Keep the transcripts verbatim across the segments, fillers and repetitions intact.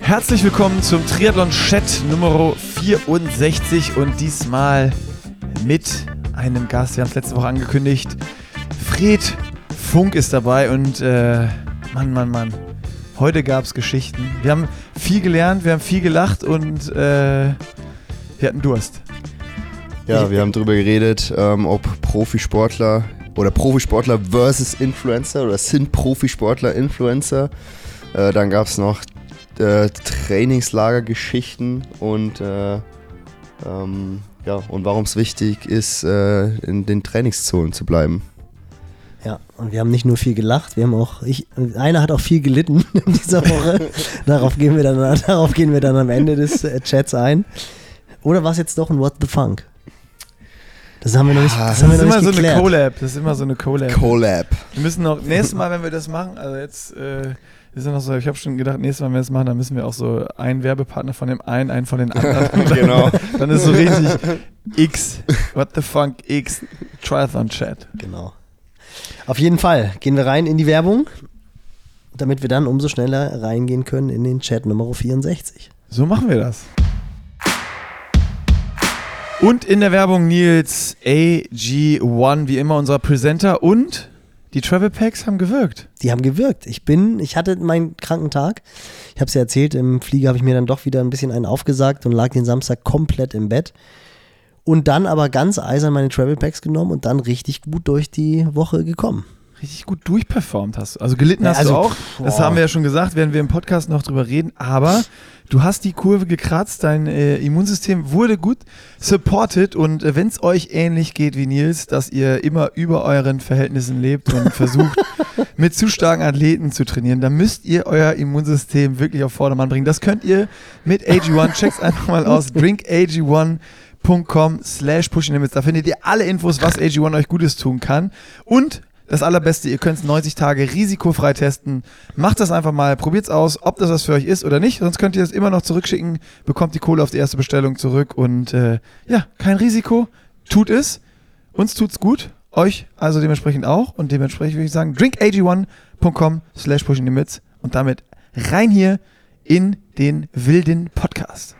Herzlich willkommen zum Triathlon-Chat Nummer vierundsechzig und diesmal mit einem Gast. Wir haben es letzte Woche angekündigt. Fred Funk ist dabei und äh, Mann, Mann, Mann. Heute gab es Geschichten. Wir haben viel gelernt, wir haben viel gelacht und äh, wir hatten Durst. Ja, wir haben darüber geredet, ähm, ob Profisportler oder Profisportler versus Influencer oder sind Profisportler Influencer. Äh, dann gab es noch äh, Trainingslagergeschichten und, äh, ähm, ja, und warum es wichtig ist, äh, in den Trainingszonen zu bleiben. Ja, und wir haben nicht nur viel gelacht, wir haben auch, ich, einer hat auch viel gelitten in dieser Woche. darauf, gehen wir dann, darauf gehen wir dann am Ende des äh, Chats ein. Oder war es jetzt doch ein What the Funk? Das haben wir noch nicht, das das haben wir ist noch immer nicht so geklärt. eine Collab. Das ist immer so eine Collab. Collab. Wir müssen noch, nächstes Mal, wenn wir das machen, also jetzt äh, ist ja noch so, ich habe schon gedacht, nächstes Mal, wenn wir das machen, dann müssen wir auch so einen Werbepartner von dem einen, einen von den anderen. Genau. Dann ist so richtig X, What the Funk X, Triathlon Chat. Genau. Auf jeden Fall gehen wir rein in die Werbung, damit wir dann umso schneller reingehen können in den Chat Nummer vierundsechzig. So machen wir das. Und in der Werbung Nils A G eins, wie immer unser Presenter, und die Travel Packs haben gewirkt. Die haben gewirkt. Ich bin, ich hatte meinen kranken Tag. Ich habe es ja erzählt, im Flieger habe ich mir dann doch wieder ein bisschen einen aufgesagt und lag den Samstag komplett im Bett. Und dann aber ganz eisern meine Travel Packs genommen und dann richtig gut durch die Woche gekommen. Richtig gut durchperformt hast du. Also gelitten Ja, hast also, du auch. Das boah. haben wir ja schon gesagt, werden wir im Podcast noch drüber reden. Aber du hast die Kurve gekratzt, dein äh, Immunsystem wurde gut supported. Und äh, wenn es euch ähnlich geht wie Nils, dass ihr immer über euren Verhältnissen lebt und versucht, mit zu starken Athleten zu trainieren, dann müsst ihr euer Immunsystem wirklich auf Vordermann bringen. Das könnt ihr mit A G eins. Checkt's einfach mal aus. drink a g one punkt com slash pushing limits. Da findet ihr alle Infos, was A G eins euch Gutes tun kann. Und das Allerbeste, ihr könnt es neunzig Tage risikofrei testen. Macht das einfach mal, probiert's aus, ob das was für euch ist oder nicht. Sonst könnt ihr es immer noch zurückschicken, bekommt die Kohle auf die erste Bestellung zurück. Und äh, ja, kein Risiko, tut es. Uns tut's gut, euch also dementsprechend auch. Und dementsprechend würde ich sagen, drink a g one punkt com slash pushing limits. Und damit rein hier in den wilden Podcast.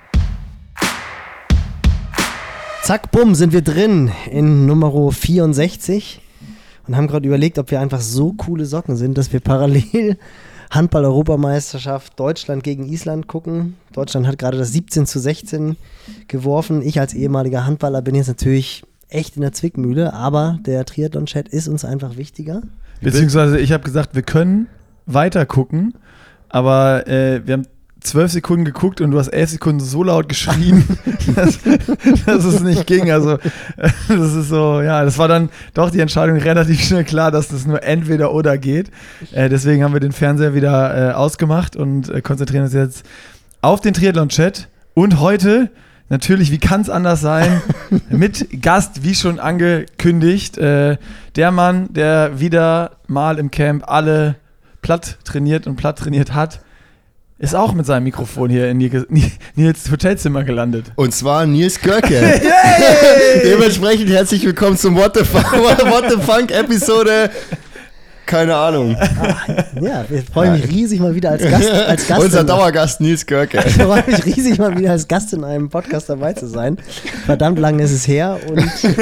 Zack, bumm, sind wir drin in Nummer vierundsechzig. Und haben gerade überlegt, ob wir einfach so coole Socken sind, dass wir parallel Handball-Europameisterschaft Deutschland gegen Island gucken. Deutschland hat gerade das siebzehn zu sechzehn geworfen. Ich als ehemaliger Handballer bin jetzt natürlich echt in der Zwickmühle, aber der Triathlon-Chat ist uns einfach wichtiger. Beziehungsweise ich habe gesagt, wir können weiter gucken, aber äh, wir haben zwölf Sekunden geguckt und du hast elf Sekunden so laut geschrien, dass, dass es nicht ging. Also das ist so, ja, das war dann doch die Entscheidung relativ schnell klar, dass das nur entweder oder geht. Äh, deswegen haben wir den Fernseher wieder äh, ausgemacht und äh, konzentrieren uns jetzt auf den Triathlon-Chat. Und heute, natürlich, wie kann es anders sein, mit Gast, wie schon angekündigt, äh, der Mann, der wieder mal im Camp alle platt trainiert und platt trainiert hat, ist auch mit seinem Mikrofon hier in Nils Hotelzimmer gelandet. Und zwar Nils Görke. Dementsprechend herzlich willkommen zum What the Funk, What the Funk Episode. Keine Ahnung. Ah, ja, ich freue mich riesig mal wieder als Gast. Als Gast Unser in, Dauergast Nils Görke. Ich freue mich riesig mal wieder als Gast in einem Podcast dabei zu sein. Verdammt lang ist es her und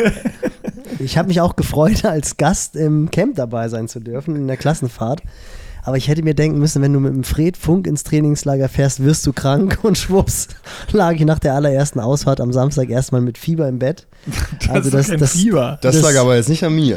ich habe mich auch gefreut, als Gast im Camp dabei sein zu dürfen, in der Klassenfahrt. Aber ich hätte mir denken müssen, wenn du mit dem Fred Funk ins Trainingslager fährst, wirst du krank und schwupps, lag ich nach der allerersten Ausfahrt am Samstag erstmal mit Fieber im Bett. Das also ist das, kein das, Fieber. Das, das lag aber jetzt nicht an mir.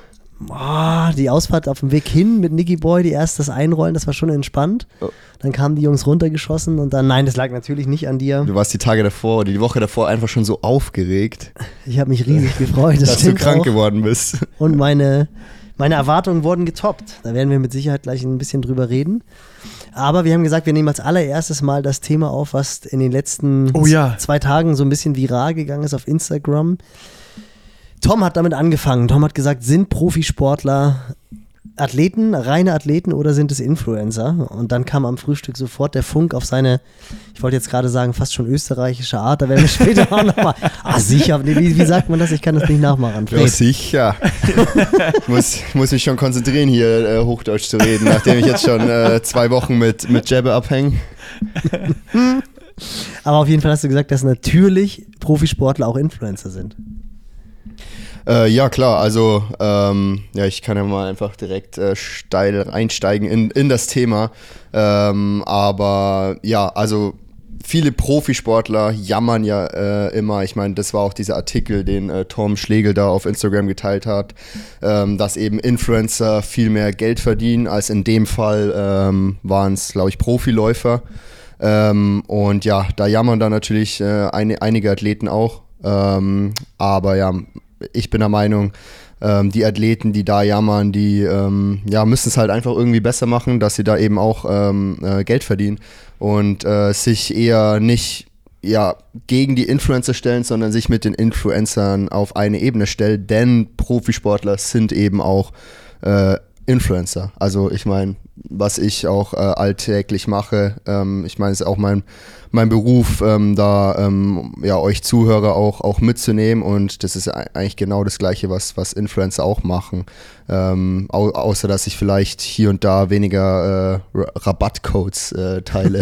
Oh, die Ausfahrt auf dem Weg hin mit Nicky Boy, die erst das Einrollen, das war schon entspannt. Oh. Dann kamen die Jungs runtergeschossen und dann, nein, das lag natürlich nicht an dir. Du warst die Tage davor oder die Woche davor einfach schon so aufgeregt, Ich habe mich riesig gefreut, das dass du stimmt krank auch. geworden bist. Und meine, meine Erwartungen wurden getoppt. Da werden wir mit Sicherheit gleich ein bisschen drüber reden. Aber wir haben gesagt, wir nehmen als allererstes mal das Thema auf, was in den letzten Oh ja. zwei Tagen so ein bisschen viral gegangen ist auf Instagram. Tom hat damit angefangen. Tom hat gesagt, sind Profisportler Athleten, reine Athleten oder sind es Influencer? Und dann kam am Frühstück sofort der Funk auf seine, ich wollte jetzt gerade sagen, fast schon österreichische Art, da werden wir später auch nochmal, ah sicher, wie, wie sagt man das? Ich kann das nicht nachmachen. Fred. Ja, sicher. ich muss, muss mich schon konzentrieren, hier äh, Hochdeutsch zu reden, nachdem ich jetzt schon äh, zwei Wochen mit, mit Jabbe abhänge. Aber auf jeden Fall hast du gesagt, dass natürlich Profisportler auch Influencer sind. Äh, ja, klar, also ähm, ja, ich kann ja mal einfach direkt äh, steil einsteigen in, in das Thema. Ähm, aber ja, also viele Profisportler jammern ja äh, immer, ich meine, das war auch dieser Artikel, den äh, Tom Schlegel da auf Instagram geteilt hat, ähm, dass eben Influencer viel mehr Geld verdienen, als in dem Fall ähm, waren es, glaube ich, Profiläufer. Ähm, und ja, da jammern dann natürlich äh, ein, einige Athleten auch. Ähm, aber ja, ich bin der Meinung, ähm, die Athleten, die da jammern, die ähm, ja, müssen es halt einfach irgendwie besser machen, dass sie da eben auch ähm, äh, Geld verdienen und äh, sich eher nicht ja, gegen die Influencer stellen, sondern sich mit den Influencern auf eine Ebene stellen, denn Profisportler sind eben auch äh, Influencer. Also ich meine, was ich auch äh, alltäglich mache, ähm, ich meine, es ist auch mein, mein Beruf, ähm, da ähm, ja, euch Zuhörer auch, auch mitzunehmen, und das ist eigentlich genau das Gleiche, was, was Influencer auch machen, ähm, au- außer dass ich vielleicht hier und da weniger äh, R- Rabattcodes äh, teile.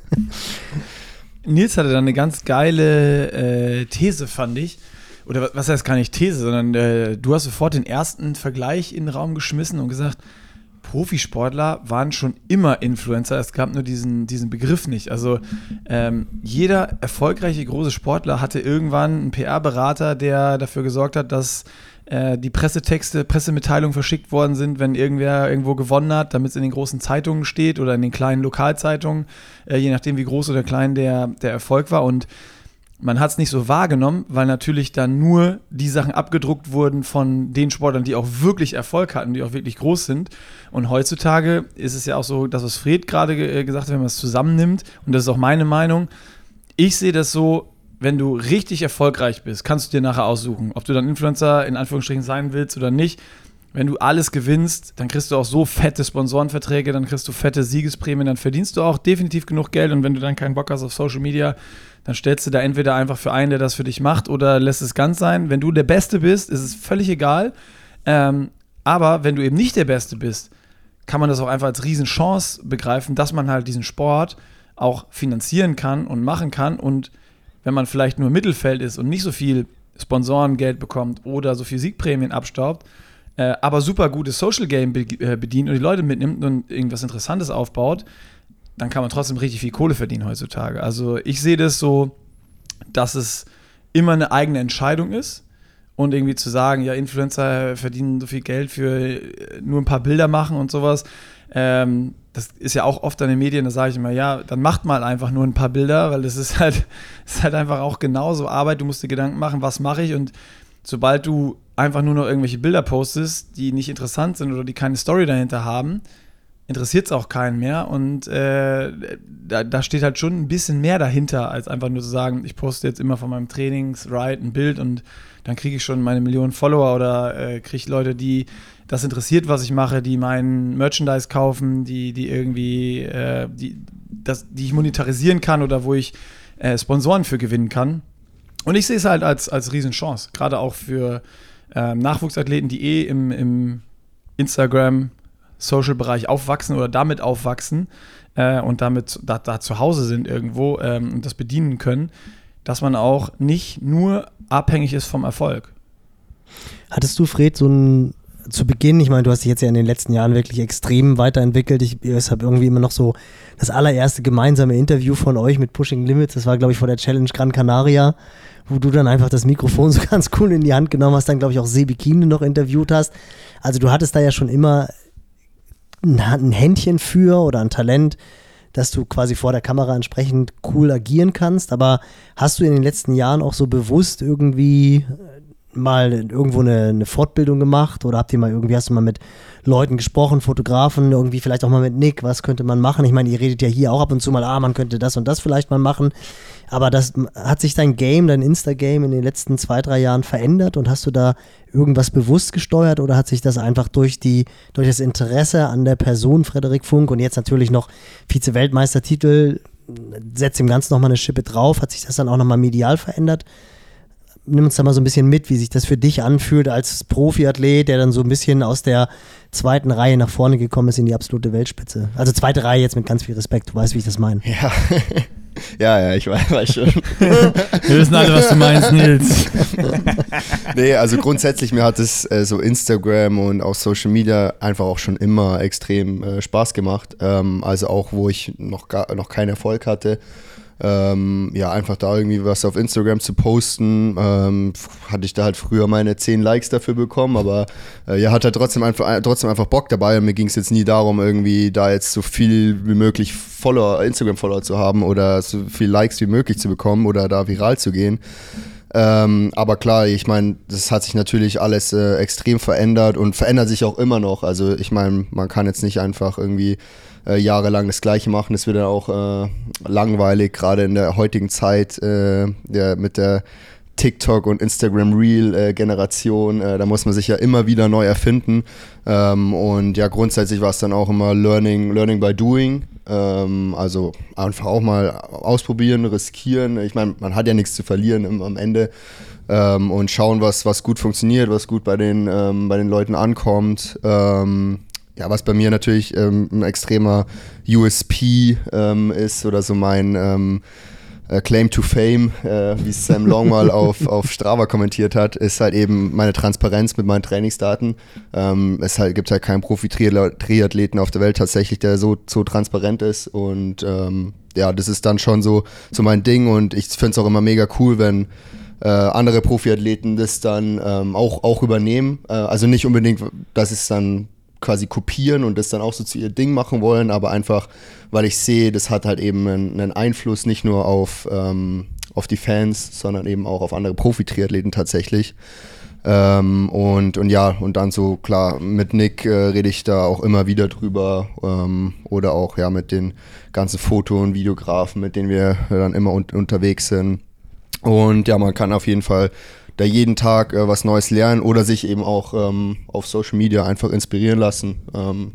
Nils hatte da eine ganz geile äh, These, fand ich. Oder was heißt gar nicht These, sondern äh, du hast sofort den ersten Vergleich in den Raum geschmissen und gesagt, Profisportler waren schon immer Influencer, es gab nur diesen, diesen Begriff nicht. Also ähm, jeder erfolgreiche große Sportler hatte irgendwann einen P R-Berater, der dafür gesorgt hat, dass äh, die Pressetexte, Pressemitteilungen verschickt worden sind, wenn irgendwer irgendwo gewonnen hat, damit es in den großen Zeitungen steht oder in den kleinen Lokalzeitungen, äh, je nachdem wie groß oder klein der, der Erfolg war. Und man hat es nicht so wahrgenommen, weil natürlich dann nur die Sachen abgedruckt wurden von den Sportlern, die auch wirklich Erfolg hatten, die auch wirklich groß sind. Und heutzutage ist es ja auch so, das, was Fred gerade ge- gesagt hat, wenn man es zusammennimmt, und das ist auch meine Meinung, ich sehe das so, wenn du richtig erfolgreich bist, kannst du dir nachher aussuchen, ob du dann Influencer in Anführungsstrichen sein willst oder nicht. Wenn du alles gewinnst, dann kriegst du auch so fette Sponsorenverträge, dann kriegst du fette Siegesprämien, dann verdienst du auch definitiv genug Geld, und wenn du dann keinen Bock hast auf Social Media, dann stellst du da entweder einfach für einen, der das für dich macht, oder lässt es ganz sein. Wenn du der Beste bist, ist es völlig egal. Ähm, aber wenn du eben nicht der Beste bist, kann man das auch einfach als Riesenchance begreifen, dass man halt diesen Sport auch finanzieren kann und machen kann. Und wenn man vielleicht nur im Mittelfeld ist und nicht so viel Sponsorengeld bekommt oder so viel Siegprämien abstaubt, äh, aber super gutes Social Game be- äh, bedient und die Leute mitnimmt und irgendwas Interessantes aufbaut, dann kann man trotzdem richtig viel Kohle verdienen heutzutage. Also ich sehe das so, dass es immer eine eigene Entscheidung ist, und irgendwie zu sagen, ja, Influencer verdienen so viel Geld für nur ein paar Bilder machen und sowas, ähm, das ist ja auch oft in den Medien, da sage ich immer, ja, dann macht mal einfach nur ein paar Bilder, weil das ist halt, das ist halt einfach auch genauso Arbeit, du musst dir Gedanken machen, was mache ich, und sobald du einfach nur noch irgendwelche Bilder postest, die nicht interessant sind oder die keine Story dahinter haben, interessiert es auch keinen mehr, und äh, da, da steht halt schon ein bisschen mehr dahinter, als einfach nur zu sagen, ich poste jetzt immer von meinem Trainingsride ein Bild und dann kriege ich schon meine Millionen Follower oder äh, kriege Leute, die das interessiert, was ich mache, die mein Merchandise kaufen, die, die irgendwie, äh, die, das, die ich monetarisieren kann oder wo ich äh, Sponsoren für gewinnen kann. Und ich sehe es halt als, als Riesenchance, gerade auch für äh, Nachwuchsathleten, die eh im, im Instagram Social-Bereich aufwachsen oder damit aufwachsen äh, und damit da, da zu Hause sind irgendwo ähm, und das bedienen können, dass man auch nicht nur abhängig ist vom Erfolg. Hattest du, Fred, so ein, zu Beginn, ich meine, du hast dich jetzt ja in den letzten Jahren wirklich extrem weiterentwickelt, ich, ich habe irgendwie immer noch so das allererste gemeinsame Interview von euch mit Pushing Limits, das war, glaube ich, vor der Challenge Gran Canaria, wo du dann einfach das Mikrofon so ganz cool in die Hand genommen hast, dann, glaube ich, auch Sebi Kiene noch interviewt hast. Also du hattest da ja schon immer ein Händchen für oder ein Talent, dass du quasi vor der Kamera entsprechend cool agieren kannst, aber hast du in den letzten Jahren auch so bewusst irgendwie mal irgendwo eine, eine Fortbildung gemacht oder habt ihr mal irgendwie, hast du mal mit Leuten gesprochen, Fotografen, irgendwie vielleicht auch mal mit Nick, was könnte man machen? Ich meine, ihr redet ja hier auch ab und zu mal, ah, man könnte das und das vielleicht mal machen, aber das, hat sich dein Game, dein Insta-Game in den letzten zwei, drei Jahren verändert und hast du da irgendwas bewusst gesteuert oder hat sich das einfach durch die, durch das Interesse an der Person Frederik Funk und jetzt natürlich noch Vize-Weltmeistertitel, setzt dem Ganzen nochmal eine Schippe drauf, hat sich das dann auch nochmal medial verändert? Nimm uns da mal so ein bisschen mit, wie sich das für dich anfühlt als Profiathlet, der dann so ein bisschen aus der zweiten Reihe nach vorne gekommen ist in die absolute Weltspitze. Also zweite Reihe jetzt mit ganz viel Respekt, du weißt, wie ich das meine. Ja, ja, ja, ich weiß, weiß schon. Wir wissen alle, was du meinst, Nils. Nee, also grundsätzlich, mir hat es äh, so Instagram und auch Social Media einfach auch schon immer extrem äh, Spaß gemacht. Ähm, also auch, wo ich noch, gar, noch keinen Erfolg hatte. Ähm, ja, einfach da irgendwie was auf Instagram zu posten, ähm, hatte ich da halt früher meine zehn Likes dafür bekommen, aber äh, ja, hatte trotzdem einfach, trotzdem einfach Bock dabei und mir ging es jetzt nie darum, irgendwie da jetzt so viel wie möglich Follower, Instagram-Follower zu haben oder so viel Likes wie möglich zu bekommen oder da viral zu gehen. Ähm, aber klar, ich meine, das hat sich natürlich alles äh, extrem verändert und verändert sich auch immer noch. Also ich meine, man kann jetzt nicht einfach irgendwie äh, jahrelang das Gleiche machen. Das wird dann auch äh, langweilig, gerade in der heutigen Zeit äh, der, mit der TikTok- und Instagram-Reel-Generation. Äh, da muss man sich ja immer wieder neu erfinden. Ähm, und ja, grundsätzlich war es dann auch immer Learning, Learning by Doing. Ähm, also einfach auch mal ausprobieren, riskieren. Ich meine, man hat ja nichts zu verlieren im, am Ende. Ähm, und schauen, was, was gut funktioniert, was gut bei den, ähm, bei den Leuten ankommt. Ähm, ja, was bei mir natürlich ähm, ein extremer U S P ähm, ist oder so mein ähm, Claim to Fame, äh, wie es Sam Long mal auf, auf Strava kommentiert hat, ist halt eben meine Transparenz mit meinen Trainingsdaten. Ähm, es halt, gibt halt keinen Profi-Triathleten auf der Welt tatsächlich, der so, so transparent ist und ähm, ja, das ist dann schon so, so mein Ding und ich finde es auch immer mega cool, wenn äh, andere Profiathleten das dann ähm, auch, auch übernehmen. Äh, also nicht unbedingt, dass es dann quasi kopieren und das dann auch so zu ihr Ding machen wollen, aber einfach, weil ich sehe, das hat halt eben einen, einen Einfluss nicht nur auf, ähm, auf die Fans, sondern eben auch auf andere Profi-Triathleten tatsächlich. Ähm, und, und ja, und dann so, klar, mit Nick äh, rede ich da auch immer wieder drüber ähm, oder auch ja mit den ganzen Foto- und Videografen, mit denen wir dann immer un- unterwegs sind. Und ja, man kann auf jeden Fall da jeden Tag äh, was Neues lernen oder sich eben auch ähm, auf Social Media einfach inspirieren lassen. Ähm,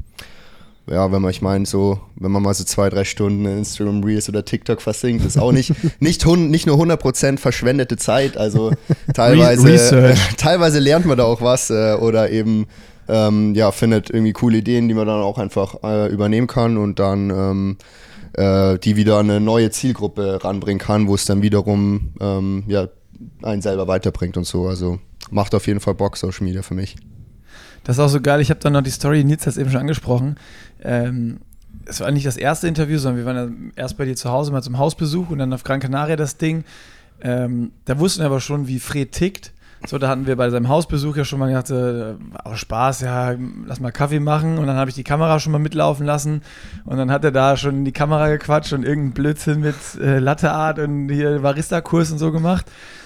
ja, wenn man, ich meine, so, wenn man mal so zwei, drei Stunden in Instagram Reels oder TikTok versinkt, ist auch nicht, nicht, hun, nicht nur hundert Prozent verschwendete Zeit, also teilweise, äh, teilweise lernt man da auch was äh, oder eben, ähm, ja, findet irgendwie coole Ideen, die man dann auch einfach äh, übernehmen kann und dann ähm, äh, die wieder an eine neue Zielgruppe ranbringen kann, wo es dann wiederum, ähm, ja, einen selber weiterbringt und so. Also macht auf jeden Fall Bock, Social Media für mich. Das ist auch so geil. Ich habe dann noch die Story, Nils hat es eben schon angesprochen. Ähm, es war nicht das erste Interview, sondern wir waren ja erst bei dir zu Hause mal zum Hausbesuch und dann auf Gran Canaria das Ding. Ähm, da wussten wir aber schon, wie Fred tickt. So, da hatten wir bei seinem Hausbesuch ja schon mal gedacht, äh, auch Spaß, ja, lass mal Kaffee machen. Und dann habe ich die Kamera schon mal mitlaufen lassen. Und dann hat er da schon in die Kamera gequatscht und irgendeinen Blödsinn mit äh, Latte Art und hier Barista-Kurs und so gemacht.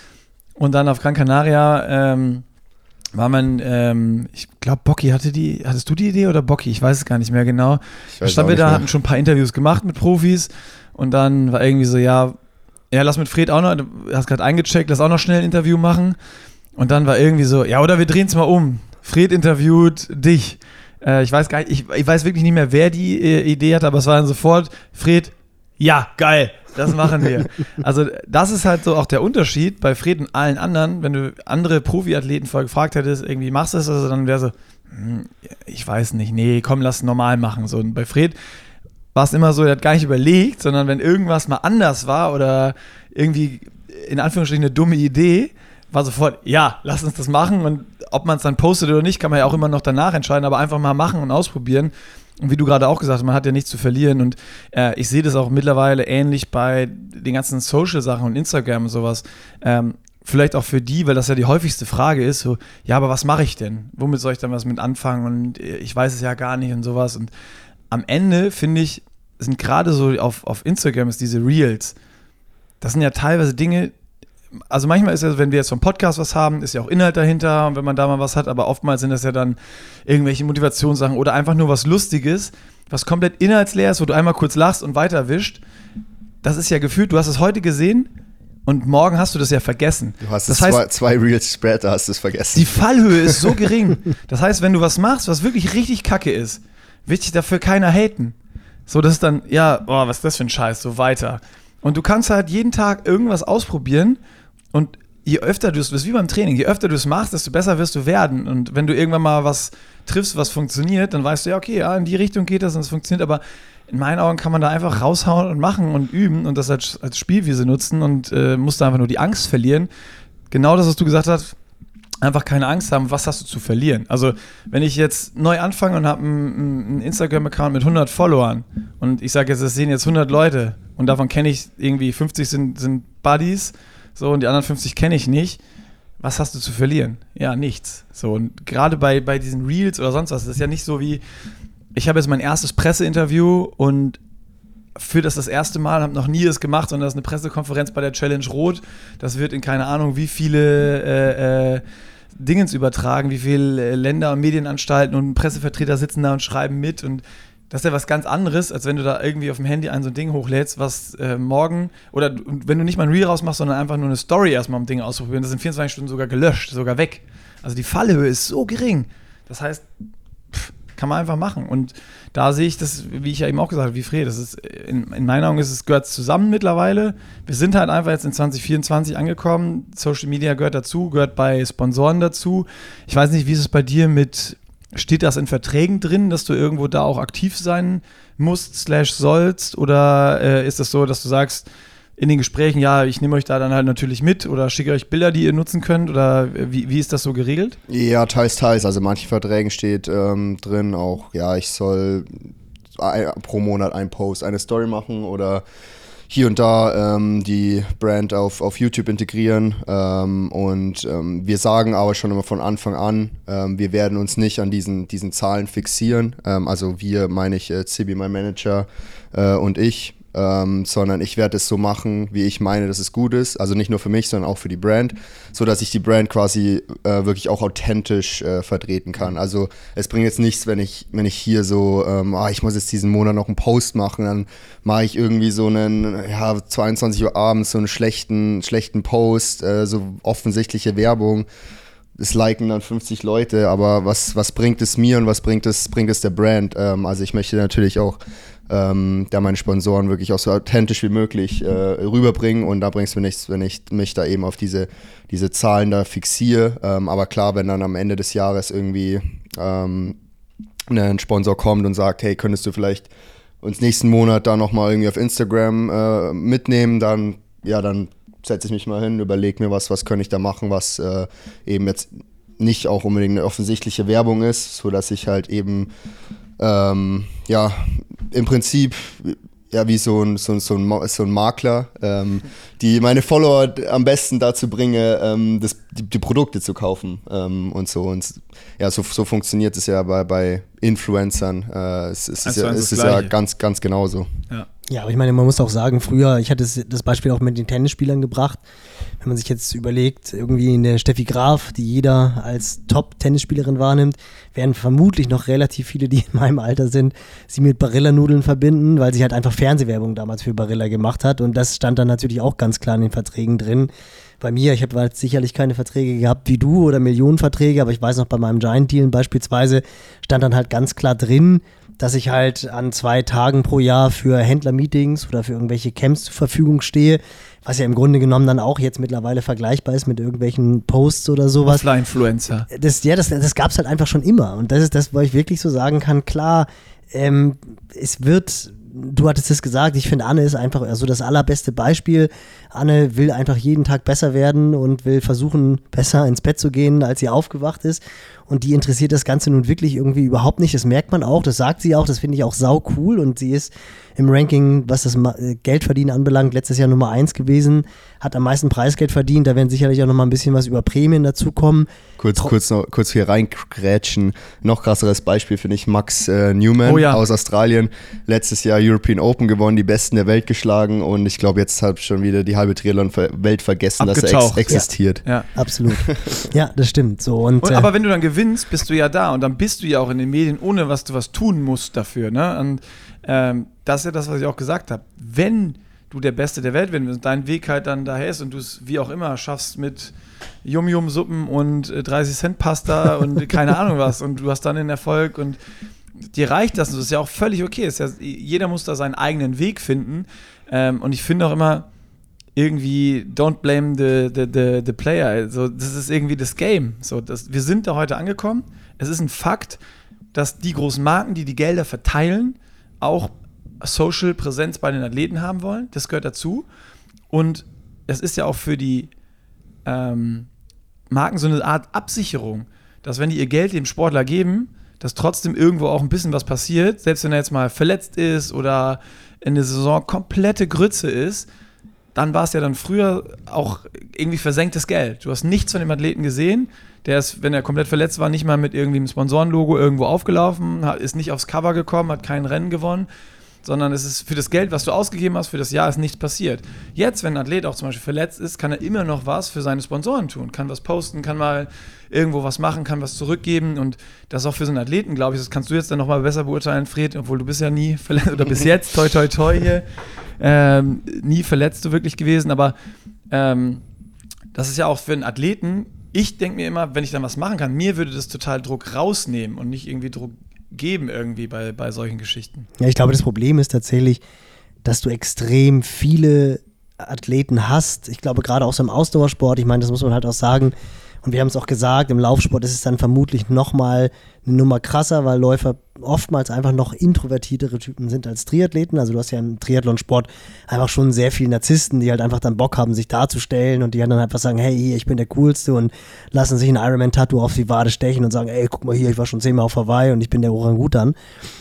Und dann auf Gran Canaria ähm, war man, ähm, ich glaube, Bocki hatte die, hattest du die Idee oder Bocki? Ich weiß es gar nicht mehr genau. Da standen wir da, hatten schon ein paar Interviews gemacht mit Profis und dann war irgendwie so, ja, ja, lass mit Fred auch noch, du hast gerade eingecheckt, lass auch noch schnell ein Interview machen. Und dann war irgendwie so, ja, oder wir drehen es mal um. Fred interviewt dich. Äh, ich weiß gar nicht, ich, ich weiß wirklich nicht mehr, wer die äh, Idee hatte, aber es war dann sofort, Fred, ja, geil, das machen wir. Also das ist halt so auch der Unterschied bei Fred und allen anderen, wenn du andere Profiathleten vorher gefragt hättest, irgendwie machst du das, also dann wäre so, hm, ich weiß nicht, nee, komm, lass normal machen. So, und bei Fred war es immer so, er hat gar nicht überlegt, sondern wenn irgendwas mal anders war oder irgendwie in Anführungsstrichen eine dumme Idee, war sofort, ja, lass uns das machen und ob man es dann postet oder nicht, kann man ja auch immer noch danach entscheiden, aber einfach mal machen und ausprobieren. Und wie du gerade auch gesagt hast, man hat ja nichts zu verlieren und äh, ich sehe das auch mittlerweile ähnlich bei den ganzen Social-Sachen und Instagram und sowas. Ähm, vielleicht auch für die, weil das ja die häufigste Frage ist, so, ja, aber was mache ich denn? Womit soll ich dann was mit anfangen? Und ich weiß es ja gar nicht und sowas. Und am Ende, finde ich, sind gerade so auf, auf Instagram ist diese Reels, das sind ja teilweise Dinge, also manchmal ist ja, wenn wir jetzt vom Podcast was haben, ist ja auch Inhalt dahinter und wenn man da mal was hat, aber oftmals sind das ja dann irgendwelche Motivationssachen oder einfach nur was Lustiges, was komplett inhaltsleer ist, wo du einmal kurz lachst und weiterwischt. Das ist ja gefühlt, du hast es heute gesehen und morgen hast du das ja vergessen. Du hast das es heißt, zwei, zwei Reels später hast du es vergessen. Die Fallhöhe ist so gering. Das heißt, wenn du was machst, was wirklich richtig kacke ist, wird dich dafür keiner haten. So, das ist dann, ja, boah, was ist das für ein Scheiß, so weiter. Und du kannst halt jeden Tag irgendwas ausprobieren und je öfter du es, das ist wie beim Training, je öfter du es machst, desto besser wirst du werden. Und wenn du irgendwann mal was triffst, was funktioniert, dann weißt du ja, okay, ja, in die Richtung geht das und es funktioniert, aber in meinen Augen kann man da einfach raushauen und machen und üben und das als, als Spielwiese nutzen und äh, musst da einfach nur die Angst verlieren. Genau das, was du gesagt hast, einfach keine Angst haben, was hast du zu verlieren. Also wenn ich jetzt neu anfange und habe einen, einen Instagram-Account mit hundert Followern und ich sage jetzt, es sehen jetzt hundert Leute und davon kenne ich irgendwie fünfzig sind, sind Buddies, so, und die anderen fünfzig kenne ich nicht, was hast du zu verlieren? Ja, nichts. So, und gerade bei, bei diesen Reels oder sonst was, das ist ja nicht so wie, ich habe jetzt mein erstes Presseinterview und für das das erste Mal, habe noch nie es gemacht, sondern das ist eine Pressekonferenz bei der Challenge Rot, das wird in keine Ahnung wie viele äh, äh, Dingens übertragen, wie viele Länder und Medienanstalten und Pressevertreter sitzen da und schreiben mit und das ist ja was ganz anderes, als wenn du da irgendwie auf dem Handy ein so ein Ding hochlädst, was äh, morgen, oder wenn du nicht mal ein Reel rausmachst, sondern einfach nur eine Story erstmal um Dinge auszuprobieren, das sind vierundzwanzig Stunden sogar gelöscht, sogar weg. Also die Fallhöhe ist so gering. Das heißt, pff, kann man einfach machen. Und da sehe ich das, wie ich ja eben auch gesagt habe, wie Fred, das ist, in, in meinen Augen ist es, gehört zusammen mittlerweile. Wir sind halt einfach jetzt in zwanzig vierundzwanzig angekommen. Social Media gehört dazu, gehört bei Sponsoren dazu. Ich weiß nicht, wie ist es bei dir mit, steht das in Verträgen drin, dass du irgendwo da auch aktiv sein musst, slash sollst? Oder äh, ist das so, dass du sagst, in den Gesprächen, ja, ich nehme euch da dann halt natürlich mit oder schicke euch Bilder, die ihr nutzen könnt? Oder wie, wie ist das so geregelt? Ja, teils, teils. Also in manchen Verträgen steht ähm, drin auch, ja, ich soll ein, pro Monat einen Post, eine Story machen oder hier und da ähm, die Brand auf, auf YouTube integrieren. Ähm, und ähm, wir sagen aber schon immer von Anfang an, ähm, wir werden uns nicht an diesen, diesen Zahlen fixieren. Ähm, also wir, meine ich, äh, Zibi, mein Manager äh, und ich. Ähm, sondern ich werde es so machen, wie ich meine, dass es gut ist. Also nicht nur für mich, sondern auch für die Brand, so dass ich die Brand quasi äh, wirklich auch authentisch äh, vertreten kann. Also es bringt jetzt nichts, wenn ich, wenn ich hier so, ähm, ah, ich muss jetzt diesen Monat noch einen Post machen, dann mache ich irgendwie so einen, ja, zweiundzwanzig Uhr abends so einen schlechten, schlechten Post, äh, so offensichtliche Werbung. Es liken dann fünfzig Leute, aber was, was bringt es mir und was bringt es, bringt es der Brand? Ähm, also ich möchte natürlich auch Ähm, da meine Sponsoren wirklich auch so authentisch wie möglich äh, rüberbringen und da bringt es mir nichts, wenn ich mich da eben auf diese, diese Zahlen da fixiere. Ähm, aber klar, wenn dann am Ende des Jahres irgendwie ähm, ein Sponsor kommt und sagt, hey, könntest du vielleicht uns nächsten Monat da nochmal irgendwie auf Instagram äh, mitnehmen, dann, ja, dann setze ich mich mal hin, überlege mir was, was könnte ich da machen, was äh, eben jetzt nicht auch unbedingt eine offensichtliche Werbung ist, sodass ich halt eben ähm, ja, im Prinzip ja wie so ein, so ein, so ein, so ein Makler, ähm, die meine Follower am besten dazu bringe, ähm, das, die, die Produkte zu kaufen ähm, und so. Und ja, so, so funktioniert es ja bei, bei Influencern. Äh, es, es ist, ja, es ist ja ganz, ganz genauso. Ja. Ja, aber ich meine, man muss auch sagen, früher, ich hatte das Beispiel auch mit den Tennisspielern gebracht, wenn man sich jetzt überlegt, irgendwie in der Steffi Graf, die jeder als Top-Tennisspielerin wahrnimmt, werden vermutlich noch relativ viele, die in meinem Alter sind, sie mit Barilla-Nudeln verbinden, weil sie halt einfach Fernsehwerbung damals für Barilla gemacht hat und das stand dann natürlich auch ganz klar in den Verträgen drin. Bei mir, ich habe halt sicherlich keine Verträge gehabt wie du oder Millionenverträge, aber ich weiß noch, bei meinem Giant-Deal beispielsweise stand dann halt ganz klar drin, dass ich halt an zwei Tagen pro Jahr für Händlermeetings oder für irgendwelche Camps zur Verfügung stehe, was ja im Grunde genommen dann auch jetzt mittlerweile vergleichbar ist mit irgendwelchen Posts oder sowas. Offline-Influencer. Das, ja, das, das gab es halt einfach schon immer und das ist das, wo ich wirklich so sagen kann, klar, ähm, es wird... Du hattest es gesagt, ich finde, Anne ist einfach also das allerbeste Beispiel. Anne will einfach jeden Tag besser werden und will versuchen, besser ins Bett zu gehen, als sie aufgewacht ist. und die interessiert das Ganze nun wirklich irgendwie überhaupt nicht. Das merkt man auch, das sagt sie auch, das finde ich auch sau cool und sie ist im Ranking, was das Geldverdienen anbelangt, letztes Jahr Nummer eins gewesen, hat am meisten Preisgeld verdient, da werden sicherlich auch noch mal ein bisschen was über Prämien dazukommen. Kurz, Tro- kurz, noch, kurz hier reingrätschen, noch krasseres Beispiel finde ich Max äh, Newman oh ja. aus Australien, letztes Jahr European Open gewonnen, die Besten der Welt geschlagen und ich glaube jetzt hat schon wieder die halbe Triathlon-Welt vergessen, dass er ex- existiert. Ja, ja. Absolut. Ja, das stimmt. So, und, und, äh, aber wenn du dann gewinnst, bist du ja da und dann bist du ja auch in den Medien, ohne was du was tun musst dafür. Ne? Und ähm, das ist ja das, was ich auch gesagt habe. Wenn du der Beste der Welt werden willst und dein Weg halt dann daher ist und du es wie auch immer schaffst mit Yum-Yum-Suppen und äh, dreißig Cent Pasta und keine Ahnung was und du hast dann den Erfolg und dir reicht das und das ist ja auch völlig okay. Ist ja, jeder muss da seinen eigenen Weg finden ähm, und ich finde auch immer irgendwie don't blame the, the, the, the player. Also, das ist irgendwie das Game. So, das, wir sind da heute angekommen. Es ist ein Fakt, dass die großen Marken, die die Gelder verteilen, auch Social-Präsenz bei den Athleten haben wollen. Das gehört dazu. Und es ist ja auch für die ähm, Marken so eine Art Absicherung, dass wenn die ihr Geld dem Sportler geben, dass trotzdem irgendwo auch ein bisschen was passiert, selbst wenn er jetzt mal verletzt ist oder in der Saison komplette Grütze ist, dann war es ja dann früher auch irgendwie versenktes Geld. Du hast nichts von dem Athleten gesehen. Der ist, wenn er komplett verletzt war, nicht mal mit irgendwie einem Sponsorenlogo irgendwo aufgelaufen, ist nicht aufs Cover gekommen, hat kein Rennen gewonnen, sondern es ist für das Geld, was du ausgegeben hast, für das Jahr ist nichts passiert. Jetzt, wenn ein Athlet auch zum Beispiel verletzt ist, kann er immer noch was für seine Sponsoren tun, kann was posten, kann mal irgendwo was machen, kann was zurückgeben und das auch für so einen Athleten, glaube ich, das kannst du jetzt dann nochmal besser beurteilen, Fred, obwohl du bist ja nie verletzt, oder bis jetzt, toi toi toi hier, ähm, nie verletzt du wirklich gewesen, aber ähm, das ist ja auch für einen Athleten, ich denke mir immer, wenn ich dann was machen kann, mir würde das total Druck rausnehmen und nicht irgendwie Druck geben irgendwie bei, bei solchen Geschichten. Ja, ich glaube, das Problem ist tatsächlich, dass du extrem viele Athleten hast. Ich glaube, gerade auch so im Ausdauersport, ich meine, das muss man halt auch sagen, und wir haben es auch gesagt, im Laufsport ist es dann vermutlich nochmal eine Nummer krasser, weil Läufer oftmals einfach noch introvertiertere Typen sind als Triathleten. Also du hast ja im Triathlonsport einfach schon sehr viele Narzissten, die halt einfach dann Bock haben, sich darzustellen und die halt dann einfach sagen, hey, hier, ich bin der Coolste und lassen sich ein Ironman-Tattoo auf die Wade stechen und sagen, ey, guck mal hier, ich war schon zehnmal auf Hawaii und ich bin der Orangutan.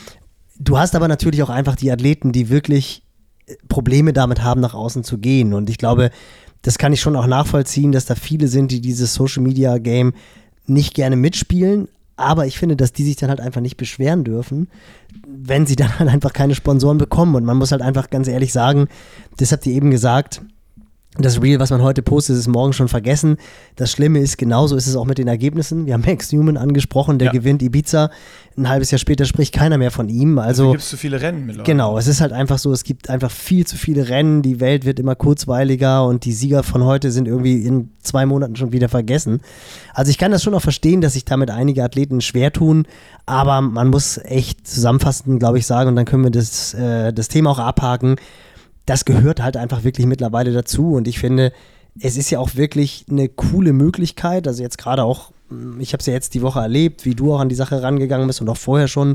Du hast aber natürlich auch einfach die Athleten, die wirklich Probleme damit haben, nach außen zu gehen. Und ich glaube, das kann ich schon auch nachvollziehen, dass da viele sind, die dieses Social-Media-Game nicht gerne mitspielen. Aber ich finde, dass die sich dann halt einfach nicht beschweren dürfen, wenn sie dann halt einfach keine Sponsoren bekommen. Und man muss halt einfach ganz ehrlich sagen, das habt ihr eben gesagt, das Reel, was man heute postet, ist morgen schon vergessen. Das Schlimme ist, genauso ist es auch mit den Ergebnissen. Wir haben Max Newman angesprochen, der ja. gewinnt Ibiza. Ein halbes Jahr später spricht keiner mehr von ihm. Also gibt es zu viele Rennen mit Leuten. Genau, es ist halt einfach so, es gibt einfach viel zu viele Rennen. Die Welt wird immer kurzweiliger und die Sieger von heute sind irgendwie in zwei Monaten schon wieder vergessen. Also ich kann das schon auch verstehen, dass sich damit einige Athleten schwer tun, aber man muss echt zusammenfassend, glaube ich, sagen, und dann können wir das, äh, das Thema auch abhaken. Das gehört halt einfach wirklich mittlerweile dazu und ich finde, es ist ja auch wirklich eine coole Möglichkeit, also jetzt gerade auch, ich habe es ja jetzt die Woche erlebt, wie du auch an die Sache rangegangen bist und auch vorher schon,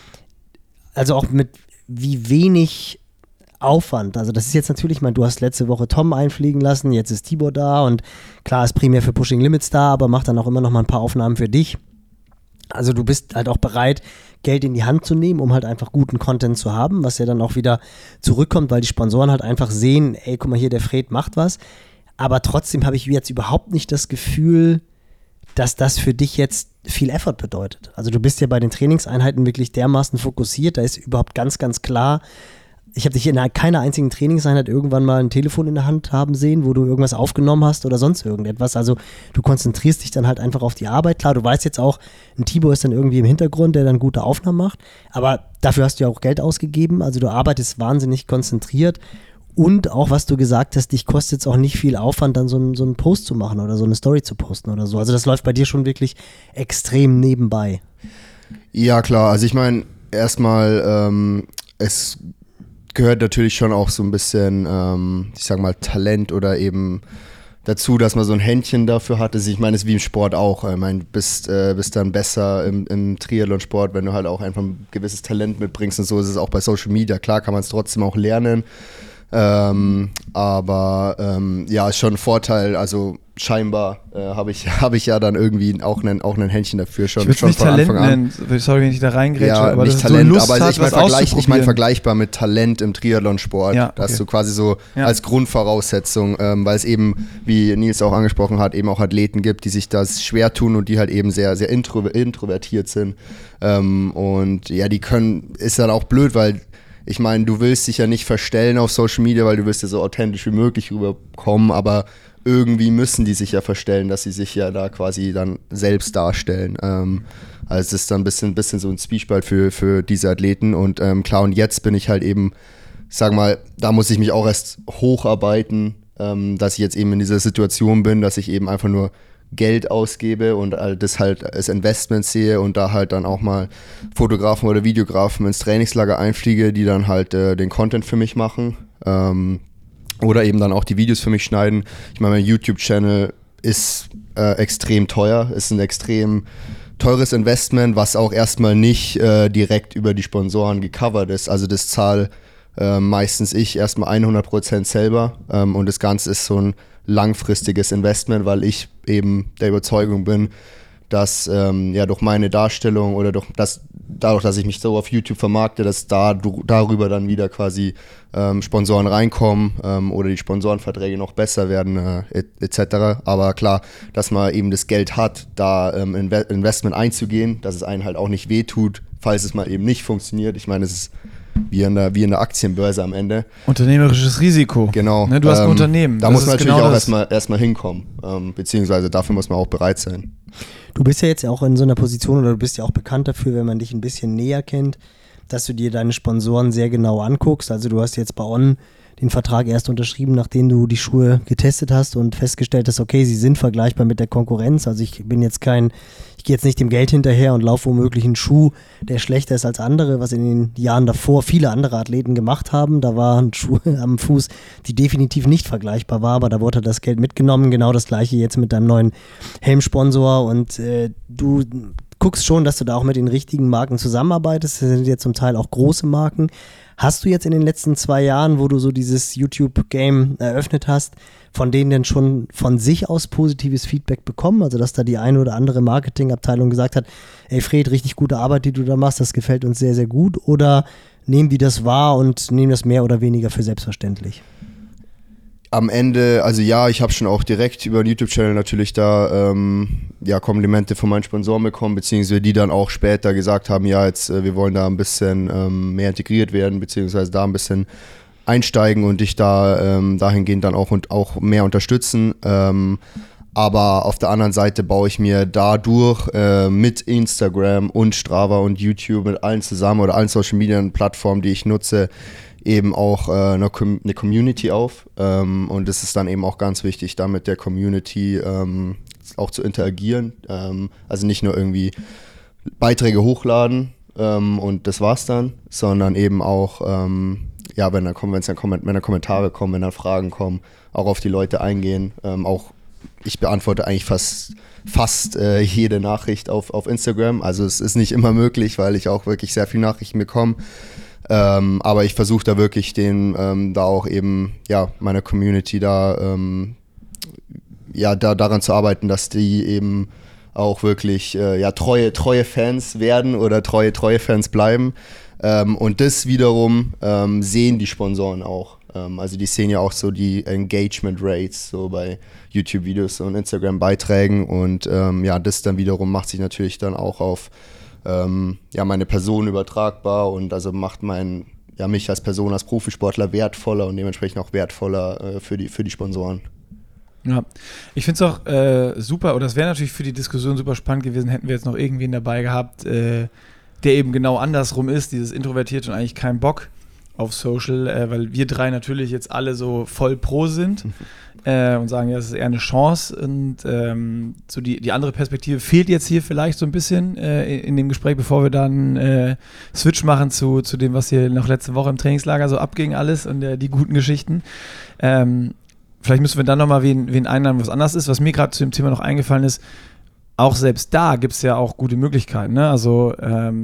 also auch mit wie wenig Aufwand, also das ist jetzt natürlich, ich meine, du hast letzte Woche Tom einfliegen lassen, jetzt ist Tibor da und klar ist primär für Pushing Limits da, aber macht dann auch immer noch mal ein paar Aufnahmen für dich. Also du bist halt auch bereit, Geld in die Hand zu nehmen, um halt einfach guten Content zu haben, was ja dann auch wieder zurückkommt, weil die Sponsoren halt einfach sehen, ey, guck mal hier, der Fred macht was. Aber trotzdem habe ich jetzt überhaupt nicht das Gefühl, dass das für dich jetzt viel Effort bedeutet. Also du bist ja bei den Trainingseinheiten wirklich dermaßen fokussiert, da ist überhaupt ganz, ganz klar, ich habe dich in keiner einzigen Trainingseinheit irgendwann mal ein Telefon in der Hand haben sehen, wo du irgendwas aufgenommen hast oder sonst irgendetwas. Also du konzentrierst dich dann halt einfach auf die Arbeit. Klar, du weißt jetzt auch, ein Tibor ist dann irgendwie im Hintergrund, der dann gute Aufnahmen macht. Aber dafür hast du ja auch Geld ausgegeben. Also du arbeitest wahnsinnig konzentriert. Und auch, was du gesagt hast, dich kostet es auch nicht viel Aufwand, dann so einen, so einen Post zu machen oder so eine Story zu posten oder so. Also das läuft bei dir schon wirklich extrem nebenbei. Ja, klar. Also ich meine, erstmal, ähm, es gehört natürlich schon auch so ein bisschen, ähm, ich sag mal, Talent oder eben dazu, dass man so ein Händchen dafür hat. Also ich meine, es ist wie im Sport auch. Ich meine, du bist, äh, bist dann besser im, im Triathlon-Sport, wenn du halt auch einfach ein gewisses Talent mitbringst und so ist es auch bei Social Media. Klar kann man es trotzdem auch lernen. Ähm, aber ähm, ja, ist schon ein Vorteil, also scheinbar äh, habe ich, hab ich ja dann irgendwie auch ein auch Händchen dafür schon, ich schon nicht von Talent Anfang an. Nennen. Sorry, wenn ich da reingrätsche, ja, aber nicht das Talent, so Lust aber hat, ich meine was vergleich, ich mein, auszuprobieren. vergleichbar mit Talent im Triathlonsport, Ja, okay. dass du quasi so ja. als Grundvoraussetzung, ähm, weil es eben, wie Nils auch angesprochen hat, eben auch Athleten gibt, die sich das schwer tun und die halt eben sehr, sehr intro, introvertiert sind. Ähm, und ja, die können, ist dann auch blöd, weil ich meine, du willst dich ja nicht verstellen auf Social Media, weil du willst ja so authentisch wie möglich rüberkommen, aber irgendwie müssen die sich ja verstellen, dass sie sich ja da quasi dann selbst darstellen. Ähm, also es ist dann ein bisschen, bisschen so ein Zwiespalt für, für diese Athleten und ähm, klar, und jetzt bin ich halt eben, sag mal, da muss ich mich auch erst hocharbeiten, ähm, dass ich jetzt eben in dieser Situation bin, dass ich eben einfach nur Geld ausgebe und das halt als Investment sehe und da halt dann auch mal Fotografen oder Videografen ins Trainingslager einfliege, die dann halt äh, den Content für mich machen ähm, oder eben dann auch die Videos für mich schneiden. Ich meine, mein YouTube-Channel ist äh, extrem teuer, ist ein extrem teures Investment, was auch erstmal nicht äh, direkt über die Sponsoren gecovert ist. Also das zahle äh, meistens ich erstmal hundert Prozent selber ähm, und das Ganze ist so ein langfristiges Investment, weil ich eben der Überzeugung bin, dass ähm, ja durch meine Darstellung oder durch das, dadurch, dass ich mich so auf YouTube vermarkte, dass da darüber dann wieder quasi ähm, Sponsoren reinkommen ähm, oder die Sponsorenverträge noch besser werden äh, et, et cetera. Aber klar, dass man eben das Geld hat, da ähm, Inve- Investment einzugehen, dass es einen halt auch nicht wehtut, falls es mal eben nicht funktioniert. Ich meine, es ist wie in der, wie in der Aktienbörse am Ende. Unternehmerisches Risiko. Genau. Ne, du hast ein ähm, Unternehmen. Da das muss man natürlich genau auch das. erstmal erstmal hinkommen, ähm, beziehungsweise dafür muss man auch bereit sein. Du bist ja jetzt ja auch in so einer Position oder du bist ja auch bekannt dafür, wenn man dich ein bisschen näher kennt, dass du dir deine Sponsoren sehr genau anguckst. Also du hast jetzt bei On den Vertrag erst unterschrieben, nachdem du die Schuhe getestet hast und festgestellt hast, okay, sie sind vergleichbar mit der Konkurrenz. Also ich bin jetzt kein, ich gehe jetzt nicht dem Geld hinterher und laufe womöglich einen Schuh, der schlechter ist als andere, was in den Jahren davor viele andere Athleten gemacht haben. Da waren Schuhe am Fuß, die definitiv nicht vergleichbar war, aber da wurde das Geld mitgenommen. Genau das gleiche jetzt mit deinem neuen Helmsponsor und äh, du guckst schon, dass du da auch mit den richtigen Marken zusammenarbeitest. Das sind ja zum Teil auch große Marken. Hast du jetzt in den letzten zwei Jahren, wo du so dieses YouTube-Game eröffnet hast, von denen denn schon von sich aus positives Feedback bekommen? Also, dass da die eine oder andere Marketingabteilung gesagt hat, ey Fred, richtig gute Arbeit, die du da machst, das gefällt uns sehr, sehr gut. Oder nehmen die das wahr und nehmen das mehr oder weniger für selbstverständlich? Am Ende, also ja, ich habe schon auch direkt über den YouTube-Channel natürlich da ähm, ja, Komplimente von meinen Sponsoren bekommen, beziehungsweise die dann auch später gesagt haben, ja, jetzt äh, wir wollen da ein bisschen ähm, mehr integriert werden, beziehungsweise da ein bisschen einsteigen und dich da ähm, dahingehend dann auch und auch mehr unterstützen. Ähm, aber auf der anderen Seite baue ich mir dadurch äh, mit Instagram und Strava und YouTube mit allen zusammen oder allen Social-Media-Plattformen, die ich nutze, eben auch äh, eine, Com- eine Community auf ähm, und es ist dann eben auch ganz wichtig, da mit der Community ähm, auch zu interagieren, ähm, also nicht nur irgendwie Beiträge hochladen ähm, und das war's dann, sondern eben auch, ähm, ja, wenn dann kommen, wenn's dann kommen, wenn dann Kommentare kommen, wenn dann Fragen kommen, auch auf die Leute eingehen, ähm, auch ich beantworte eigentlich fast fast äh, jede Nachricht auf, auf Instagram, also es ist nicht immer möglich, weil ich auch wirklich sehr viele Nachrichten bekomme. Ähm, aber ich versuche da wirklich den, ähm, da auch eben, ja, meiner Community da, ähm, ja, da daran zu arbeiten, dass die eben auch wirklich, äh, ja, treue, treue Fans werden oder treue, treue Fans bleiben. Ähm, und das wiederum ähm, sehen die Sponsoren auch. Ähm, also die sehen ja auch so die Engagement Rates so bei YouTube-Videos und Instagram-Beiträgen und ähm, ja, das dann wiederum macht sich natürlich dann auch auf Ähm, ja, meine Person übertragbar und also macht mein, ja, mich als Person, als Profisportler wertvoller und dementsprechend auch wertvoller äh, für die, für die Sponsoren. Ja, ich finde es auch äh, super, oder es wäre natürlich für die Diskussion super spannend gewesen, hätten wir jetzt noch irgendwen dabei gehabt, äh, der eben genau andersrum ist, dieses Introvertiert und eigentlich keinen Bock auf Social, äh, weil wir drei natürlich jetzt alle so voll pro sind äh, und sagen, ja, das ist eher eine Chance und ähm, so die, die andere Perspektive fehlt jetzt hier vielleicht so ein bisschen äh, in, in dem Gespräch, bevor wir dann äh, Switch machen zu, zu dem, was hier noch letzte Woche im Trainingslager so abging alles und äh, die guten Geschichten. Ähm, vielleicht müssen wir dann nochmal wen, wen einladen, was anders ist. Was mir gerade zu dem Thema noch eingefallen ist, auch selbst da gibt es ja auch gute Möglichkeiten, ne? Also ähm,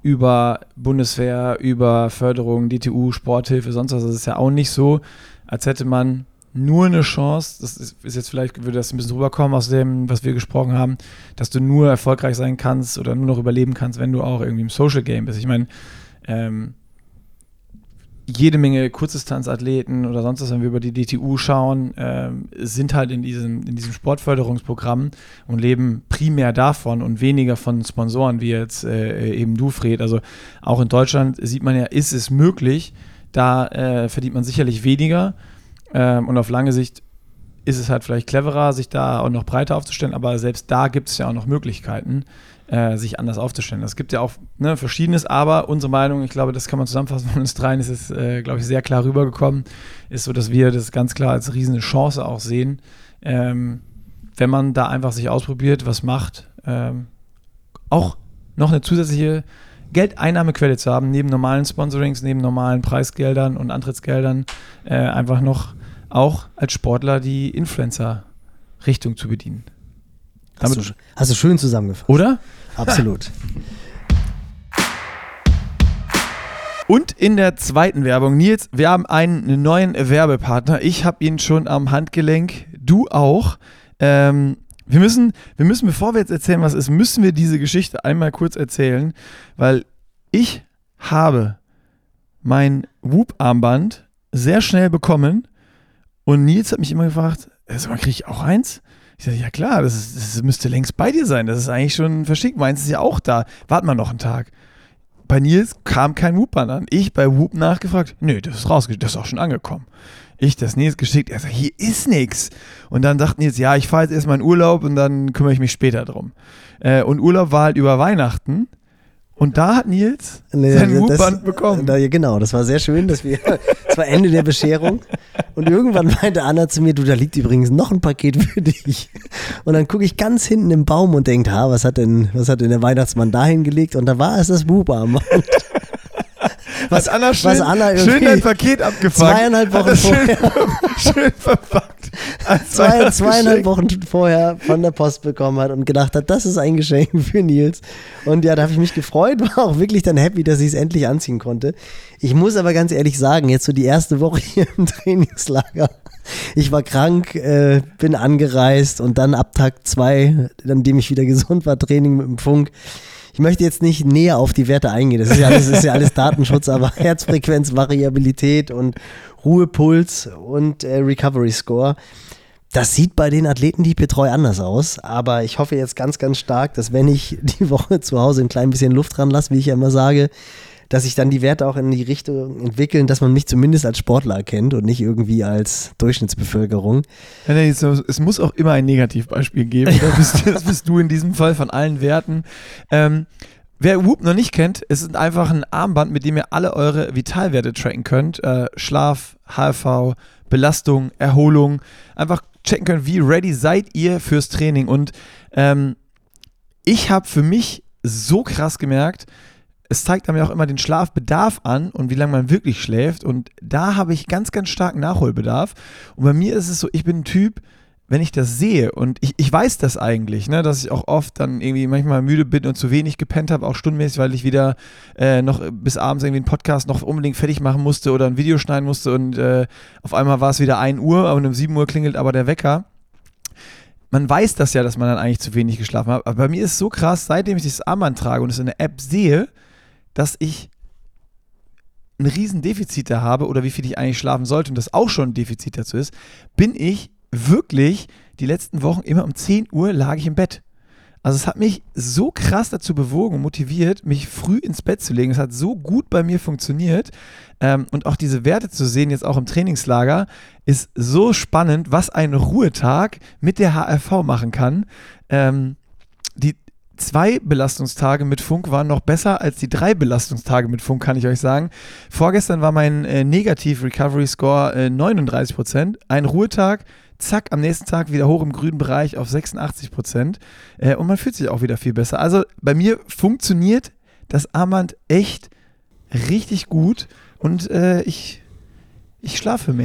über Bundeswehr, über Förderung, D T U, Sporthilfe, sonst was. Das ist ja auch nicht so, als hätte man nur eine Chance, das ist, ist jetzt vielleicht, würde das ein bisschen rüberkommen aus dem, was wir gesprochen haben, dass du nur erfolgreich sein kannst oder nur noch überleben kannst, wenn du auch irgendwie im Social Game bist. Ich meine, ähm, jede Menge Kurzdistanzathleten oder sonst was, wenn wir über die D T U schauen, ähm, sind halt in diesem, in diesem Sportförderungsprogramm und leben primär davon und weniger von Sponsoren, wie jetzt äh, eben du, Fred. Also auch in Deutschland sieht man ja, ist es möglich, da äh, verdient man sicherlich weniger. Ähm, und auf lange Sicht ist es halt vielleicht cleverer, sich da auch noch breiter aufzustellen, aber selbst da gibt es ja auch noch Möglichkeiten, äh, sich anders aufzustellen. Es gibt ja auch ne, Verschiedenes, aber unsere Meinung, ich glaube, das kann man zusammenfassen von uns dreien, ist es, äh, glaube ich, sehr klar rübergekommen, ist so, dass wir das ganz klar als riesige Chance auch sehen, ähm, wenn man da einfach sich ausprobiert, was macht, ähm, auch noch eine zusätzliche Geldeinnahmequelle zu haben, neben normalen Sponsorings, neben normalen Preisgeldern und Antrittsgeldern, äh, einfach noch auch als Sportler die Influencer-Richtung zu bedienen. Hast du, hast du schön zusammengefasst. Oder? Absolut. Und in der zweiten Werbung, Nils, wir haben einen neuen Werbepartner. Ich habe ihn schon am Handgelenk, du auch. Ähm, wir müssen, wir müssen, bevor wir jetzt erzählen, was ist, müssen wir diese Geschichte einmal kurz erzählen, weil ich habe mein Whoop-Armband sehr schnell bekommen und Nils hat mich immer gefragt, sag mal, kriege ich auch eins? Ich sage, ja klar, das, ist, das müsste längst bei dir sein, das ist eigentlich schon verschickt, meins ist ja auch da, warte mal noch einen Tag. Bei Nils kam kein Whoop-Band an. Ich bei Whoop nachgefragt, nö, das ist rausgeschickt, das ist auch schon angekommen. Ich das Nils geschickt, er sagt, hier ist nichts. Und dann dachten Nils, ja, ich fahre jetzt erstmal in Urlaub und dann kümmere ich mich später drum. Äh, und Urlaub war halt über Weihnachten. Und da hat Nils nee, sein Whoop-Band bekommen. Da, genau, das war sehr schön, dass wir, das war Ende der Bescherung. Und irgendwann meinte Anna zu mir, du, da liegt übrigens noch ein Paket für dich. Und dann gucke ich ganz hinten im Baum und denke, ha, was hat denn, was hat denn der Weihnachtsmann da hingelegt? Und da war es das Whoop-Armband. Was, Anna schön, was Anna schön dein Paket abgefangen. Zweieinhalb Wochen vorher. Schön, schön verpackt. Zwei, zweieinhalb Wochen vorher von der Post bekommen hat und gedacht hat, das ist ein Geschenk für Nils. Und ja, da habe ich mich gefreut, war auch wirklich dann happy, dass ich es endlich anziehen konnte. Ich muss aber ganz ehrlich sagen, jetzt so die erste Woche hier im Trainingslager, ich war krank, äh, bin angereist und dann ab Tag zwei, nachdem ich wieder gesund war, Training mit dem Funk. Ich möchte jetzt nicht näher auf die Werte eingehen, das ist ja alles, ist ja alles Datenschutz, aber Herzfrequenz, Variabilität und Ruhepuls und äh, Recovery Score, das sieht bei den Athleten, die ich betreue, anders aus. Aber ich hoffe jetzt ganz, ganz stark, dass wenn ich die Woche zu Hause ein klein bisschen Luft dran lasse, wie ich ja immer sage, dass sich dann die Werte auch in die Richtung entwickeln, dass man mich zumindest als Sportler erkennt und nicht irgendwie als Durchschnittsbevölkerung. Ja, nee, so, es muss auch immer ein Negativbeispiel geben. Das bist, das bist du in diesem Fall von allen Werten. Ähm, wer Whoop noch nicht kennt, es ist einfach ein Armband, mit dem ihr alle eure Vitalwerte tracken könnt. Äh, Schlaf, H R V, Belastung, Erholung. Einfach checken könnt, wie ready seid ihr fürs Training. Und ähm, ich habe für mich so krass gemerkt, es zeigt einem ja auch immer den Schlafbedarf an und wie lange man wirklich schläft. Und da habe ich ganz, ganz starken Nachholbedarf. Und bei mir ist es so, ich bin ein Typ, wenn ich das sehe und ich, ich weiß das eigentlich, ne, dass ich auch oft dann irgendwie manchmal müde bin und zu wenig gepennt habe, auch stundenmäßig, weil ich wieder äh, noch bis abends irgendwie einen Podcast noch unbedingt fertig machen musste oder ein Video schneiden musste und äh, auf einmal war es wieder ein Uhr und um sieben Uhr klingelt aber der Wecker. Man weiß das ja, dass man dann eigentlich zu wenig geschlafen hat. Aber bei mir ist es so krass, seitdem ich dieses Armband trage und es in der App sehe, dass ich ein Riesendefizit da habe oder wie viel ich eigentlich schlafen sollte und das auch schon ein Defizit dazu ist, bin ich wirklich die letzten Wochen immer um zehn Uhr lag ich im Bett. Also es hat mich so krass dazu bewogen und motiviert, mich früh ins Bett zu legen. Es hat so gut bei mir funktioniert ähm, und auch diese Werte zu sehen, jetzt auch im Trainingslager, ist so spannend, was ein Ruhetag mit der H R V machen kann. Ähm, die Zwei Belastungstage mit Funk waren noch besser als die drei Belastungstage mit Funk, kann ich euch sagen. Vorgestern war mein äh, Negativ-Recovery-Score äh, neununddreißig Prozent. Ein Ruhetag, zack, am nächsten Tag wieder hoch im grünen Bereich auf sechsundachtzig Prozent. Äh, und man fühlt sich auch wieder viel besser. Also bei mir funktioniert das Armband echt richtig gut und äh, ich, ich schlafe mehr.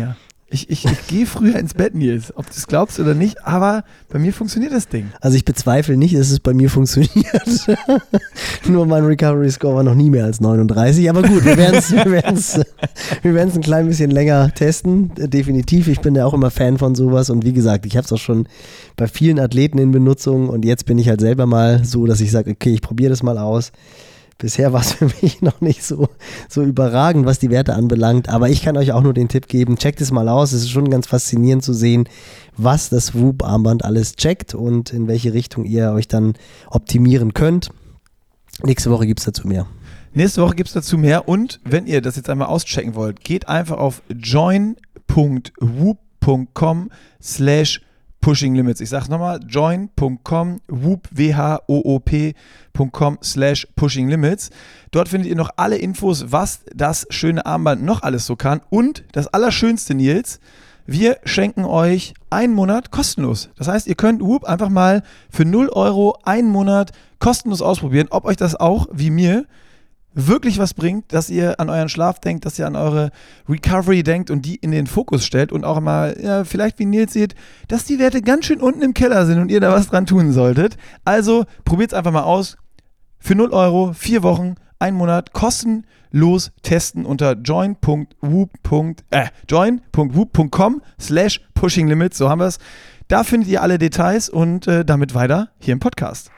Ich, ich, ich gehe früher ins Bett, Nils, ob du es glaubst oder nicht, aber bei mir funktioniert das Ding. Also ich bezweifle nicht, dass es bei mir funktioniert. Nur mein Recovery Score war noch nie mehr als neununddreißig, aber gut, wir werden es wir werden's, wir werden's ein klein bisschen länger testen, definitiv. Ich bin ja auch immer Fan von sowas und wie gesagt, ich habe es auch schon bei vielen Athleten in Benutzung und jetzt bin ich halt selber mal so, dass ich sage, okay, ich probiere das mal aus. Bisher war es für mich noch nicht so, so überragend, was die Werte anbelangt, aber ich kann euch auch nur den Tipp geben, checkt es mal aus, es ist schon ganz faszinierend zu sehen, was das Whoop-Armband alles checkt und in welche Richtung ihr euch dann optimieren könnt. Nächste Woche gibt es dazu mehr. Nächste Woche gibt es dazu mehr und wenn ihr das jetzt einmal auschecken wollt, geht einfach auf join punkt whoop punkt com slash Pushing Limits. Ich sag's nochmal, join punkt com, whoop, W H O O P punkt com slash Pushing Limits. Dort findet ihr noch alle Infos, was das schöne Armband noch alles so kann. Und das Allerschönste, Nils, wir schenken euch einen Monat kostenlos. Das heißt, ihr könnt Whoop einfach mal für null Euro einen Monat kostenlos ausprobieren, ob euch das auch, wie mir, wirklich was bringt, dass ihr an euren Schlaf denkt, dass ihr an eure Recovery denkt und die in den Fokus stellt und auch mal, ja, vielleicht wie Nils seht, dass die Werte ganz schön unten im Keller sind und ihr da was dran tun solltet. Also probiert es einfach mal aus. Für null Euro, vier Wochen, einen Monat kostenlos testen unter join punkt whoop punkt com slash Pushing Limits, so haben wir es. Da findet ihr alle Details und äh, damit weiter hier im Podcast.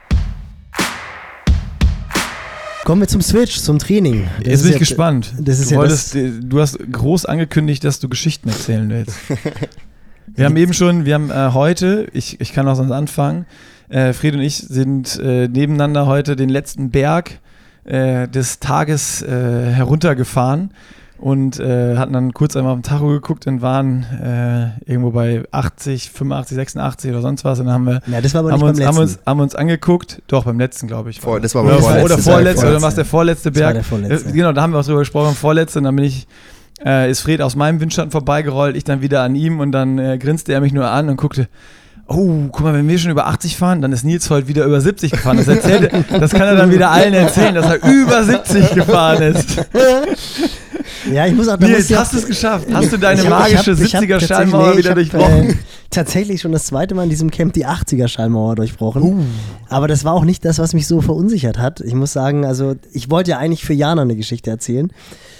Kommen wir zum Switch, zum Training. Das Jetzt bin ich ja, gespannt. Das ist du, ja wolltest, das du hast groß angekündigt, dass du Geschichten erzählen willst. Wir haben eben schon, wir haben äh, heute, ich, ich kann auch sonst anfangen, äh, Fred und ich sind äh, nebeneinander heute den letzten Berg äh, des Tages äh, heruntergefahren und äh, hatten dann kurz einmal auf den Tacho geguckt und waren äh, irgendwo bei achtzig, fünfundachtzig, sechsundachtzig oder sonst was und dann haben wir, ja, das war aber haben, nicht uns, beim haben, letzten. uns, haben uns angeguckt, doch beim letzten glaube ich. Vor, das war oder, beim vorletzten. Oder vorletzte, oder was der vorletzte Das war Berg. der vorletzte. Äh, genau, da haben wir auch drüber gesprochen, vorletzte und dann bin ich Äh, ist Fred aus meinem Windschatten vorbeigerollt, ich dann wieder an ihm und dann äh, grinste er mich nur an und guckte, oh, guck mal, wenn wir schon über achtzig fahren, dann ist Nils heute wieder über siebzig gefahren. Das, erzählt, das kann er dann wieder allen erzählen, dass er über siebzig gefahren ist. Ja, ich muss auch... Nils, muss hast du es geschafft? Hast du deine magische siebziger-Schallmauer nee, wieder hab, durchbrochen? Äh, tatsächlich schon das zweite Mal in diesem Camp die achtziger-Schallmauer durchbrochen. Uh. Aber das war auch nicht das, was mich so verunsichert hat. Ich muss sagen, also ich wollte ja eigentlich für Jana eine Geschichte erzählen.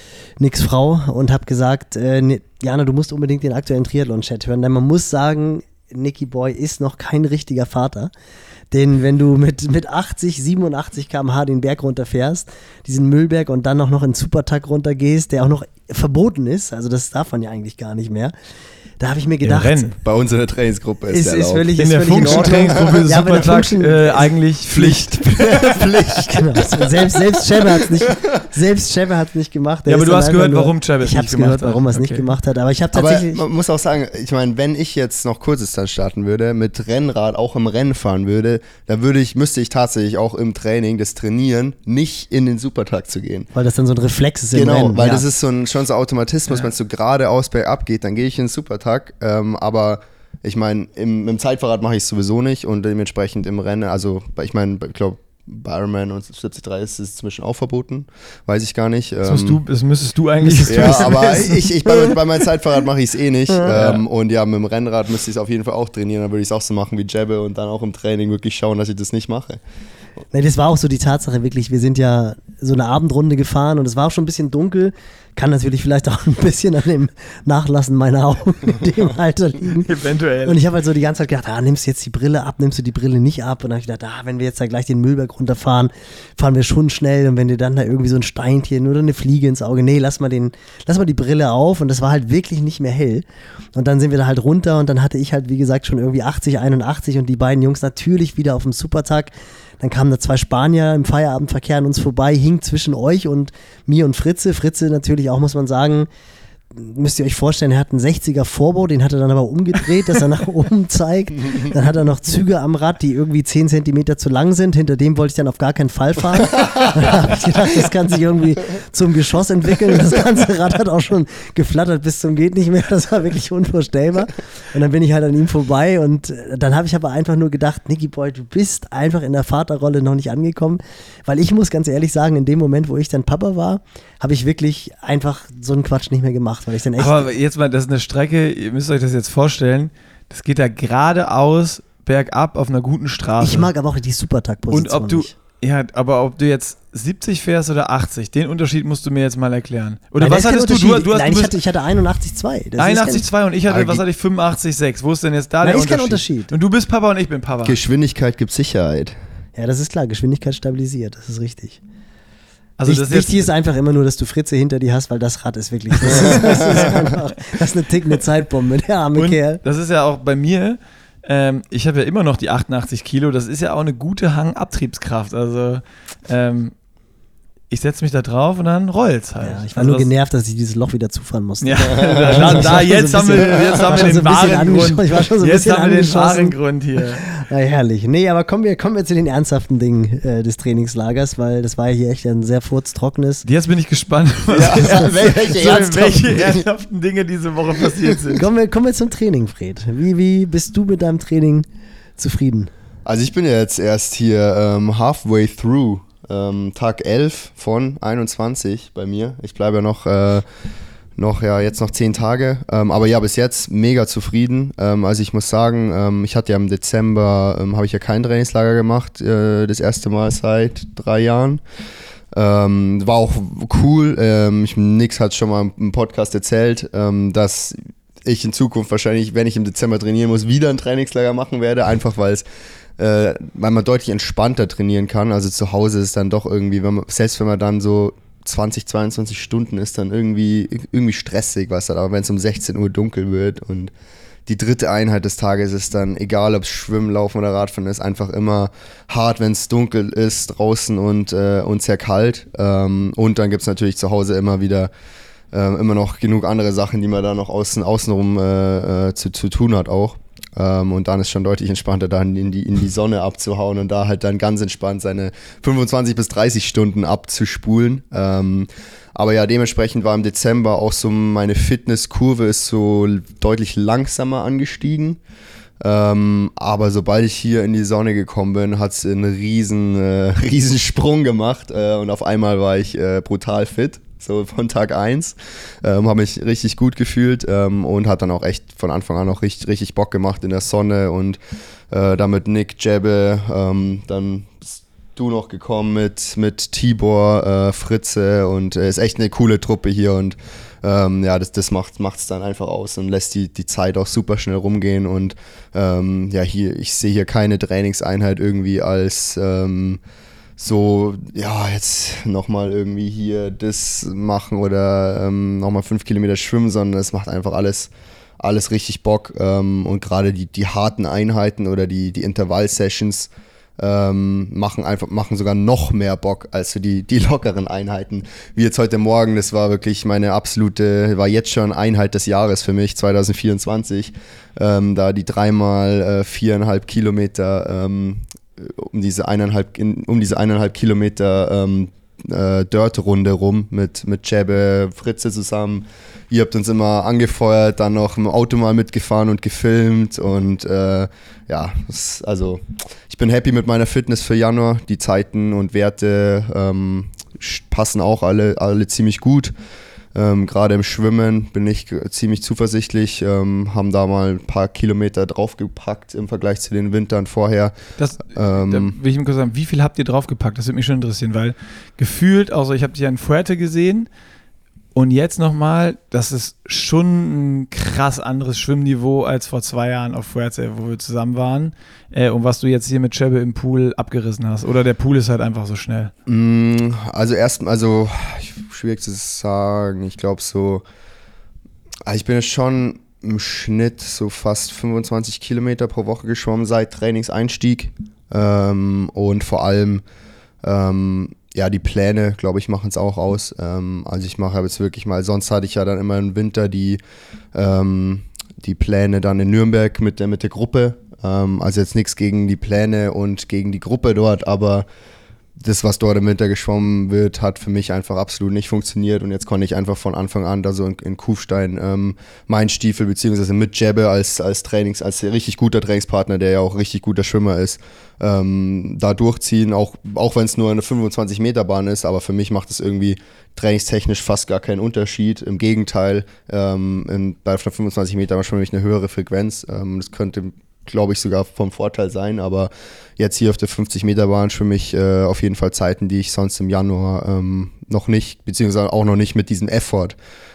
Nix Frau und habe gesagt, äh, Jana, du musst unbedingt den aktuellen Triathlon-Chat hören, denn man muss sagen, Nicky Boy ist noch kein richtiger Vater, denn wenn du mit, mit achtzig, siebenundachtzig Kilometer pro Stunde den Berg runterfährst, diesen Müllberg und dann auch noch in Supertag runtergehst, der auch noch verboten ist, also das darf man ja eigentlich gar nicht mehr, da habe ich mir gedacht... Bei uns in der Trainingsgruppe ist, ist der erlaubt. völlig, in ist der Function-Trainingsgruppe ist ja, Supertag äh, eigentlich Pflicht. Pflicht, genau. Selbst, selbst Chebe hat es nicht, selbst Chebe hat's nicht gemacht. Der ja, aber ist du hast gehört, nur, warum Chebe es nicht gemacht gemacht hat. warum er es Okay. nicht gemacht hat. Aber ich habe tatsächlich... Aber man muss auch sagen, ich meine, wenn ich jetzt noch Kurzdistanz starten würde, mit Rennrad auch im Rennen fahren würde, dann würde ich, müsste ich tatsächlich auch im Training, das Trainieren, nicht in den Supertag zu gehen. Weil das dann so ein Reflex ist im Genau, Rennen. weil ja. das ist so ein, schon so Automatismus, Ja. wenn es so geradeaus bergab geht, dann gehe ich in den Supertag, ähm, aber ich meine, im, im Zeitfahrrad mache ich es sowieso nicht und dementsprechend im Rennen, also ich meine, ich glaube, bei Ironman und siebzig drei ist es inzwischen auch verboten, weiß ich gar nicht. Das, musst ähm, du, das müsstest du eigentlich Ja, wissen. aber ich, ich, bei, bei meinem Zeitfahrrad mache ich es eh nicht. Ähm, und ja, mit dem Rennrad müsste ich es auf jeden Fall auch trainieren. Dann würde ich es auch so machen wie Jebbe und dann auch im Training wirklich schauen, dass ich das nicht mache. Nee, das war auch so die Tatsache, wirklich, wir sind ja so eine Abendrunde gefahren und es war auch schon ein bisschen dunkel. Kann natürlich vielleicht auch ein bisschen an dem Nachlassen meiner Augen in dem Alter liegen. Eventuell. Und ich habe halt so die ganze Zeit gedacht, ah, nimmst du jetzt die Brille ab, nimmst du die Brille nicht ab? Und dann habe ich gedacht, ah, wenn wir jetzt da gleich den Müllberg runterfahren, fahren wir schon schnell. Und wenn dir dann da irgendwie so ein Steinchen oder eine Fliege ins Auge, nee, lass mal, den, lass mal die Brille auf. Und das war halt wirklich nicht mehr hell. Und dann sind wir da halt runter und dann hatte ich halt, wie gesagt, schon irgendwie achtzig, einundachtzig und die beiden Jungs natürlich wieder auf dem Supertag. Dann kamen da zwei Spanier im Feierabendverkehr an uns vorbei, hing zwischen euch und mir und Fritze. Fritze natürlich auch, muss man sagen, müsst ihr euch vorstellen, er hat einen sechziger Vorbau, den hat er dann aber umgedreht, dass er nach oben zeigt. Dann hat er noch Züge am Rad, die irgendwie zehn Zentimeter zu lang sind. Hinter dem wollte ich dann auf gar keinen Fall fahren. Dann habe ich gedacht, das kann sich irgendwie zum Geschoss entwickeln. Das ganze Rad hat auch schon geflattert bis zum geht nicht mehr. Das war wirklich unvorstellbar. Und dann bin ich halt an ihm vorbei und dann habe ich aber einfach nur gedacht, Nicky Boy, du bist einfach in der Vaterrolle noch nicht angekommen. Weil ich muss ganz ehrlich sagen, in dem Moment, wo ich dann Papa war, habe ich wirklich einfach so einen Quatsch nicht mehr gemacht. gemacht, weil ich dann echt... Aber jetzt mal, das ist eine Strecke, ihr müsst euch das jetzt vorstellen, das geht da geradeaus bergab auf einer guten Straße. Ich mag aber auch die Supertag-Position Und ob du, nicht. ja, aber ob du jetzt siebzig fährst oder achtzig, den Unterschied musst du mir jetzt mal erklären. Oder Nein, was hattest du? Du, du hast, Nein, du ich bist hatte, ich hatte einundachtzig Komma zwei. einundachtzig Komma zwei und ich hatte, Aber was hatte ich, fünfundachtzig Komma sechs. Wo ist denn jetzt da Nein, der ist kein Unterschied? Unterschied. Und du bist Papa und ich bin Papa. Geschwindigkeit gibt Sicherheit. Ja, das ist klar. Geschwindigkeit stabilisiert. Das ist richtig. Also Wichtig, das ist, wichtig ist einfach immer nur, dass du Fritze hinter dir hast, weil das Rad ist wirklich, das ist, das ist einfach, das ist eine tickende Zeitbombe, der arme und Kerl. das ist ja auch bei mir, ähm, ich habe ja immer noch die achtundachtzig Kilo, das ist ja auch eine gute Hangabtriebskraft, also ähm, ich setze mich da drauf und dann rollt's halt. Ja, ich war also nur das, genervt, dass ich dieses Loch wieder zufahren musste. Ja, da, da, jetzt, haben wir, jetzt haben wir den wahren Grund. Ich war schon so ein Jetzt bisschen haben wir den wahren angeschossen. Grund hier. Na, herrlich. Nee, aber kommen wir, kommen wir zu den ernsthaften Dingen äh, des Trainingslagers, weil das war ja hier echt ein sehr furztrockenes. Jetzt bin ich gespannt, was Ja, welche so, ernsthaften welche Dinge? ernsthaften Dinge diese Woche passiert sind. Kommen wir, kommen wir zum Training, Fred. Wie, wie bist du mit deinem Training zufrieden? Also ich bin ja jetzt erst hier ähm, halfway through. Ähm, Tag elf von einundzwanzig bei mir. Ich bleibe ja noch, äh, noch ja, jetzt noch zehn Tage. Ähm, aber ja, bis jetzt mega zufrieden. Ähm, also ich muss sagen, ähm, ich hatte ja im Dezember, ähm, habe ich ja kein Trainingslager gemacht, äh, das erste Mal seit drei Jahren. Ähm, war auch cool. Ähm, ich, Nix hat schon mal im Podcast erzählt, ähm, dass ich in Zukunft wahrscheinlich, wenn ich im Dezember trainieren muss, wieder ein Trainingslager machen werde, einfach weil es Äh, weil man deutlich entspannter trainieren kann. Also zu Hause ist dann doch irgendwie, wenn man, selbst wenn man dann so zwanzig, zweiundzwanzig Stunden ist, dann irgendwie, irgendwie stressig, weißt du, aber wenn es um sechzehn Uhr dunkel wird und die dritte Einheit des Tages ist dann, egal ob es Schwimmen, Laufen oder Radfahren ist, einfach immer hart, wenn es dunkel ist draußen und, äh, und sehr kalt. Ähm, und dann gibt es natürlich zu Hause immer wieder äh, immer noch genug andere Sachen, die man da noch außen, außenrum äh, äh, zu, zu tun hat auch. Um, und dann ist schon deutlich entspannter, dann in die, in die Sonne abzuhauen und da halt dann ganz entspannt seine fünfundzwanzig bis dreißig Stunden abzuspulen. Um, aber ja, dementsprechend war im Dezember auch so meine Fitnesskurve ist so deutlich langsamer angestiegen. Um, aber sobald ich hier in die Sonne gekommen bin, hat es einen riesen, äh, riesen Sprung gemacht äh, und auf einmal war ich äh, brutal fit. So von Tag eins, ähm, habe mich richtig gut gefühlt ähm, und hat dann auch echt von Anfang an auch richtig, richtig Bock gemacht in der Sonne und äh, damit Nick, Jebbe, ähm, dann bist du noch gekommen mit, mit Tibor, äh, Fritze und äh, ist echt eine coole Truppe hier und ähm, ja, das, das macht es dann einfach aus und lässt die, die Zeit auch super schnell rumgehen und ähm, ja, hier, ich sehe hier keine Trainingseinheit irgendwie als ähm, so, ja, jetzt nochmal irgendwie hier das machen oder ähm, nochmal fünf Kilometer schwimmen, sondern es macht einfach alles, alles richtig Bock ähm, und gerade die, die harten Einheiten oder die, die Intervall-Sessions ähm, machen einfach, machen sogar noch mehr Bock als so die, die lockeren Einheiten. Wie jetzt heute Morgen, das war wirklich meine absolute, war jetzt schon Einheit des Jahres für mich, zwanzig vierundzwanzig, ähm, da die dreimal äh, viereinhalb Kilometer ähm, um diese eineinhalb, um diese eineinhalb Kilometer ähm, äh, Dirt-Runde rum mit, mit Jebbe, Fritze zusammen. Ihr habt uns immer angefeuert, dann noch im Auto mal mitgefahren und gefilmt und äh, ja, das, also ich bin happy mit meiner Fitness für Januar. Die Zeiten und Werte ähm, passen auch alle, alle ziemlich gut. Ähm, Gerade im Schwimmen bin ich ziemlich zuversichtlich, ähm, haben da mal ein paar Kilometer draufgepackt im Vergleich zu den Wintern vorher. Das, ähm, da will ich mir kurz sagen, wie viel habt ihr draufgepackt? Das würde mich schon interessieren, weil gefühlt, also ich habe dich ja in Fuerte gesehen und jetzt nochmal, das ist schon ein krass anderes Schwimmniveau als vor zwei Jahren auf Fuerte, wo wir zusammen waren äh, und was du jetzt hier mit Jebbe im Pool abgerissen hast. Oder der Pool ist halt einfach so schnell. Also erst, also schwierig zu sagen, ich glaube so, also ich bin jetzt schon im Schnitt so fast fünfundzwanzig Kilometer pro Woche geschwommen seit Trainingseinstieg ähm, und vor allem ähm, ja, die Pläne, glaube ich, machen es auch aus. Ähm, also ich mache jetzt wirklich mal, sonst hatte ich ja dann immer im Winter die, ähm, die Pläne dann in Nürnberg mit der, mit der Gruppe. Ähm, also jetzt nichts gegen die Pläne und gegen die Gruppe dort, aber das, was dort im Winter geschwommen wird, hat für mich einfach absolut nicht funktioniert und jetzt konnte ich einfach von Anfang an da so in, in Kufstein ähm, meinen Stiefel beziehungsweise mit Jebbe als, als Trainings, als richtig guter Trainingspartner, der ja auch richtig guter Schwimmer ist, ähm, da durchziehen, auch, auch wenn es nur eine fünfundzwanzig Meter Bahn ist, aber für mich macht es irgendwie trainingstechnisch fast gar keinen Unterschied. Im Gegenteil, ähm, in, bei einer fünfundzwanzig Meter schwimme ich eine höhere Frequenz. Ähm, das könnte, glaube ich, sogar vom Vorteil sein, aber jetzt hier auf der fünfzig Meter Bahn schwimme ich äh, auf jeden Fall Zeiten, die ich sonst im Januar ähm, noch nicht, beziehungsweise auch noch nicht mit diesem Effort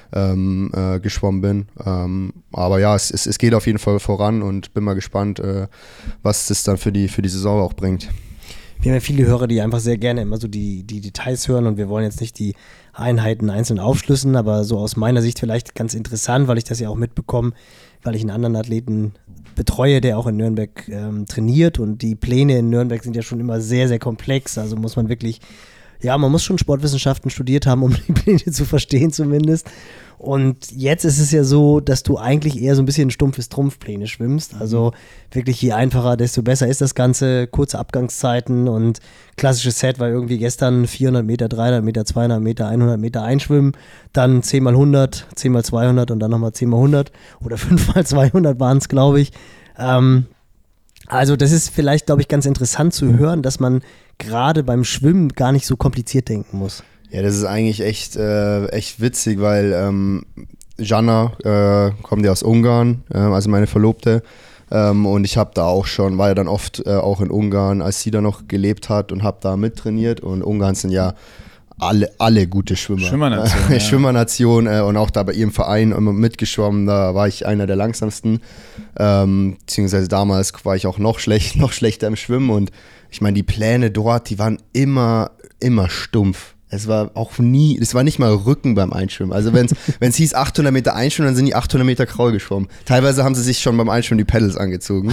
ähm, äh, geschwommen bin. Ähm, aber ja, es, es, es geht auf jeden Fall voran und bin mal gespannt, äh, was das dann für die, für die Saison auch bringt. Wir haben ja viele Hörer, die einfach sehr gerne immer so die, die Details hören und wir wollen jetzt nicht die Einheiten einzeln aufschlüsseln, aber so aus meiner Sicht vielleicht ganz interessant, weil ich das ja auch mitbekomme, weil ich einen anderen Athleten betreue, der auch in Nürnberg ähm, trainiert und die Pläne in Nürnberg sind ja schon immer sehr, sehr komplex, also muss man wirklich, ja, man muss schon Sportwissenschaften studiert haben, um die Pläne zu verstehen zumindest. Und jetzt ist es ja so, dass du eigentlich eher so ein bisschen stumpfes Trumpfpläne schwimmst. Also wirklich je einfacher, desto besser ist das Ganze. Kurze Abgangszeiten und klassisches Set war irgendwie gestern vierhundert Meter, dreihundert Meter, zweihundert Meter, hundert Meter einschwimmen, dann zehn mal hundert, zehn mal zweihundert und dann nochmal zehn mal hundert oder fünf mal zweihundert waren es, glaube ich. Ähm, also das ist vielleicht, glaube ich, ganz interessant zu hören, dass man gerade beim Schwimmen gar nicht so kompliziert denken muss. Ja, das ist eigentlich echt, äh, echt witzig, weil ähm, Jana äh, kommt ja aus Ungarn, äh, also meine Verlobte. Ähm, und ich habe da auch schon, war ja dann oft äh, auch in Ungarn, als sie da noch gelebt hat und habe da mittrainiert. Und Ungarn sind ja alle, alle gute Schwimmer. Schwimmernation. ja. Schwimmernation äh, und auch da bei ihrem Verein immer mitgeschwommen, da war ich einer der langsamsten. Ähm, beziehungsweise damals war ich auch noch schlecht, noch schlechter im Schwimmen. Und ich meine, die Pläne dort, die waren immer, immer stumpf. Es war auch nie, es war nicht mal Rücken beim Einschwimmen. Also wenn es hieß achthundert Meter einschwimmen, dann sind die achthundert Meter Kraul geschwommen. Teilweise haben sie sich schon beim Einschwimmen die Pedals angezogen.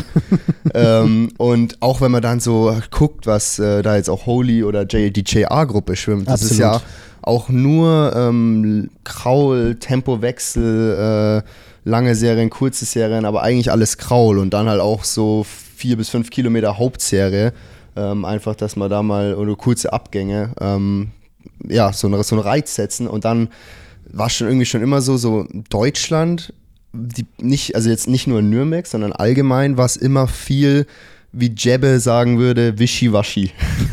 ähm, und auch wenn man dann so guckt, was äh, da jetzt auch Holy oder J, die J R-Gruppe schwimmt, das Absolut. Ist ja auch nur ähm, Kraul, Tempowechsel, äh, lange Serien, kurze Serien, aber eigentlich alles Kraul und dann halt auch so vier bis fünf Kilometer Hauptserie. Ähm, einfach, dass man da mal, oder kurze Abgänge, ähm, ja, so, eine, so einen Reiz setzen und dann war es schon irgendwie schon immer so, so Deutschland, die nicht, also jetzt nicht nur in Nürnberg, sondern allgemein war es immer viel, wie Jebbe sagen würde, wischiwaschi.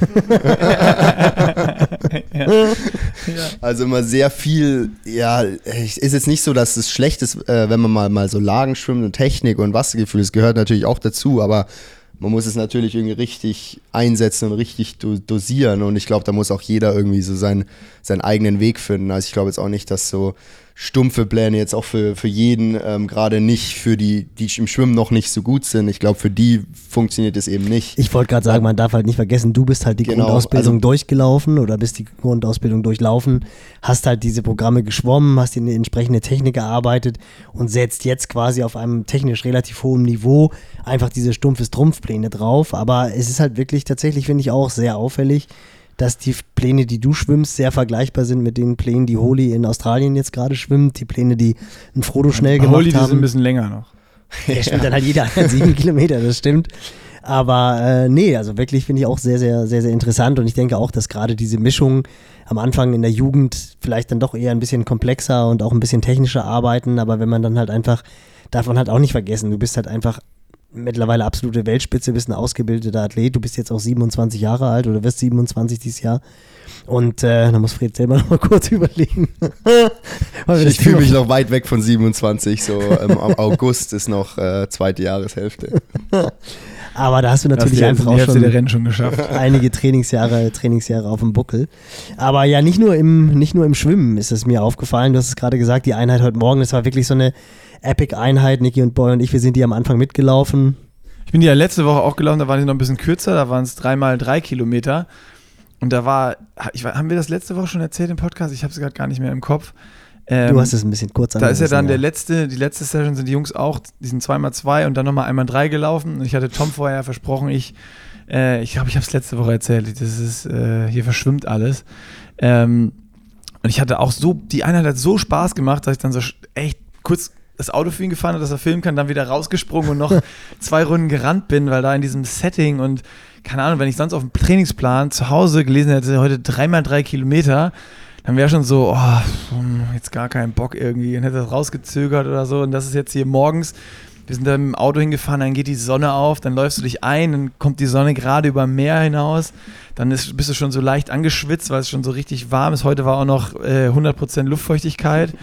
ja. Also immer sehr viel, ja, ist jetzt nicht so, dass es schlecht ist, äh, wenn man mal, mal so Lagen schwimmt und Technik und Wassergefühl, das gehört natürlich auch dazu, aber man muss es natürlich irgendwie richtig einsetzen und richtig do- dosieren und ich glaube, da muss auch jeder irgendwie so seinen, seinen eigenen Weg finden. Also ich glaube jetzt auch nicht, dass so stumpfe Pläne jetzt auch für, für jeden, ähm, gerade nicht für die, die im Schwimmen noch nicht so gut sind. Ich glaube, für die funktioniert es eben nicht. Ich wollte gerade sagen, man darf halt nicht vergessen, du bist halt die genau, Grundausbildung also, durchgelaufen oder bist die Grundausbildung durchlaufen, hast halt diese Programme geschwommen, hast die entsprechende Technik erarbeitet und setzt jetzt quasi auf einem technisch relativ hohen Niveau einfach diese stumpfes Trumpfpläne drauf. Aber es ist halt wirklich tatsächlich, finde ich, auch sehr auffällig, dass die Pläne, die du schwimmst, sehr vergleichbar sind mit den Plänen, die Holy in Australien jetzt gerade schwimmt, die Pläne, die ein Frodo schnell gemacht Holy, haben. die sind ein bisschen länger noch. Der schwimmt dann halt jeder sieben Kilometer, das stimmt. Aber äh, nee, also wirklich finde ich auch sehr, sehr, sehr, sehr interessant und ich denke auch, dass gerade diese Mischung am Anfang in der Jugend vielleicht dann doch eher ein bisschen komplexer und auch ein bisschen technischer arbeiten, aber wenn man dann halt einfach, darf man halt auch nicht vergessen, du bist halt einfach mittlerweile absolute Weltspitze, bist ein ausgebildeter Athlet, du bist jetzt auch siebenundzwanzig Jahre alt oder wirst siebenundzwanzig dieses Jahr und äh, da muss Fred selber noch mal kurz überlegen. Ich fühle mich noch weit weg von siebenundzwanzig, so im August ist noch äh, zweite Jahreshälfte. Aber da hast du natürlich die einfach auch schon, der Rennen schon geschafft. einige Trainingsjahre, Trainingsjahre auf dem Buckel. Aber ja, nicht nur im, nicht nur im Schwimmen ist es mir aufgefallen, du hast es gerade gesagt, die Einheit heute Morgen, das war wirklich so eine Epic-Einheit, Niki und Boy und ich, wir sind die am Anfang mitgelaufen. Ich bin die ja letzte Woche auch gelaufen, da waren die noch ein bisschen kürzer, da waren es dreimal drei Kilometer. Und da war, ich, haben wir das letzte Woche schon erzählt im Podcast? Ich habe es gerade gar nicht mehr im Kopf. Ähm, du hast es ein bisschen kurz Da ist ja dann ja. der letzte, die letzte Session sind die Jungs auch, die sind zweimal zwei und dann nochmal einmal drei gelaufen. Und ich hatte Tom vorher versprochen, ich äh, ich glaube, ich habe es letzte Woche erzählt, das ist, äh, hier verschwimmt alles. Ähm, und ich hatte auch so, die Einheit hat so Spaß gemacht, dass ich dann so echt kurz das Auto für ihn gefahren hat, dass er filmen kann, dann wieder rausgesprungen und noch zwei Runden gerannt bin, weil da in diesem Setting und keine Ahnung, wenn ich sonst auf dem Trainingsplan zu Hause gelesen hätte, heute dreimal drei Kilometer, dann wäre schon so, oh, jetzt gar keinen Bock irgendwie und hätte das rausgezögert oder so. Und das ist jetzt hier morgens, wir sind da mit dem Auto hingefahren, dann geht die Sonne auf, dann läufst du dich ein, dann kommt die Sonne gerade über dem Meer hinaus, dann ist, bist du schon so leicht angeschwitzt, weil es schon so richtig warm ist. Heute war auch noch äh, hundert Prozent Luftfeuchtigkeit.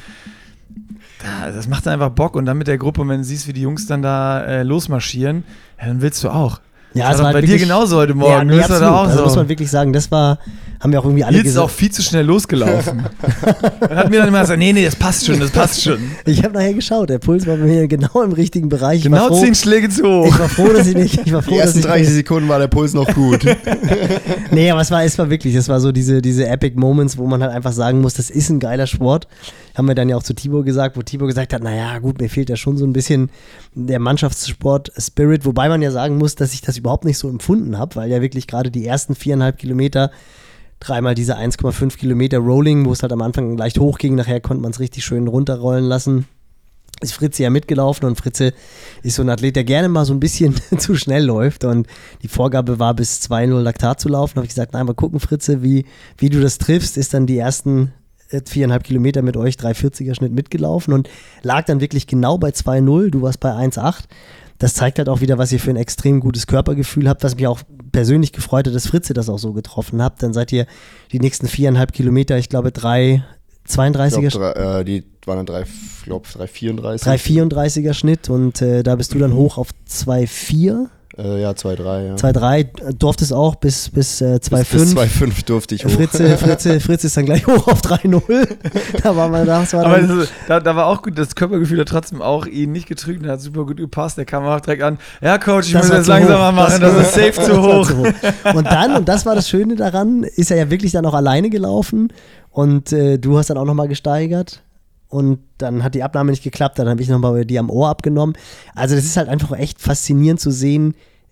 Da, das macht dann einfach Bock und dann mit der Gruppe, und wenn du siehst, wie die Jungs dann da äh, losmarschieren, ja, dann willst du auch. Ja, das es war war bei wirklich, dir genauso heute Morgen. Ja, nee, das war da auch also so. muss man wirklich sagen, das war, haben wir auch irgendwie alle Nils ist gesagt. auch viel zu schnell losgelaufen. Dann hat mir dann immer gesagt, nee, nee, das passt schon, das passt schon. Ich habe nachher geschaut, der Puls war bei mir genau im richtigen Bereich. Ich Genau war froh, zehn Schläge zu hoch. Ich war froh, dass ich nicht, ich war froh, Die ersten dass ich dreißig nicht, Sekunden war der Puls noch gut. Nee, aber es war, es war wirklich, es war so diese, diese Epic Moments, wo man halt einfach sagen muss, das ist ein geiler Sport. Haben wir dann ja auch zu Tibor gesagt, wo Tibor gesagt hat, naja gut, mir fehlt ja schon so ein bisschen der Mannschaftssport-Spirit, wobei man ja sagen muss, dass ich das überhaupt nicht so empfunden habe, weil ja wirklich gerade die ersten viereinhalb Kilometer, dreimal diese eins Komma fünf Kilometer Rolling, wo es halt am Anfang leicht hoch ging, nachher konnte man es richtig schön runterrollen lassen. Ist Fritze ja mitgelaufen und Fritze ist so ein Athlet, der gerne mal so ein bisschen zu schnell läuft und die Vorgabe war, bis zwei null Laktat zu laufen. Da habe ich gesagt, nein, mal gucken, Fritze, wie, wie du das triffst. Ist dann die ersten viereinhalb Kilometer mit euch drei vierziger Schnitt mitgelaufen und lag dann wirklich genau bei zwei null. Du warst bei eins acht. Das zeigt halt auch wieder, was ihr für ein extrem gutes Körpergefühl habt, was mich auch persönlich gefreut hat, dass Fritze das auch so getroffen habt. Dann seid ihr die nächsten viereinhalb Kilometer, ich glaube, drei zweiunddreißiger Ich glaub, drei, äh, die waren dann drei, glaub, drei vierunddreißig. drei vierunddreißiger Schnitt und äh, da bist du dann hoch auf zwei vier. Äh, ja, zwei drei, ja. zwei drei, durftest auch bis, bis äh, zwei Bis, fünf. bis zwei fünf durfte ich hoch. Fritze, Fritze, Fritze ist dann gleich hoch auf drei null. Da war man, das war Aber dann, das, da, da war auch gut, das Körpergefühl hat trotzdem auch ihn nicht getrügt und hat super gut gepasst. Der kam auch direkt an, ja Coach, ich Das muss war das zu langsamer hoch. machen, das, Das ist safe zu das war hoch. zu hoch. Und dann, und das war das Schöne daran, ist er ja wirklich dann auch alleine gelaufen und äh, du hast dann auch nochmal gesteigert. Und dann hat die Abnahme nicht geklappt, dann habe ich nochmal die am Ohr abgenommen. Also das ist halt einfach echt faszinierend zu sehen,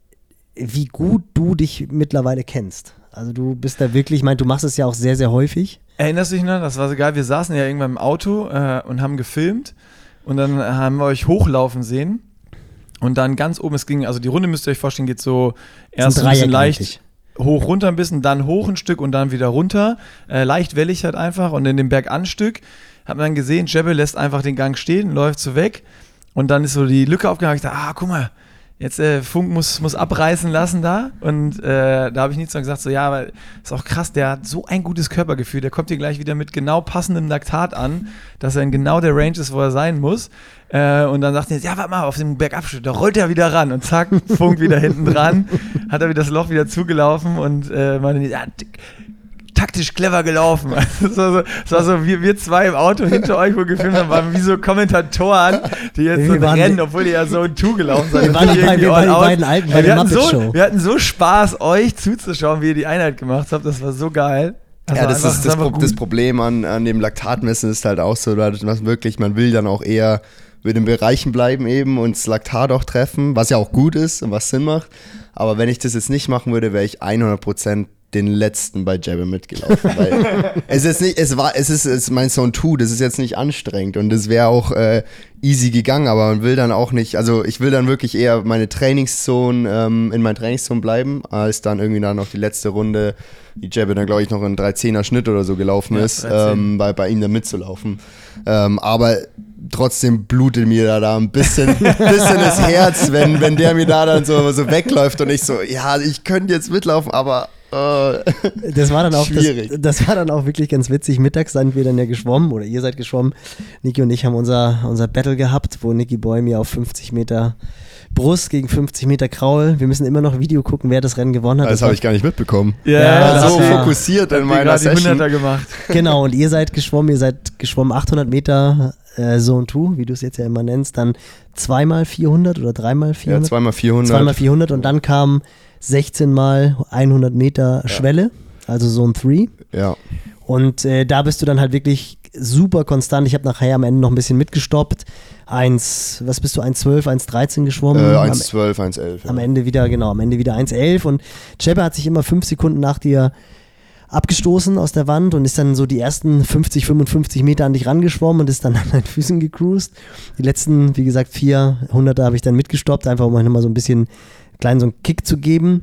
wie gut du dich mittlerweile kennst. Also du bist da wirklich, ich meine, du machst es ja auch sehr, sehr häufig. Erinnerst du dich noch? Das war so geil. Wir saßen ja irgendwann im Auto äh, und haben gefilmt und dann haben wir euch hochlaufen sehen und dann ganz oben, es ging, also die Runde müsst ihr euch vorstellen, geht so erst ein bisschen leicht eigentlich. hoch, runter ein bisschen, dann hoch ein Stück und dann wieder runter. Äh, leicht wellig halt einfach und in dem Berganstück hat man dann gesehen, Jebbe lässt einfach den Gang stehen, läuft so weg und dann ist so die Lücke aufgegangen. Ich dachte, ah, guck mal, jetzt äh, Funk muss, muss abreißen lassen da und äh, da habe ich nichts mehr gesagt, so ja, weil ist auch krass, der hat so ein gutes Körpergefühl, der kommt hier gleich wieder mit genau passendem Laktat an, dass er in genau der Range ist, wo er sein muss äh, und dann sagt er, ja, warte mal, auf dem Bergabschnitt, da rollt er wieder ran und zack, Funk wieder hinten dran, hat er wieder das Loch wieder zugelaufen und äh, meine, ja, taktisch clever gelaufen. Das war so, das war so wir, wir zwei im Auto hinter euch, wo wir gefilmt haben, waren wie so Kommentatoren, die jetzt so Wir waren rennen, die- obwohl ihr ja so ein Two gelaufen seid. Wir waren die, Irgendwie wir waren die all out. beiden Alten bei Ja, wir, der hatten Muppet so, Show. wir hatten so Spaß, euch zuzuschauen, wie ihr die Einheit gemacht habt. Das war so geil. Das Ja, war das einfach- ist das, war Pro einfach das gut. Problem an, an dem Laktatmessen ist halt auch so, dass man wirklich, man will dann auch eher in den Bereichen bleiben eben und das Laktat auch treffen, was ja auch gut ist und was Sinn macht. Aber wenn ich das jetzt nicht machen würde, wäre ich hundert Prozent den letzten bei Jebbe mitgelaufen. Weil es ist nicht, es war, es ist, es ist mein Zone zwei, das ist jetzt nicht anstrengend und es wäre auch äh, easy gegangen, aber man will dann auch nicht, also ich will dann wirklich eher meine Trainingszone, ähm, in meinen Trainingszone bleiben, als dann irgendwie dann noch die letzte Runde, die Jebbe dann glaube ich noch in drei zehner Schnitt oder so gelaufen Ja, ist, dreizehn. ähm, bei, bei ihm da mitzulaufen. Ähm, aber trotzdem blutet mir da, da ein bisschen, bisschen das Herz, wenn, wenn der mir da dann so, so wegläuft und ich so, ja, ich könnte jetzt mitlaufen, aber äh, Das war dann auch schwierig. Das, das war dann auch wirklich ganz witzig. Mittags sind wir dann ja geschwommen oder ihr seid geschwommen. Niki und ich haben unser, unser Battle gehabt, wo Niki Boy mir auf fünfzig Meter Brust gegen fünfzig Meter Kraul. Wir müssen immer noch ein Video gucken, wer das Rennen gewonnen hat. das habe ich gar nicht mitbekommen. Ja, Ja, Ich war so das war- fokussiert in Habt ihr meiner gerade die Session. Hunderter gemacht. Genau, und ihr seid geschwommen, ihr seid geschwommen achthundert Meter äh, Zone zwei, wie du es jetzt ja immer nennst, dann zweimal vierhundert oder dreimal Ja, vierhundert. zweimal vierhundert. Zweimal vierhundert und dann kam sechzehn mal hundert Meter Schwelle, also Zone drei. Ja. Und äh, da bist du dann halt wirklich super konstant. Ich habe nachher am Ende noch ein bisschen mitgestoppt. Eins, was bist du, eins zwölf, eins dreizehn geschwommen? Äh, Am- eins zwölf, eins elf. Ja. Am Ende wieder, genau, am Ende wieder eins elf und Jebbe hat sich immer fünf Sekunden nach dir abgestoßen aus der Wand und ist dann so die ersten fünfzig, fünfundfünfzig Meter an dich rangeschwommen und ist dann an deinen Füßen gecruised. Die letzten, wie gesagt, vierhunderter habe ich dann mitgestoppt, einfach um halt nochmal so ein bisschen kleinen so einen Kick zu geben.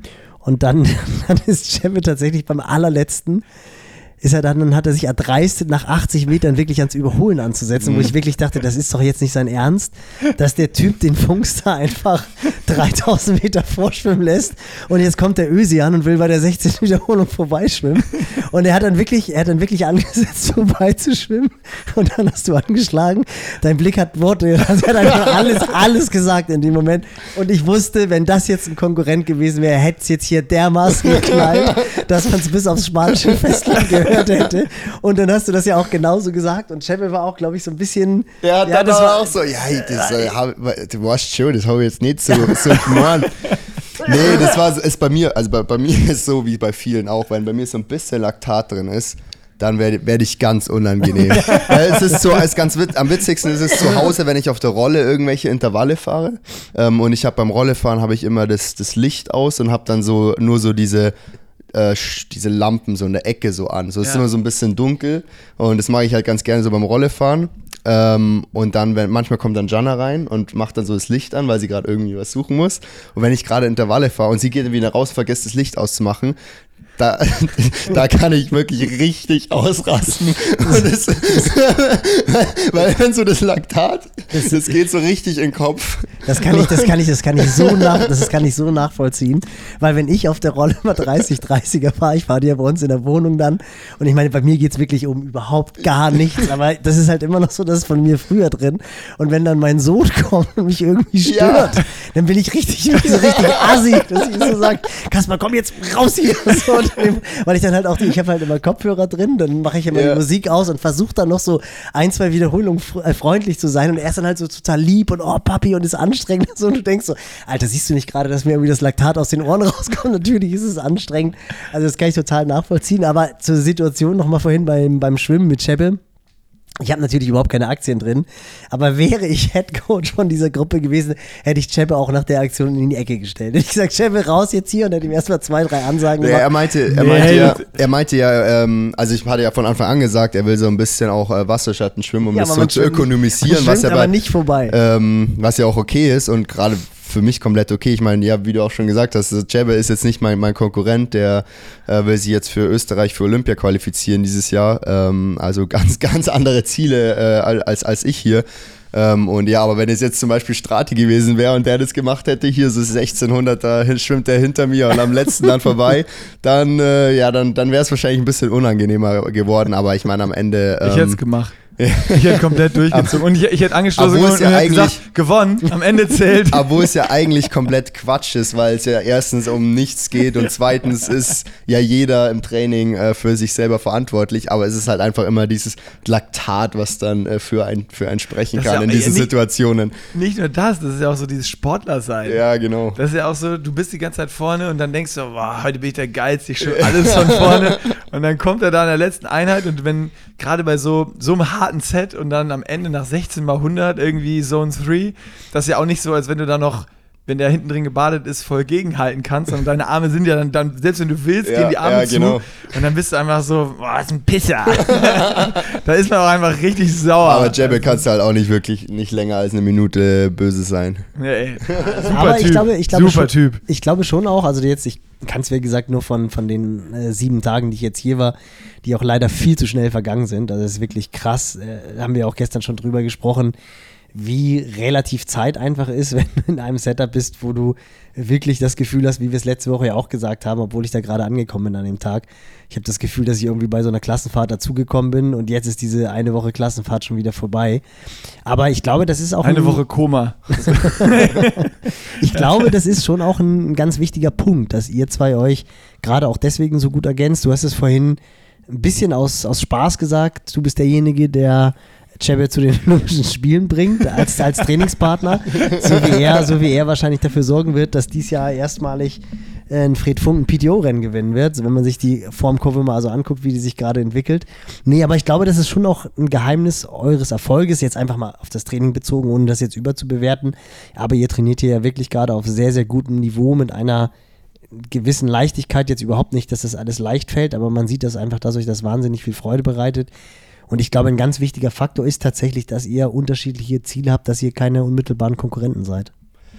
Und dann, dann ist Chebe tatsächlich beim allerletzten, ist er dann, dann hat er sich erdreistet, nach achtzig Metern wirklich ans Überholen anzusetzen, mhm. wo ich wirklich dachte, das ist doch jetzt nicht sein Ernst, dass der Typ den Funkster einfach dreitausend Meter vorschwimmen lässt und jetzt kommt der Ösi an und will bei der sechzehnten Wiederholung vorbeischwimmen und er hat dann wirklich, er hat dann wirklich angesetzt, vorbeizuschwimmen und dann hast du angeschlagen, dein Blick hat Worte, also er hat einfach alles, alles gesagt in dem Moment und ich wusste, wenn das jetzt ein Konkurrent gewesen wäre, hätte es jetzt hier dermaßen geknallt, dass man es bis aufs spanische Festland gehört hätte. Und dann hast du das ja auch genauso gesagt. Und Chebe war auch, glaube ich, so ein bisschen. Ja, ja das war auch so. Ja, das, äh, hab, du warst schon, das habe ich jetzt nicht so, so gemeint. Nee, das war ist bei mir, also bei, bei mir ist so wie bei vielen auch, wenn bei mir so ein bisschen Laktat drin ist, dann werde werd ich ganz unangenehm. Weil es ist so, als ganz witz, am witzigsten ist es zu Hause, wenn ich auf der Rolle irgendwelche Intervalle fahre. Ähm, und ich habe beim Rollefahren habe ich immer das, das Licht aus und habe dann so nur so diese Äh, diese Lampen so in der Ecke so an. So ist ja. immer so ein bisschen dunkel und das mache ich halt ganz gerne so beim Rollefahren. Ähm, und dann, wenn, manchmal kommt dann Jana rein und macht dann so das Licht an, weil sie gerade irgendwie was suchen muss. Und wenn ich gerade Intervalle fahre und sie geht dann wieder raus, vergisst das Licht auszumachen, da, da kann ich wirklich richtig ausrasten. Und das, weil wenn so das Laktat, das, das geht so richtig in den Kopf. Das kann ich, das kann ich, das kann ich so nach, das kann ich so nachvollziehen. Weil wenn ich auf der Rolle mal dreißig dreißiger fahre, ich fahre die ja bei uns in der Wohnung dann und ich meine, bei mir geht es wirklich um überhaupt gar nichts, aber das ist halt immer noch so, das ist von mir früher drin. Und wenn dann mein Sohn kommt und mich irgendwie stört, ja. dann bin ich richtig, so richtig assi, dass ich so sage, Kasper, komm jetzt raus hier. So, weil ich dann halt auch, ich habe halt immer Kopfhörer drin, dann mache ich immer ja. die Musik aus und versuche dann noch so ein, zwei Wiederholungen freundlich zu sein und er ist dann halt so total lieb und oh Papi und ist anstrengend und so und du denkst so, Alter, siehst du nicht gerade, dass mir irgendwie das Laktat aus den Ohren rauskommt? Natürlich ist es anstrengend, also das kann ich total nachvollziehen, aber zur Situation nochmal vorhin beim, beim Schwimmen mit Chebe. Ich habe natürlich überhaupt keine Aktien drin, aber wäre ich Headcoach von dieser Gruppe gewesen, hätte ich Chebe auch nach der Aktion in die Ecke gestellt. Hätte ich gesagt, Chebe, raus jetzt hier und hätte ihm erstmal zwei, drei Ansagen gemacht. Ja, er meinte, er meinte ja, er meinte ja ähm, also ich hatte ja von Anfang an gesagt, er will so ein bisschen auch äh, Wasserschatten schwimmen, um ja, das so zu ökonomisieren, was ja aber nicht vorbei. Ähm, was ja auch okay ist und gerade für mich komplett okay. Ich meine, ja, wie du auch schon gesagt hast, Chebe ist jetzt nicht mein, mein Konkurrent, der äh, will sich jetzt für Österreich für Olympia qualifizieren dieses Jahr. Ähm, also ganz, ganz andere Ziele äh, als, als ich hier. Ähm, und ja, aber wenn es jetzt zum Beispiel Strati gewesen wäre und der das gemacht hätte, hier so sechzehnhundert, da schwimmt der hinter mir und am letzten dann vorbei, dann, äh, ja, dann, dann wäre es wahrscheinlich ein bisschen unangenehmer geworden. Aber ich meine, am Ende. Ähm, ich hätte es gemacht. Ich hätte komplett durchgezogen und ich, ich hätte angestoßen und ja hätte gesagt, gewonnen, am Ende zählt. Obwohl es ja eigentlich komplett Quatsch ist, weil es ja erstens um nichts geht und zweitens ist ja jeder im Training äh, für sich selber verantwortlich, aber es ist halt einfach immer dieses Laktat, was dann äh, für ein für einen sprechen das kann ja, in diesen nicht, Situationen. Nicht nur das, das ist ja auch so dieses Sportler-Sein. Ja, genau. Das ist ja auch so, du bist die ganze Zeit vorne und dann denkst du, boah, heute bin ich der Geilste, ich schwimme alles von vorne und dann kommt er da in der letzten Einheit und wenn gerade bei so, so einem harten Set und dann am Ende nach sechzehn mal hundert irgendwie Zone drei, das ist ja auch nicht so, als wenn du da noch, wenn der hinten drin gebadet ist, voll gegenhalten kannst, sondern deine Arme sind ja dann, dann selbst wenn du willst, ja, gehen die Arme ja, genau. zu und dann bist du einfach so, boah, das ist ein Pisser. Da ist man auch einfach richtig sauer. Aber Chebe kannst du halt auch nicht wirklich, nicht länger als eine Minute böse sein. Ja, ey. Super Aber Typ. ich glaube, ich glaube Super schon, Typ. Ich glaube schon auch, also jetzt, ich kann es wie gesagt nur von, von den äh, sieben Tagen, die ich jetzt hier war, die auch leider viel zu schnell vergangen sind. Also das ist wirklich krass. Äh, haben wir auch gestern schon drüber gesprochen, wie relativ Zeit einfach ist, wenn du in einem Setup bist, wo du wirklich das Gefühl hast, wie wir es letzte Woche ja auch gesagt haben, obwohl ich da gerade angekommen bin an dem Tag. Ich habe das Gefühl, dass ich irgendwie bei so einer Klassenfahrt dazugekommen bin und jetzt ist diese eine Woche Klassenfahrt schon wieder vorbei. Aber ich glaube, das ist auch eine ein, Woche Koma. Ich glaube, das ist schon auch ein ganz wichtiger Punkt, dass ihr zwei euch gerade auch deswegen so gut ergänzt. Du hast es vorhin ein bisschen aus, aus Spaß gesagt, du bist derjenige, der Chebe zu den Olympischen Spielen bringt, als, als Trainingspartner, so wie, er, so wie er wahrscheinlich dafür sorgen wird, dass dieses Jahr erstmalig ein Fred Funk ein P T O-Rennen gewinnen wird, wenn man sich die Formkurve mal so anguckt, wie die sich gerade entwickelt. Nee, aber ich glaube, das ist schon auch ein Geheimnis eures Erfolges, jetzt einfach mal auf das Training bezogen, ohne das jetzt überzubewerten. Aber ihr trainiert hier ja wirklich gerade auf sehr, sehr gutem Niveau mit einer gewissen Leichtigkeit, jetzt überhaupt nicht, dass das alles leicht fällt, aber man sieht das einfach, dass euch das wahnsinnig viel Freude bereitet. Und ich glaube, ein ganz wichtiger Faktor ist tatsächlich, dass ihr unterschiedliche Ziele habt, dass ihr keine unmittelbaren Konkurrenten seid.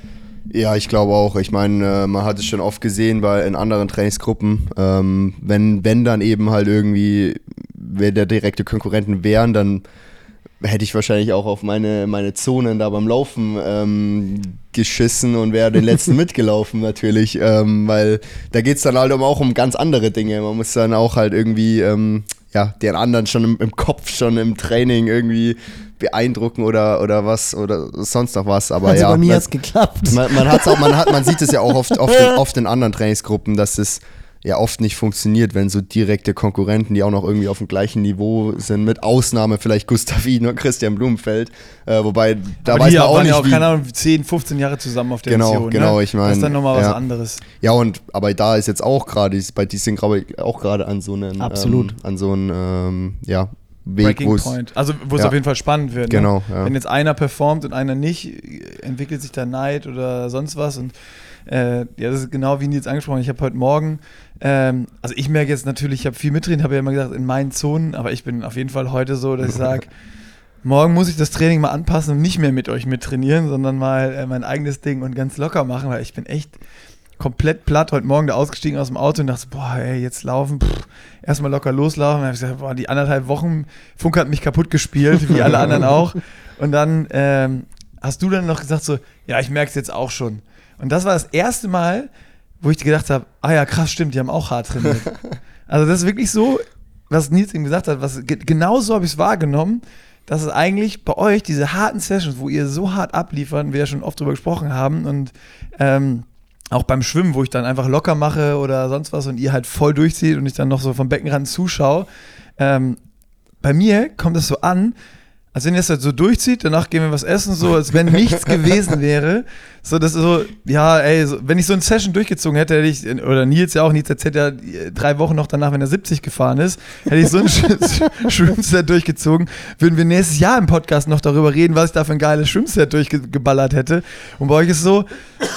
Ja, ich glaube auch. Ich meine, äh, man hat es schon oft gesehen bei in anderen Trainingsgruppen, ähm, wenn, wenn dann eben halt irgendwie, wenn der direkte Konkurrenten wären, dann hätte ich wahrscheinlich auch auf meine, meine Zonen da beim Laufen ähm, geschissen und wäre den letzten mitgelaufen natürlich, ähm, weil da geht es dann halt auch um ganz andere Dinge. Man muss dann auch halt irgendwie ähm, ja, den anderen schon im, im Kopf, schon im Training irgendwie beeindrucken oder, oder was oder sonst noch was. Aber also ja, bei mir man, hat's geklappt. Man, man, hat's auch, man, hat, man sieht es ja auch oft, oft, in, oft in anderen Trainingsgruppen, dass es ja oft nicht funktioniert, wenn so direkte Konkurrenten, die auch noch irgendwie auf dem gleichen Niveau sind, mit Ausnahme vielleicht Gustav Iden und Christian Blumenfeld, äh, wobei da aber weiß die man auch waren nicht, ja auch, wie, keine Ahnung, zehn, fünfzehn Jahre zusammen auf der genau, Mission. genau, ne? ich meine, das ist dann nochmal was ja. anderes. Ja, und aber da ist jetzt auch gerade, bei die sind glaube ich auch gerade an so einen, Absolut. Ähm, an so einen, ähm, ja, Weg, Breaking Point. Also wo es ja. auf jeden Fall spannend wird. Genau, Ne? ja. Wenn jetzt einer performt und einer nicht, entwickelt sich da Neid oder sonst was. Und äh, ja, das ist genau wie Nils angesprochen. Ich habe heute Morgen, ähm, also ich merke jetzt natürlich, ich habe viel mitreden, habe ja immer gesagt, in meinen Zonen, aber ich bin auf jeden Fall heute so, dass ich sage, morgen muss ich das Training mal anpassen und nicht mehr mit euch mittrainieren, sondern mal äh, mein eigenes Ding und ganz locker machen, weil ich bin echt komplett platt, heute Morgen da ausgestiegen aus dem Auto und dachte, boah, ey, jetzt laufen, pff, erstmal locker loslaufen. Dann habe ich gesagt, boah, die anderthalb Wochen, Funk hat mich kaputt gespielt, wie alle anderen auch. Und dann ähm, hast du dann noch gesagt so, ja, ich merke es jetzt auch schon. Und das war das erste Mal, wo ich gedacht habe, ah ja, krass, stimmt, die haben auch hart trainiert. Also das ist wirklich so, was Nils eben gesagt hat, was, genau so habe ich es wahrgenommen, dass es eigentlich bei euch diese harten Sessions, wo ihr so hart abliefert, wir ja schon oft drüber gesprochen haben und ähm, auch beim Schwimmen, wo ich dann einfach locker mache oder sonst was und ihr halt voll durchzieht und ich dann noch so vom Beckenrand zuschaue. Ähm, bei mir kommt es so an, als wenn ihr es halt so durchzieht, danach gehen wir was essen, so als wenn nichts gewesen wäre. So, das ist so, ja, ey, so, wenn ich so eine Session durchgezogen hätte, hätte ich, oder Nils ja auch, Nils erzählt ja drei Wochen noch danach, wenn er siebzig gefahren ist, hätte ich so ein Schwimmset durchgezogen, würden wir nächstes Jahr im Podcast noch darüber reden, was ich da für ein geiles Schwimmset durchgeballert hätte. Und bei euch ist so,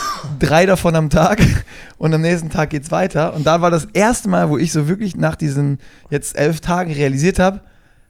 drei davon am Tag und am nächsten Tag geht's weiter. Und da war das erste Mal, wo ich so wirklich nach diesen jetzt elf Tagen realisiert habe,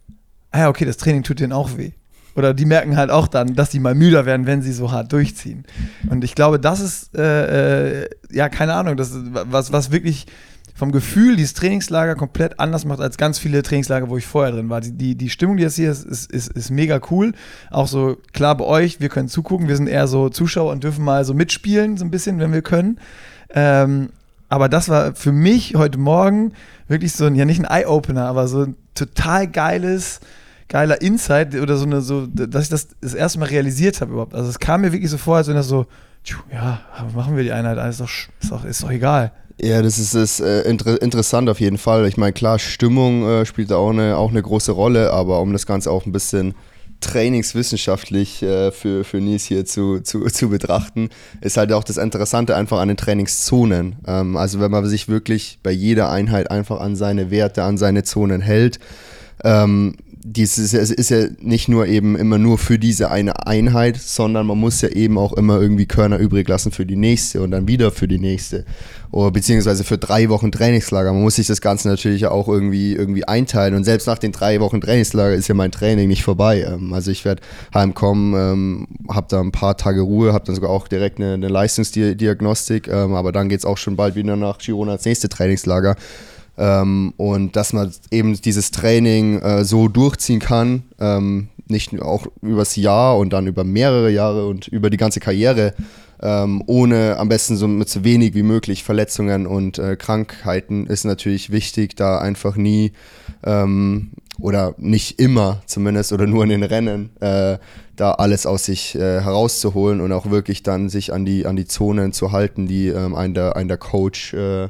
ah ja, okay, das Training tut denen auch weh. Oder die merken halt auch dann, dass die mal müder werden, wenn sie so hart durchziehen. Und ich glaube, das ist, äh, äh, ja, keine Ahnung, das ist was, was wirklich vom Gefühl dieses Trainingslager komplett anders macht als ganz viele Trainingslager, wo ich vorher drin war. Die, die, die Stimmung, die jetzt hier ist, ist, ist, ist mega cool. Auch so, klar bei euch, wir können zugucken, wir sind eher so Zuschauer und dürfen mal so mitspielen, so ein bisschen, wenn wir können. Ähm, aber das war für mich heute Morgen wirklich so ein, ja nicht ein Eye-Opener, aber so ein total geiles, geiler Insight oder so eine, so, dass ich das das erste Mal realisiert habe überhaupt. Also es kam mir wirklich so vor, als wenn das so, tschuh, ja, machen wir die Einheit, ist doch, ist doch, ist doch egal. Ja, das ist, ist äh, inter- interessant auf jeden Fall. Ich meine, klar, Stimmung äh, spielt da auch eine, auch eine große Rolle, aber um das Ganze auch ein bisschen trainingswissenschaftlich äh, für, für Nils hier zu, zu, zu betrachten, ist halt auch das Interessante einfach an den Trainingszonen. Ähm, also wenn man sich wirklich bei jeder Einheit einfach an seine Werte, an seine Zonen hält, ähm, dies ist, es ist ja nicht nur eben immer nur für diese eine Einheit, sondern man muss ja eben auch immer irgendwie Körner übrig lassen für die nächste und dann wieder für die nächste. Oder beziehungsweise für drei Wochen Trainingslager. Man muss sich das Ganze natürlich auch irgendwie, irgendwie einteilen. Und selbst nach den drei Wochen Trainingslager ist ja mein Training nicht vorbei. Also ich werde heimkommen, ähm, habe da ein paar Tage Ruhe, habe dann sogar auch direkt eine, eine Leistungsdiagnostik. Ähm, aber dann geht es auch schon bald wieder nach Girona ins nächste Trainingslager. Ähm, und dass man eben dieses Training äh, so durchziehen kann, ähm, nicht nur auch übers Jahr und dann über mehrere Jahre und über die ganze Karriere, ähm, ohne am besten so mit so wenig wie möglich Verletzungen und äh, Krankheiten, ist natürlich wichtig, da einfach nie ähm, oder nicht immer zumindest oder nur in den Rennen äh, da alles aus sich äh, herauszuholen und auch wirklich dann sich an die, an die Zonen zu halten, die ähm, ein, der, ein der Coach äh,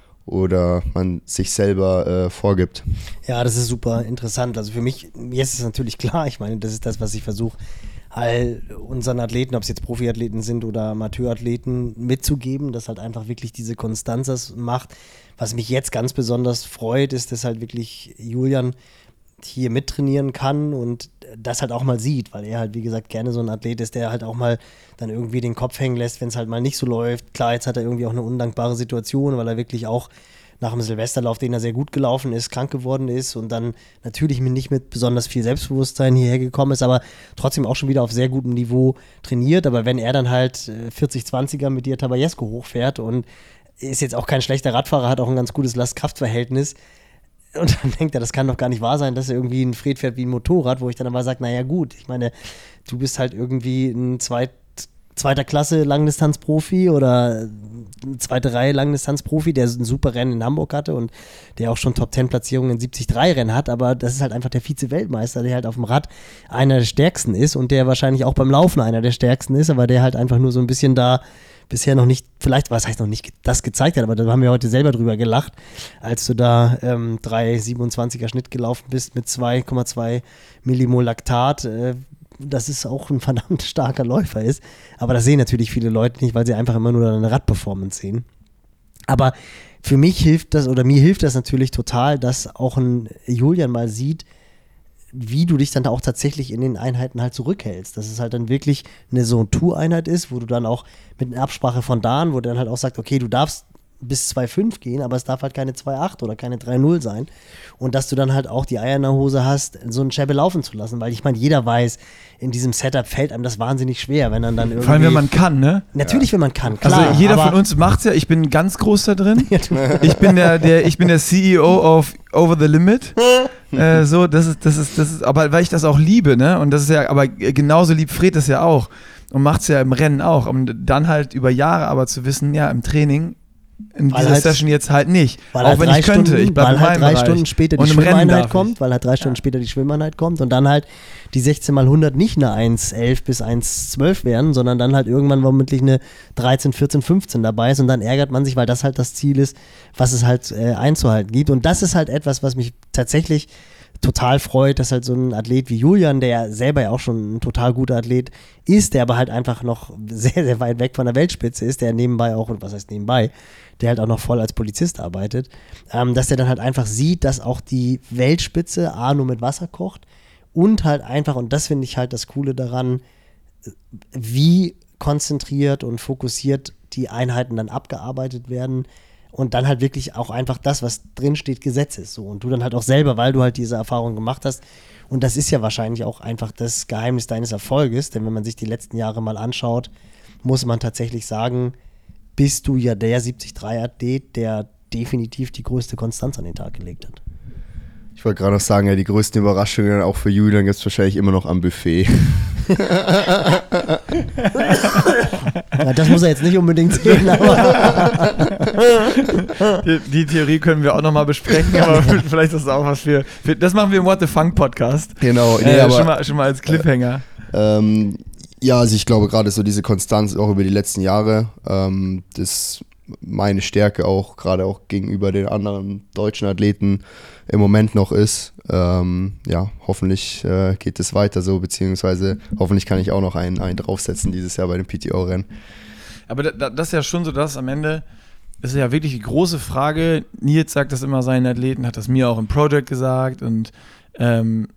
oder man sich selber äh, vorgibt. Ja, das ist super interessant. Also für mich, mir ist es natürlich klar, ich meine, das ist das, was ich versuche, all unseren Athleten, ob es jetzt Profiathleten sind oder Amateurathleten, mitzugeben, dass halt einfach wirklich diese Konstanz das macht. Was mich jetzt ganz besonders freut, ist, dass halt wirklich Julian hier mittrainieren kann und das halt auch mal sieht, weil er halt, wie gesagt, gerne so ein Athlet ist, der halt auch mal dann irgendwie den Kopf hängen lässt, wenn es halt mal nicht so läuft. Klar, jetzt hat er irgendwie auch eine undankbare Situation, weil er wirklich auch nach dem Silvesterlauf, den er sehr gut gelaufen ist, krank geworden ist und dann natürlich nicht mit besonders viel Selbstbewusstsein hierher gekommen ist, aber trotzdem auch schon wieder auf sehr gutem Niveau trainiert. Aber wenn er dann halt vierzig zwanziger mit dir Tabayesco hochfährt und ist jetzt auch kein schlechter Radfahrer, hat auch ein ganz gutes Last-Kraft-Verhältnis, und dann denkt er, das kann doch gar nicht wahr sein, dass er irgendwie ein Fred fährt wie ein Motorrad, wo ich dann aber sage, naja gut, ich meine, du bist halt irgendwie ein Zweit, zweiter Klasse Langdistanzprofi oder eine zweite Reihe Langdistanzprofi, der ein super Rennen in Hamburg hatte und der auch schon Top zehn Platzierungen in siebzig drei Rennen hat, aber das ist halt einfach der Vize-Weltmeister, der halt auf dem Rad einer der stärksten ist und der wahrscheinlich auch beim Laufen einer der stärksten ist, aber der halt einfach nur so ein bisschen da bisher noch nicht, vielleicht, was heißt noch nicht das gezeigt hat, aber da haben wir heute selber drüber gelacht, als du da ähm, drei siebenundzwanziger Schnitt gelaufen bist mit zwei Komma zwei Millimol Laktat, äh, dass es auch ein verdammt starker Läufer ist, aber das sehen natürlich viele Leute nicht, weil sie einfach immer nur eine Radperformance sehen. Aber für mich hilft das, oder mir hilft das natürlich total, dass auch ein Julian mal sieht, wie du dich dann auch tatsächlich in den Einheiten halt zurückhältst. Dass es halt dann wirklich eine Zone-Two-Einheit ist, wo du dann auch mit einer Absprache von Dan, wo der dann halt auch sagt, okay, du darfst bis zwei Komma fünf gehen, aber es darf halt keine zwei Komma acht oder keine drei Komma null sein. Und dass du dann halt auch die Eier in der Hose hast, so einen Schäbe laufen zu lassen. Weil ich meine, jeder weiß, in diesem Setup fällt einem das wahnsinnig schwer, wenn dann dann irgendwie... Vor allem, wenn man kann, ne? Natürlich, ja. wenn man kann, klar. Also jeder von uns macht's ja. Ich bin ganz groß da drin. ich bin der, der, ich bin der C E O of Over the Limit. äh, so, das ist, das ist, das ist, aber weil ich das auch liebe, ne? Und das ist ja, aber genauso liebt Fred das ja auch. Und macht's ja im Rennen auch. Und dann halt über Jahre aber zu wissen, ja, im Training in weil dieser halt, Session jetzt halt nicht. Auch halt wenn ich könnte. Stunden, ich bleibe weil in halt meinem drei Bereich. Stunden später die und im Schwimmeinheit kommt, ich. weil halt drei Stunden ja. später die Schwimmeinheit kommt und dann halt die sechzehn mal hundert nicht eine eins Komma elf bis eins Komma zwölf werden, sondern dann halt irgendwann womöglich eine dreizehn, vierzehn, fünfzehn dabei ist und dann ärgert man sich, weil das halt das Ziel ist, was es halt äh, einzuhalten gibt. Und das ist halt etwas, was mich tatsächlich total freut, dass halt so ein Athlet wie Julian, der ja selber ja auch schon ein total guter Athlet ist, der aber halt einfach noch sehr, sehr weit weg von der Weltspitze ist, der nebenbei auch, und was heißt nebenbei, der halt auch noch voll als Polizist arbeitet, ähm, dass der dann halt einfach sieht, dass auch die Weltspitze A nur mit Wasser kocht und halt einfach, und das finde ich halt das Coole daran, wie konzentriert und fokussiert die Einheiten dann abgearbeitet werden und dann halt wirklich auch einfach das, was drinsteht, Gesetz ist. So. Und du dann halt auch selber, weil du halt diese Erfahrung gemacht hast. Und das ist ja wahrscheinlich auch einfach das Geheimnis deines Erfolges. Denn wenn man sich die letzten Jahre mal anschaut, muss man tatsächlich sagen, bist du ja der siebzig drei Athlet, der definitiv die größte Konstanz an den Tag gelegt hat. Ich wollte gerade noch sagen, ja, die größten Überraschungen auch für Julian gibt es wahrscheinlich immer noch am Buffet. Ja, das muss er jetzt nicht unbedingt sehen, aber die, die Theorie können wir auch nochmal besprechen, aber vielleicht ist das auch was für, für das machen wir im What the Funk Podcast. Genau, nee, äh, aber, schon, mal, schon mal als Cliffhanger. Äh, ähm, ja, also ich glaube gerade so diese Konstanz auch über die letzten Jahre, ähm, das meine Stärke auch, gerade auch gegenüber den anderen deutschen Athleten im Moment noch ist. Ähm, ja, hoffentlich äh, geht es weiter so, beziehungsweise hoffentlich kann ich auch noch einen, einen draufsetzen dieses Jahr bei dem P T O-Rennen. Aber da, das ist ja schon so, dass am Ende, das ist ja wirklich die große Frage, Nils sagt das immer seinen Athleten, hat das mir auch im Project gesagt und ähm,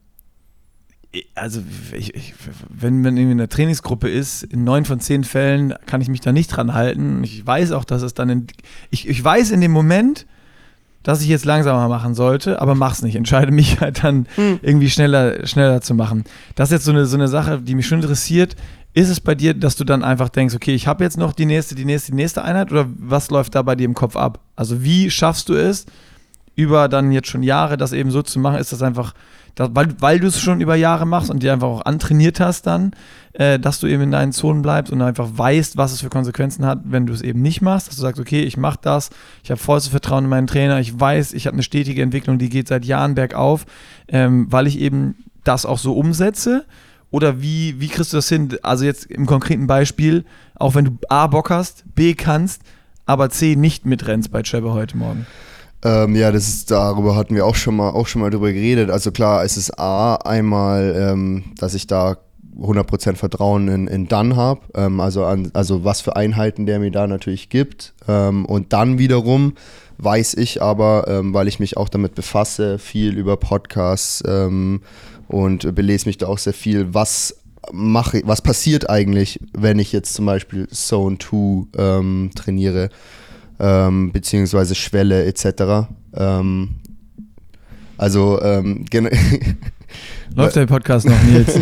also ich, ich, wenn man irgendwie in einer Trainingsgruppe ist, in neun von zehn Fällen kann ich mich da nicht dran halten. Ich weiß auch, dass es dann in, ich, ich weiß in dem Moment, dass ich jetzt langsamer machen sollte, aber mach's nicht. Entscheide mich halt dann hm. irgendwie schneller, schneller zu machen. Das ist jetzt so eine, so eine Sache, die mich schon interessiert. Ist es bei dir, dass du dann einfach denkst, okay, ich habe jetzt noch die nächste, die nächste, die nächste Einheit oder was läuft da bei dir im Kopf ab? Also wie schaffst du es, über dann jetzt schon Jahre das eben so zu machen? Ist das einfach, das, weil, weil du es schon über Jahre machst und dir einfach auch antrainiert hast dann, äh, dass du eben in deinen Zonen bleibst und einfach weißt, was es für Konsequenzen hat, wenn du es eben nicht machst, dass du sagst, okay, ich mache das, ich habe vollstes Vertrauen in meinen Trainer, ich weiß, ich habe eine stetige Entwicklung, die geht seit Jahren bergauf, ähm, weil ich eben das auch so umsetze? Oder wie, wie kriegst du das hin? Also jetzt im konkreten Beispiel, auch wenn du A, Bock hast, B, kannst, aber C, nicht mitrennst bei Chebe heute Morgen. Ähm, ja, das ist, darüber hatten wir auch schon mal, auch schon mal drüber geredet. Also klar, es ist A, einmal, ähm, dass ich da hundert Prozent Vertrauen in, in Dan habe, ähm, also, an, also was für Einheiten der mir da natürlich gibt. Ähm, und dann wiederum weiß ich aber, ähm, weil ich mich auch damit befasse, viel über Podcasts ähm, und belese mich da auch sehr viel, was mache, was passiert eigentlich, wenn ich jetzt zum Beispiel Zone zwei ähm, trainiere. ähm, beziehungsweise Schwelle et cetera. Ähm, also ähm, gen- Läuft der Podcast noch, Nils?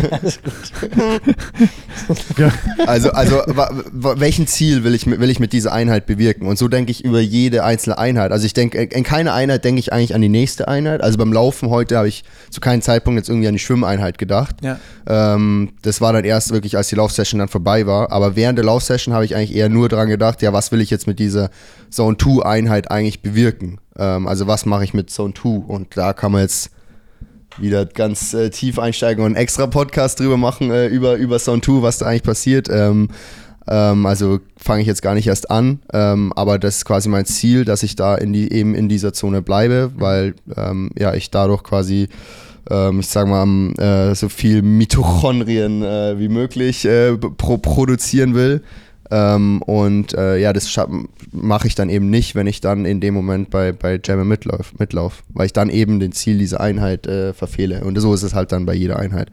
also, also wa- wa- welchen Ziel will ich, mit, will ich mit dieser Einheit bewirken? Und so denke ich über jede einzelne Einheit. Also ich denke, in keiner Einheit denke ich eigentlich an die nächste Einheit. Also beim Laufen heute habe ich zu keinem Zeitpunkt jetzt irgendwie an die Schwimmeinheit gedacht. Ja. Ähm, das war dann erst wirklich, als die Laufsession dann vorbei war. Aber während der Laufsession habe ich eigentlich eher nur daran gedacht, ja, was will ich jetzt mit dieser Zone zwei Einheit eigentlich bewirken? Ähm, also was mache ich mit Zone zwei? Und da kann man jetzt wieder ganz äh, tief einsteigen und einen extra Podcast drüber machen, äh, über, über Zone zwei, was da eigentlich passiert. Ähm, ähm, also fange ich jetzt gar nicht erst an, ähm, aber das ist quasi mein Ziel, dass ich da in die, eben in dieser Zone bleibe, weil ähm, ja, ich dadurch quasi, ähm, ich sag mal, äh, so viel Mitochondrien äh, wie möglich äh, pro- produzieren will. Ähm, und äh, ja, das scha- mache ich dann eben nicht, wenn ich dann in dem Moment bei, bei Jammer mitlauf, mitlauf, weil ich dann eben den Ziel dieser Einheit äh, verfehle. Und so ist es halt dann bei jeder Einheit.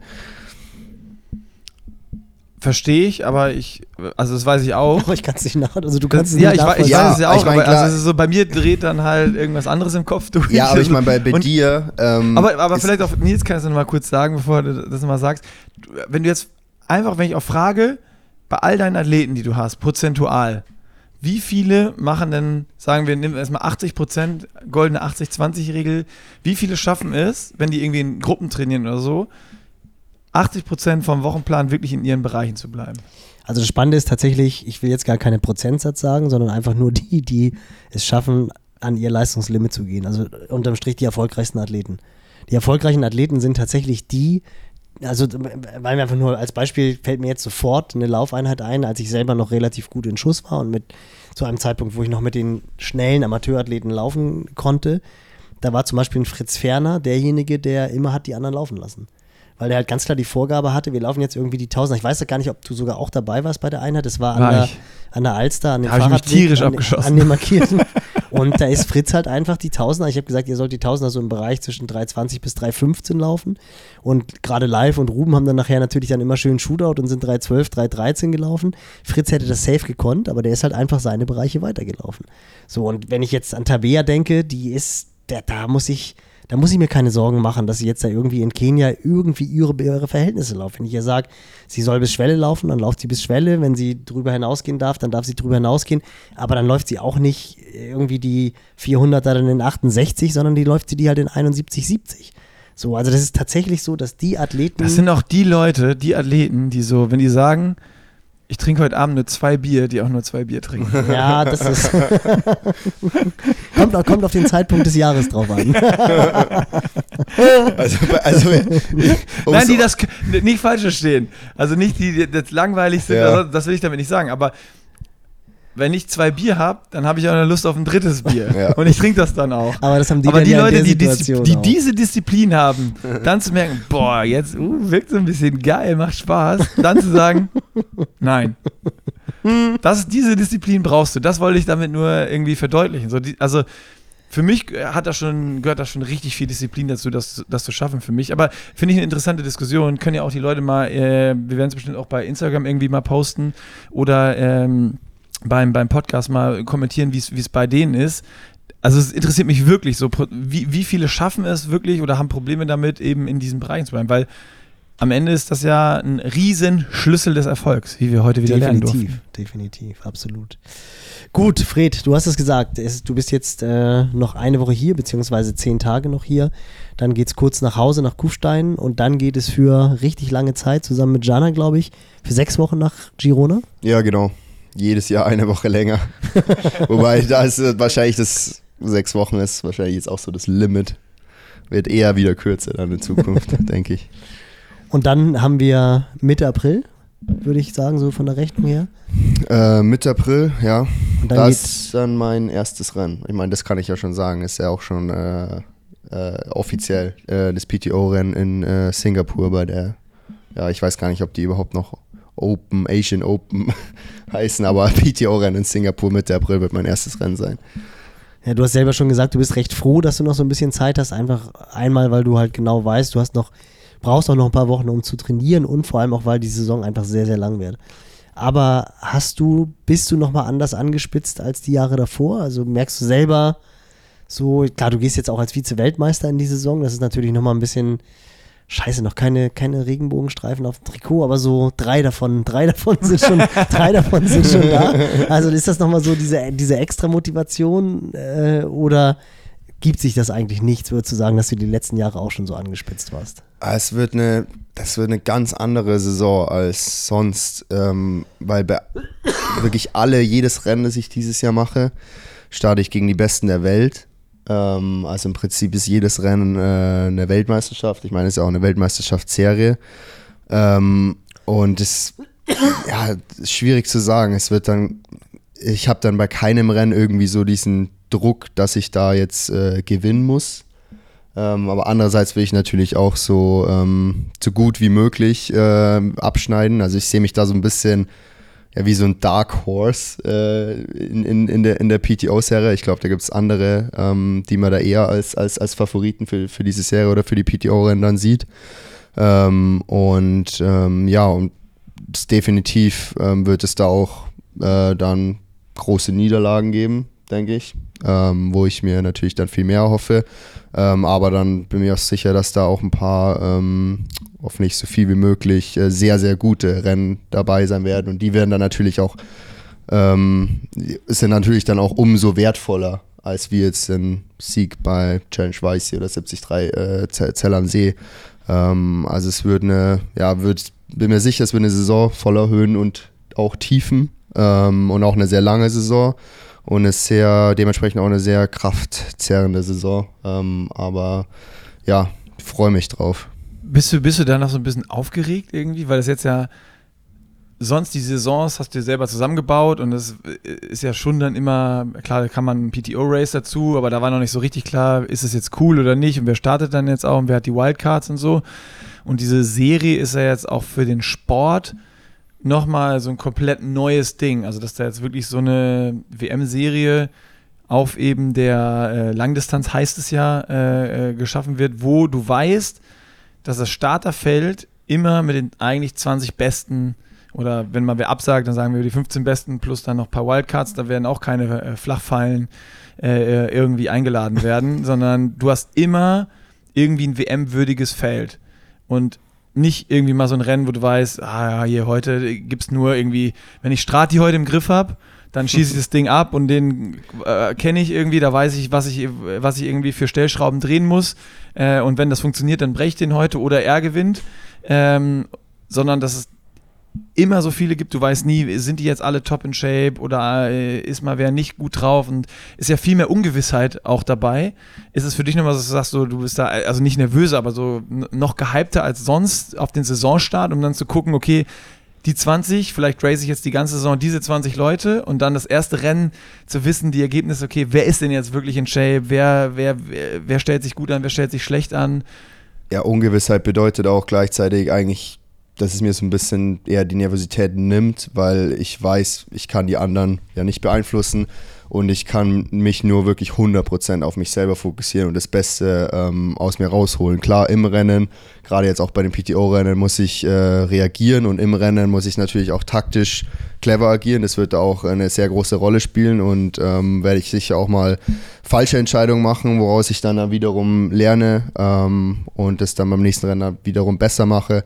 Verstehe ich, aber ich, also das weiß ich auch. Aber ich kann es nicht nach, also du kannst es Ja, nicht ich, wei- ich nachvollziehen. Ja, weiß es ja auch, ich mein, aber klar. also es ist so, bei mir dreht dann halt irgendwas anderes im Kopf durch. Ja, aber ich meine, bei, bei Und- dir. Ähm, Aber, aber ist- vielleicht auch, Nils, kannst du noch mal kurz sagen, bevor du das nochmal sagst, du, wenn du jetzt einfach, wenn ich auch frage, bei all deinen Athleten, die du hast, prozentual, wie viele machen denn, sagen wir, nehmen wir erstmal achtzig Prozent, goldene achtzig zwanzig Regel, wie viele schaffen es, wenn die irgendwie in Gruppen trainieren oder so, achtzig Prozent vom Wochenplan wirklich in ihren Bereichen zu bleiben? Also das Spannende ist tatsächlich, ich will jetzt gar keinen Prozentsatz sagen, sondern einfach nur die, die es schaffen, an ihr Leistungslimit zu gehen. Also unterm Strich die erfolgreichsten Athleten. Die erfolgreichen Athleten sind tatsächlich die, also weil mir einfach nur als Beispiel fällt mir jetzt sofort eine Laufeinheit ein, als ich selber noch relativ gut in Schuss war und mit zu einem Zeitpunkt, wo ich noch mit den schnellen Amateurathleten laufen konnte, da war zum Beispiel ein Fritz Ferner derjenige, der immer hat die anderen laufen lassen. Weil der halt ganz klar die Vorgabe hatte, wir laufen jetzt irgendwie die Tausender. Ich weiß ja gar nicht, ob du sogar auch dabei warst bei der Einheit. Das war, War an, der, ich. an der Alster, an den Da hab ich mich Fahrradweg, tierisch an, abgeschossen. an den Markierten. Und da ist Fritz halt einfach die Tausender. Ich habe gesagt, ihr sollt die Tausender so im Bereich zwischen drei zwanzig bis drei fünfzehn laufen. Und gerade Live und Ruben haben dann nachher natürlich dann immer schön Shootout und sind drei zwölf, drei dreizehn gelaufen. Fritz hätte das safe gekonnt, aber der ist halt einfach seine Bereiche weitergelaufen. So, und wenn ich jetzt an Tabea denke, die ist, der, da muss ich... Da muss ich mir keine Sorgen machen, dass sie jetzt da irgendwie in Kenia irgendwie ihre, ihre Verhältnisse laufen. Wenn ich ihr sage, sie soll bis Schwelle laufen, dann läuft sie bis Schwelle. Wenn sie drüber hinausgehen darf, dann darf sie drüber hinausgehen. Aber dann läuft sie auch nicht irgendwie die vierhunderter dann in achtundsechzig, sondern die läuft sie die halt in einundsiebzig, siebzig. So, also das ist tatsächlich so, dass die Athleten... Das sind auch die Leute, die Athleten, die so, wenn die sagen, ich trinke heute Abend nur zwei Bier, die auch nur zwei Bier trinken. Ja, das ist... kommt, kommt auf den Zeitpunkt des Jahres drauf an. also, also, Nein, die das nicht falsch verstehen. Also nicht die, die das langweilig sind, Ja. also das will ich damit nicht sagen. Aber wenn ich zwei Bier habe, dann habe ich auch eine Lust auf ein drittes Bier. Ja. Und ich trinke das dann auch. Aber das haben die Aber dann die ja in Leute, der die, Diszi- Situation die auch. diese Disziplin haben, dann zu merken, boah, jetzt uh, wirkt so ein bisschen geil, macht Spaß, dann zu sagen, nein. Das, diese Disziplin brauchst du. Das wollte ich damit nur irgendwie verdeutlichen. So die, also für mich hat das schon, gehört da schon richtig viel Disziplin dazu, das, das zu schaffen für mich. Aber finde ich eine interessante Diskussion. Können ja auch die Leute mal, äh, wir werden es bestimmt auch bei Instagram irgendwie mal posten oder ähm, beim, beim Podcast mal kommentieren, wie es bei denen ist. Also es interessiert mich wirklich so, wie, wie viele schaffen es wirklich oder haben Probleme damit, eben in diesen Bereichen zu bleiben, weil am Ende ist das ja ein riesen Schlüssel des Erfolgs, wie wir heute wieder lernen durften. Definitiv, definitiv, absolut. Gut, Fred, du hast es gesagt, es, du bist jetzt äh, noch eine Woche hier, beziehungsweise zehn Tage noch hier. Dann geht es kurz nach Hause, nach Kufstein und dann geht es für richtig lange Zeit, zusammen mit Jana, glaube ich, für sechs Wochen nach Girona. ja, genau. Jedes Jahr eine Woche länger. Wobei, da ist äh, wahrscheinlich das, sechs Wochen ist wahrscheinlich jetzt auch so das Limit. Wird eher wieder kürzer dann in Zukunft, denke ich. Und dann haben wir Mitte April, würde ich sagen, so von der Rechnung her. Äh, Mitte April, ja. Und dann Das geht's, ist dann mein erstes Rennen. Ich meine, das kann ich ja schon sagen. Ist ja auch schon äh, äh, offiziell äh, das P T O-Rennen in äh, Singapur bei der, ja, ich weiß gar nicht, ob die überhaupt noch Open, Asian Open heißen, aber P T O-Rennen in Singapur Mitte April wird mein erstes Rennen sein. ja, du hast selber schon gesagt, du bist recht froh, dass du noch so ein bisschen Zeit hast. Einfach einmal, weil du halt genau weißt, du hast noch, brauchst auch noch ein paar Wochen, um zu trainieren und vor allem auch, weil die Saison einfach sehr, sehr lang wird. Aber hast du, bist du nochmal anders angespitzt als die Jahre davor? Also merkst du selber so, klar, du gehst jetzt auch als Vize-Weltmeister in die Saison, das ist natürlich nochmal ein bisschen, scheiße, noch keine, keine Regenbogenstreifen auf dem Trikot, aber so drei davon, drei davon sind schon, drei davon sind schon da. Also ist das nochmal so diese, diese extra Motivation äh, oder gibt sich das eigentlich nicht, würdest du sagen, dass du die letzten Jahre auch schon so angespitzt warst? Es wird eine, das wird eine ganz andere Saison als sonst, ähm, weil bei wirklich alle, jedes Rennen, das ich dieses Jahr mache, starte ich gegen die Besten der Welt. Ähm, also im Prinzip ist jedes Rennen äh, eine Weltmeisterschaft. Ich meine, es ist ja auch eine Weltmeisterschaftsserie. Ähm, und es ja, ist schwierig zu sagen. Es wird dann, ich habe dann bei keinem Rennen irgendwie so diesen Druck, dass ich da jetzt äh, gewinnen muss. Ähm, aber andererseits will ich natürlich auch so, ähm, so gut wie möglich äh, abschneiden. Also ich sehe mich da so ein bisschen ja, wie so ein Dark Horse äh, in, in, in der, in der P T O-Serie. Ich glaube, da gibt es andere, ähm, die man da eher als, als, als Favoriten für, für diese Serie oder für die P T O-Rennen dann sieht. Ähm, und ähm, ja, und definitiv ähm, wird es da auch äh, dann große Niederlagen geben, denke ich, ähm, wo ich mir natürlich dann viel mehr hoffe. Ähm, aber dann bin ich mir auch sicher, dass da auch ein paar, ähm, hoffentlich so viel wie möglich, äh, sehr, sehr gute Rennen dabei sein werden. Und die werden dann natürlich auch, ähm, sind natürlich dann auch umso wertvoller, als wie jetzt ein Sieg bei Challenge Weißsee oder siebzig drei äh, Zell am See. Ähm, also es wird eine, ja, wird, bin mir sicher, es wird eine Saison voller Höhen und auch Tiefen ähm, und auch eine sehr lange Saison. Und eine sehr, dementsprechend auch eine sehr kraftzerrende Saison. Ähm, aber ja, ich freue mich drauf. Bist du, bist du da noch so ein bisschen aufgeregt irgendwie? Weil das jetzt ja, sonst die Saisons hast du dir selber zusammengebaut und das ist ja schon dann immer, klar, da kann man einen P T O-Race dazu, aber da war noch nicht so richtig klar, ist es jetzt cool oder nicht und wer startet dann jetzt auch und wer hat die Wildcards und so. Und diese Serie ist ja jetzt auch für den Sport nochmal so ein komplett neues Ding. Also, dass da jetzt wirklich so eine W M-Serie auf eben der äh, Langdistanz, heißt es ja, äh, äh, geschaffen wird, wo du weißt, dass das Starterfeld immer mit den eigentlich zwanzig Besten oder wenn man wer absagt, dann sagen wir die fünfzehn Besten plus dann noch ein paar Wildcards, da werden auch keine äh, Flachpfeilen äh, irgendwie eingeladen werden, sondern du hast immer irgendwie ein W M-würdiges Feld. Und nicht irgendwie mal so ein Rennen, wo du weißt, ah ja, hier heute gibt's nur irgendwie, wenn ich Strati heute im Griff habe, dann schieße ich das Ding ab und den äh, kenne ich irgendwie, da weiß ich, was ich, was ich irgendwie für Stellschrauben drehen muss äh, und wenn das funktioniert, dann breche ich den heute oder er gewinnt, ähm, sondern dass es immer so viele gibt, du weißt nie, sind die jetzt alle top in shape oder äh, ist mal wer nicht gut drauf und ist ja viel mehr Ungewissheit auch dabei. Ist es für dich nochmal so, dass du sagst, so, du bist da, also nicht nervöser, aber so n- noch gehypter als sonst auf den Saisonstart, um dann zu gucken, okay, die zwanzig, vielleicht race ich jetzt die ganze Saison diese zwanzig Leute und dann das erste Rennen zu wissen, die Ergebnisse, okay, wer ist denn jetzt wirklich in shape, wer, wer, wer, wer stellt sich gut an, wer stellt sich schlecht an? Ja, Ungewissheit bedeutet auch gleichzeitig eigentlich, dass es mir so ein bisschen eher die Nervosität nimmt, weil ich weiß, ich kann die anderen ja nicht beeinflussen und ich kann mich nur wirklich hundert Prozent auf mich selber fokussieren und das Beste ähm, aus mir rausholen. Klar, im Rennen, gerade jetzt auch bei den P T O-Rennen, muss ich äh, reagieren und im Rennen muss ich natürlich auch taktisch clever agieren. Das wird auch eine sehr große Rolle spielen und ähm, werde ich sicher auch mal falsche Entscheidungen machen, woraus ich dann, dann wiederum lerne ähm, und das dann beim nächsten Rennen dann wiederum besser mache.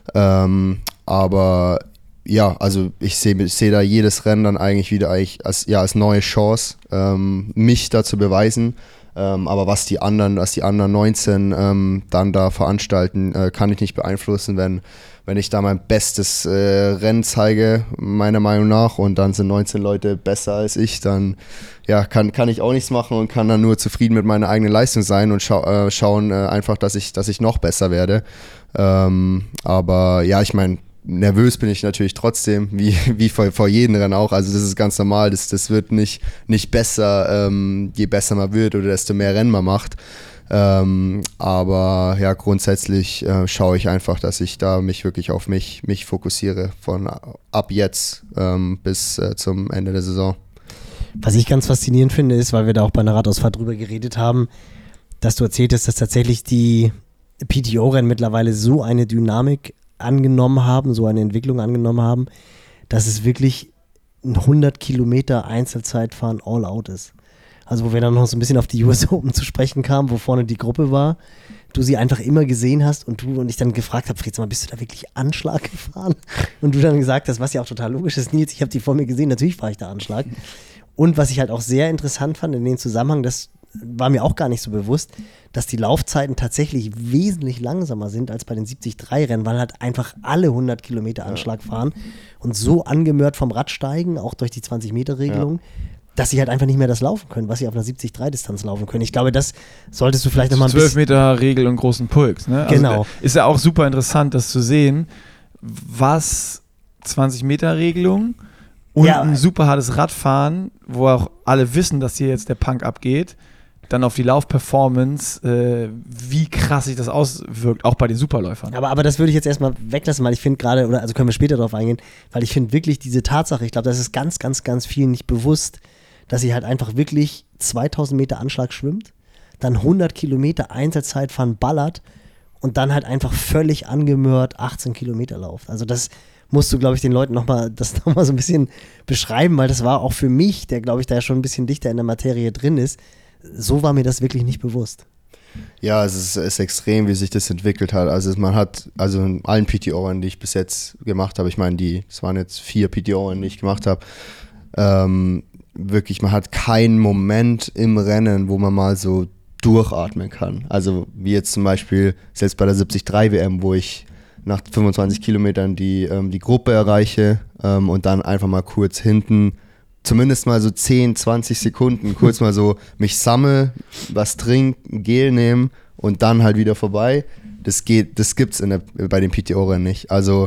Ähm, aber ja, also ich sehe ich seh da jedes Rennen dann eigentlich wieder eigentlich als, ja, als neue Chance, ähm, mich da zu beweisen. Ähm, aber was die anderen, was die anderen neunzehn ähm, dann da veranstalten, äh, kann ich nicht beeinflussen, wenn, wenn ich da mein bestes äh, Rennen zeige, meiner Meinung nach, und dann sind neunzehn Leute besser als ich, dann ja, kann, kann ich auch nichts machen und kann dann nur zufrieden mit meiner eigenen Leistung sein und schau, äh, schauen äh, einfach, dass ich, dass ich noch besser werde. Ähm, aber ja, ich meine, nervös bin ich natürlich trotzdem, wie, wie vor, vor jedem Rennen auch. Also das ist ganz normal, das, das wird nicht, nicht besser, ähm, je besser man wird oder desto mehr Rennen man macht. Ähm, aber ja, grundsätzlich äh, schaue ich einfach, dass ich da mich wirklich auf mich, mich fokussiere von ab jetzt ähm, bis äh, zum Ende der Saison. Was ich ganz faszinierend finde, ist, weil wir da auch bei einer Radausfahrt drüber geredet haben, dass du erzählt hast, dass tatsächlich die P T O-Rennen mittlerweile so eine Dynamik angenommen haben, so eine Entwicklung angenommen haben, dass es wirklich ein hundert Kilometer Einzelzeitfahren all out ist. Also wo wir dann noch so ein bisschen auf die U S Open zu sprechen kamen, wo vorne die Gruppe war, du sie einfach immer gesehen hast und du und ich dann gefragt habe, Fritz, mal, bist du da wirklich Anschlag gefahren? Und du dann gesagt hast, was ja auch total logisch ist, Nils, ich habe die vor mir gesehen, natürlich fahre ich da Anschlag. Und was ich halt auch sehr interessant fand in dem Zusammenhang, das war mir auch gar nicht so bewusst, dass die Laufzeiten tatsächlich wesentlich langsamer sind als bei den siebzig drei Rennen, weil halt einfach alle hundert Kilometer Anschlag fahren und so angemört vom Rad steigen, auch durch die zwanzig Meter Regelung, ja. dass sie halt einfach nicht mehr das laufen können, was sie auf einer siebzig drei Distanz laufen können. Ich glaube, das solltest du vielleicht nochmal ein bisschen... zwölf Meter Regel und großen Puls, ne? Genau. Also, ist ja auch super interessant, das zu sehen, was zwanzig Meter Regelung und ja, ein super hartes Radfahren, wo auch alle wissen, dass hier jetzt der Punk abgeht, dann auf die Laufperformance, äh, wie krass sich das auswirkt, auch bei den Superläufern. Aber, aber das würde ich jetzt erstmal weglassen, weil ich finde gerade, oder also können wir später darauf eingehen, weil ich finde wirklich diese Tatsache, ich glaube, das ist ganz, ganz, ganz vielen nicht bewusst, dass sie halt einfach wirklich zweitausend Meter Anschlag schwimmt, dann hundert Kilometer Einzelzeitfahren ballert und dann halt einfach völlig angemört achtzehn Kilometer lauft. Also das musst du, glaube ich, den Leuten nochmal das nochmal so ein bisschen beschreiben, weil das war auch für mich, der, glaube ich, da ja schon ein bisschen dichter in der Materie drin ist, so war mir das wirklich nicht bewusst. Ja, es ist, ist extrem, wie sich das entwickelt hat. Also man hat, also in allen P T O-Rennen, die ich bis jetzt gemacht habe, ich meine, die, es waren jetzt vier P T O-Rennen, die ich gemacht habe, ähm, wirklich, man hat keinen Moment im Rennen, wo man mal so durchatmen kann. Also wie jetzt zum Beispiel, selbst bei der siebzig drei W M, wo ich nach fünfundzwanzig Kilometern die, ähm, die Gruppe erreiche ähm, und dann einfach mal kurz hinten zumindest mal so zehn, zwanzig Sekunden kurz mal so mich sammle, was trinken, Gel nehmen und dann halt wieder vorbei. Das geht, das gibt's in der, bei den P T O-Rennen nicht. Also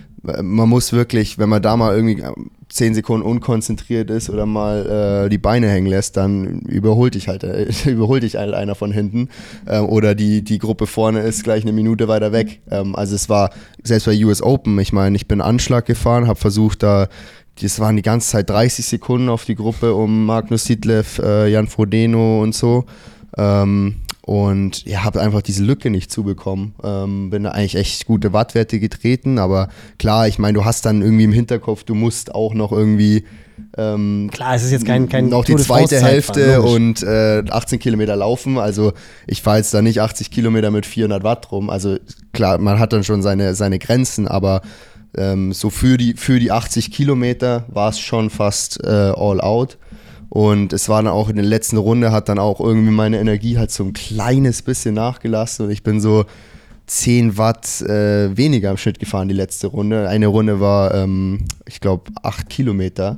man muss wirklich, wenn man da mal irgendwie zehn Sekunden unkonzentriert ist oder mal äh, die Beine hängen lässt, dann überholt dich halt, äh, überholt dich halt einer von hinten ähm, oder die, die Gruppe vorne ist gleich eine Minute weiter weg. Ähm, also es war, selbst bei U S Open, ich meine, ich bin Anschlag gefahren, habe versucht da, das waren die ganze Zeit dreißig Sekunden auf die Gruppe um Magnus Sidlev, äh, Jan Frodeno und so. Ähm, und ja, habe einfach diese Lücke nicht zubekommen. Ähm, bin da eigentlich echt gute Wattwerte getreten, aber klar, ich meine, du hast dann irgendwie im Hinterkopf, du musst auch noch irgendwie ähm, klar, es ist jetzt kein, kein noch die zweite Hälfte und äh, achtzehn Kilometer laufen. Also ich fahre jetzt da nicht achtzig Kilometer mit vierhundert Watt rum. Also klar, man hat dann schon seine, seine Grenzen, aber Ähm, so für die, für die achtzig Kilometer war es schon fast äh, all out und es war dann auch in der letzten Runde, hat dann auch irgendwie meine Energie halt so ein kleines bisschen nachgelassen und ich bin so zehn Watt äh, weniger im Schnitt gefahren die letzte Runde. Eine Runde war, ähm, ich glaube, acht Kilometer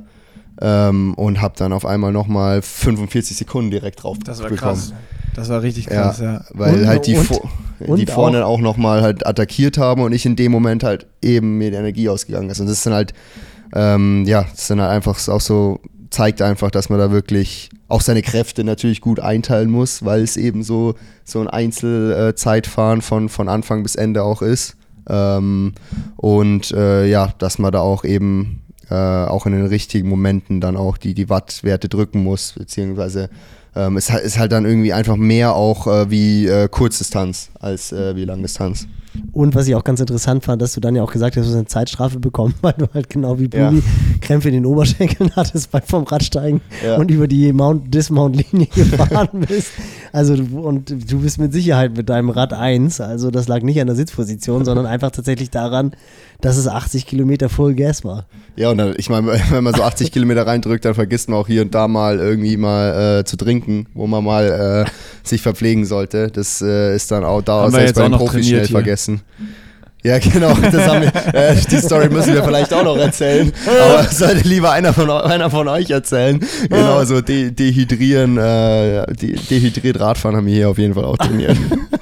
ähm, und habe dann auf einmal nochmal fünfundvierzig Sekunden direkt drauf das war bekommen. Krass. Das war richtig krass, ja. ja. Weil und, halt die, und, Vo- und die vorne auch. auch nochmal halt attackiert haben und ich in dem Moment halt eben mir die Energie ausgegangen ist. Und das ist dann halt, ähm, ja, das ist dann halt einfach auch so, zeigt einfach, dass man da wirklich auch seine Kräfte natürlich gut einteilen muss, weil es eben so, so ein Einzelzeitfahren von, von Anfang bis Ende auch ist. Ähm, und äh, ja, dass man da auch eben äh, auch in den richtigen Momenten dann auch die, die Wattwerte drücken muss, beziehungsweise Ähm, es ist halt dann irgendwie einfach mehr auch äh, wie äh, Kurzdistanz als äh, wie Langdistanz. Und was ich auch ganz interessant fand, dass du dann ja auch gesagt hast, du hast eine Zeitstrafe bekommen, weil du halt genau wie Bubi ja. Krämpfe in den Oberschenkeln hattest beim vom Radsteigen ja. und über die Mount-Dismount-Linie gefahren bist. Also du, und du bist mit Sicherheit mit deinem Rad eins, also das lag nicht an der Sitzposition, sondern einfach tatsächlich daran, dass es achtzig Kilometer Full Gas war. Ja, und dann, ich meine, wenn man so achtzig Kilometer reindrückt, dann vergisst man auch hier und da mal irgendwie mal äh, zu trinken, wo man mal äh, sich verpflegen sollte. Das äh, ist dann auch da selbst bei den Profis schnell hier. vergessen. Ja, genau. Das haben wir, äh, die Story müssen wir vielleicht auch noch erzählen. Aber das sollte lieber einer von, einer von euch erzählen. Genau, so de- dehydrieren, äh, de- dehydriert Radfahren haben wir hier auf jeden Fall auch trainiert.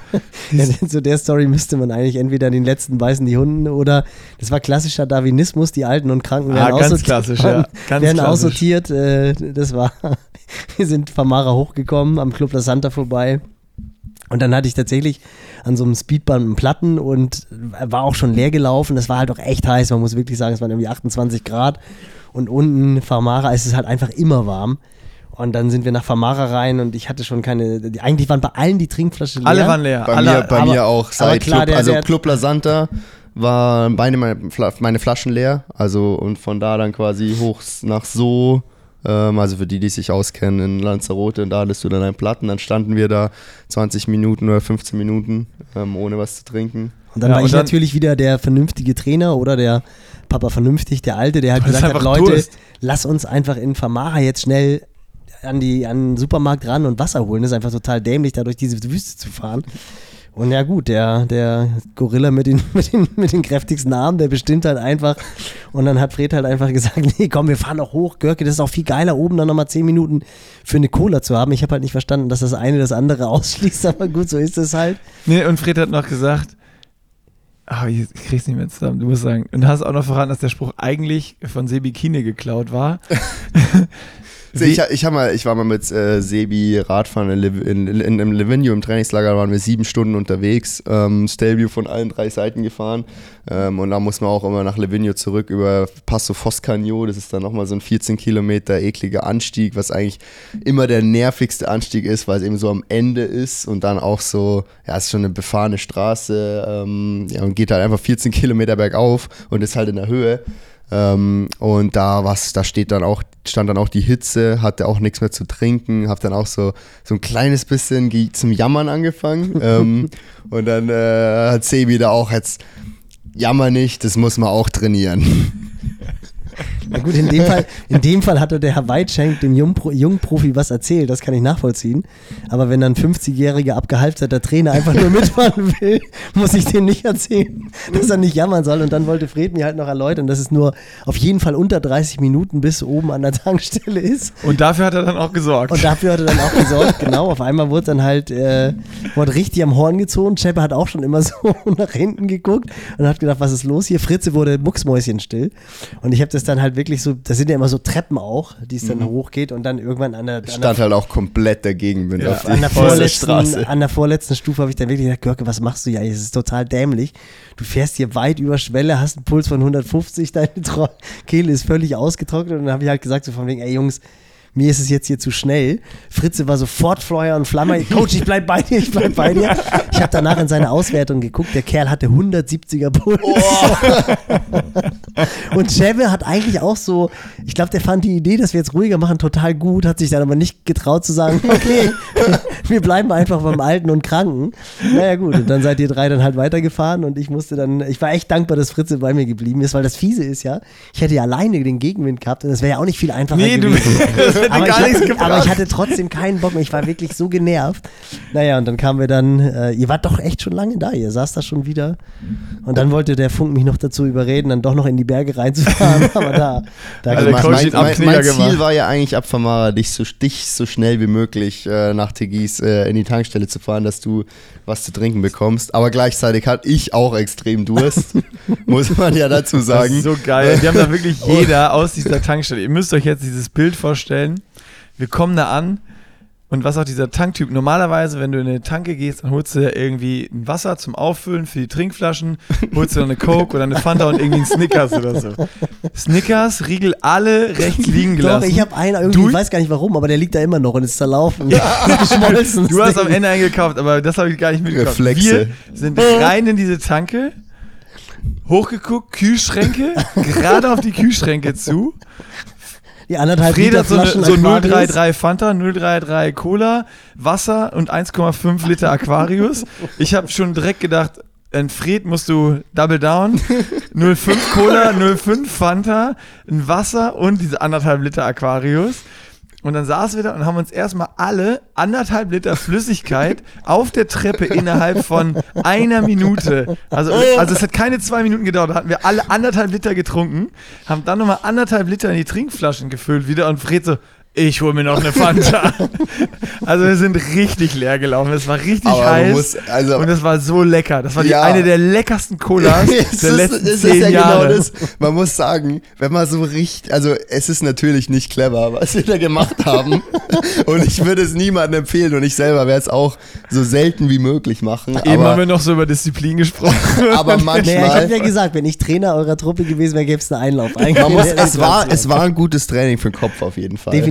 Ja, zu der Story müsste man eigentlich entweder den letzten beißen die Hunde oder das war klassischer Darwinismus, die Alten und Kranken werden, ah, ganz aussortiert, klassisch, ja. ganz werden klassisch. aussortiert. Äh, das war, wir sind von Mara hochgekommen, am Club La Santa vorbei. Und dann hatte ich tatsächlich an so einem Speedband einen Platten und war auch schon leer gelaufen. Das war halt auch echt heiß. Man muss wirklich sagen, es waren irgendwie achtundzwanzig Grad. Und unten Famara ist es halt einfach immer warm. Und dann sind wir nach Famara rein und ich hatte schon keine, die, eigentlich waren bei allen die Trinkflaschen leer. Alle waren leer. Bei, Alle, mir, bei aber, mir auch. Seit klar, Club, der, also der, Club La Santa waren beide meine, meine Flaschen leer. Also und von da dann quasi hoch nach so, ähm, also für die, die sich auskennen in Lanzarote, und da hattest du dann einen Platten. Dann standen wir da zwanzig Minuten oder fünfzehn Minuten ähm, ohne was zu trinken. Und dann ja, war und ich dann natürlich wieder der vernünftige Trainer oder der Papa vernünftig, der Alte, der halt Weil es gesagt hat, einfach Leute, Durst. lass uns einfach in Famara jetzt schnell an, die, an den Supermarkt ran und Wasser holen. Das ist einfach total dämlich, da durch diese Wüste zu fahren. Und ja gut, der, der Gorilla mit den, mit, den, mit den kräftigsten Armen, der bestimmt halt einfach. Und dann hat Fred halt einfach gesagt, nee komm, wir fahren noch hoch, Görke, das ist auch viel geiler, oben dann nochmal zehn Minuten für eine Cola zu haben. Ich habe halt nicht verstanden, dass das eine das andere ausschließt, aber gut, so ist es halt. Nee, und Fred hat noch gesagt, oh, ich krieg's nicht mehr zusammen, du musst sagen. Und hast auch noch verraten, dass der Spruch eigentlich von Sebi Kine geklaut war. Ich, ich, hab mal, ich war mal mit äh, Sebi Radfahren in, Liv- in, in, in, in Livigno im Trainingslager, waren wir sieben Stunden unterwegs, ähm, Stelvio von allen drei Seiten gefahren ähm, und da muss man auch immer nach Livigno zurück über Passo Foscagno, das ist dann nochmal so ein vierzehn Kilometer ekliger Anstieg, was eigentlich immer der nervigste Anstieg ist, weil es eben so am Ende ist und dann auch so, ja, es ist schon eine befahrene Straße ähm, ja, und geht halt einfach vierzehn Kilometer bergauf und ist halt in der Höhe. Ähm, und da was, da steht dann auch, stand dann auch die Hitze, hatte auch nichts mehr zu trinken, hab dann auch so, so ein kleines bisschen ge- zum Jammern angefangen. ähm, und dann äh, hat Sebi da auch jetzt, jammer nicht, das muss man auch trainieren. Na gut, in dem Fall, in dem Fall hatte der Herr Weitschenk dem Jungpro- Jungprofi was erzählt, das kann ich nachvollziehen. Aber wenn dann ein fünfzigjähriger abgehalfterter Trainer einfach nur mitfahren will, muss ich dem nicht erzählen, dass er nicht jammern soll. Und dann wollte Fred mir halt noch erläutern, dass es nur auf jeden Fall unter dreißig Minuten bis oben an der Tankstelle ist. Und dafür hat er dann auch gesorgt. Und dafür hat er dann auch gesorgt, genau. Auf einmal wurde dann halt, äh, wurde richtig am Horn gezogen. Cheppe hat auch schon immer so nach hinten geguckt und hat gedacht, was ist los hier? Fritze wurde mucksmäuschenstill. Und ich habe das dann halt wirklich so, das sind ja immer so Treppen auch, die es dann mhm. hochgeht und dann irgendwann an der, Ich an stand der, halt auch komplett dagegen, bin ja, auf die an, der vorletzten, vorletzten, an der vorletzten Stufe habe ich dann wirklich gesagt, Görke, was machst du ja? Es ist total dämlich. Du fährst hier weit über Schwelle, hast einen Puls von hundertfünfzig, deine Tro- Kehle ist völlig ausgetrocknet und dann habe ich halt gesagt so von wegen, ey Jungs, mir ist es jetzt hier zu schnell. Fritze war sofort Feuer und Flamme. Coach, ich bleib bei dir, ich bleib bei dir. Ich habe danach in seine Auswertung geguckt. Der Kerl hatte hundertsiebziger Puls. Oh. Und Cheve hat eigentlich auch so, ich glaube, der fand die Idee, dass wir jetzt ruhiger machen, total gut, hat sich dann aber nicht getraut zu sagen, okay, wir bleiben einfach beim Alten und Kranken. Naja gut, und dann seid ihr drei dann halt weitergefahren und ich musste dann, ich war echt dankbar, dass Fritze bei mir geblieben ist, weil das Fiese ist ja, ich hätte ja alleine den Gegenwind gehabt und das wäre ja auch nicht viel einfacher nee, gewesen. Du Aber ich, gar nichts hatte, aber ich hatte trotzdem keinen Bock mehr. Ich war wirklich so genervt. Naja, und dann kamen wir dann, äh, ihr wart doch echt schon lange da, ihr saßt da schon wieder. Und dann wollte der Funk mich noch dazu überreden, dann doch noch in die Berge reinzufahren. Aber da, da Also Also der mein, Coach mein, hat mein, mein Ziel gemacht. war ja eigentlich ab Famara, dich so, dich so schnell wie möglich äh, nach Tegis äh, in die Tankstelle zu fahren, dass du was zu trinken bekommst. Aber gleichzeitig hatte ich auch extrem Durst, muss man ja dazu Das sagen. ist so geil. Die haben da wirklich jeder aus dieser Tankstelle. Ihr müsst euch jetzt dieses Bild vorstellen. Wir kommen da an und was auch dieser Tanktyp, normalerweise, wenn du in eine Tanke gehst, dann holst du ja irgendwie ein Wasser zum Auffüllen für die Trinkflaschen, holst du dann eine Coke oder eine Fanta und irgendwie einen Snickers oder so. Snickers, Riegel, alle rechts liegen gelassen. Doch, ich habe einen irgendwie, Du- ich weiß gar nicht warum, aber der liegt da immer noch und ist zerlaufen. Ja. Geschmolzen. Du hast am Ende eingekauft, aber das habe ich gar nicht mitbekommen. Reflexe. Wir sind rein in diese Tanke, hochgeguckt, Kühlschränke, gerade auf die Kühlschränke zu. Die anderthalb Fred Liter hat so, eine, Flaschen so null Komma Aquarius. dreiunddreißig Fanta, null Komma dreiunddreißig Cola, Wasser und eins Komma fünf Liter Aquarius. Ich habe schon direkt gedacht, in Fred musst du Double Down, null Komma fünf Cola, null Komma fünf Fanta, ein Wasser und diese anderthalb Liter Aquarius. Und dann saßen wir da und haben uns erstmal alle anderthalb Liter Flüssigkeit auf der Treppe innerhalb von einer Minute. Also, also es hat keine zwei Minuten gedauert, da hatten wir alle anderthalb Liter getrunken, haben dann nochmal anderthalb Liter in die Trinkflaschen gefüllt wieder und Fred so, ich hole mir noch eine Fanta. Also wir sind richtig leer gelaufen. Es war richtig Aber man heiß muss- also- und es war so lecker. Das war die, Ja. eine der leckersten Colas Es der ist- letzten es zehn ist ja Jahre. Genau das. Man muss sagen, wenn man so richtig, also es ist natürlich nicht clever, was wir da gemacht haben. Und ich würde es niemandem empfehlen und ich selber werde es auch so selten wie möglich machen. Eben aber, haben wir noch so über Disziplin gesprochen. aber Naja, ich manchmal. habe ja gesagt, wenn ich Trainer eurer Truppe gewesen wäre, gäbe es einen Einlauf. Eigentlich Man muss, wäre es, war, Situation. es war ein gutes Training für den Kopf auf jeden Fall. Definitiv.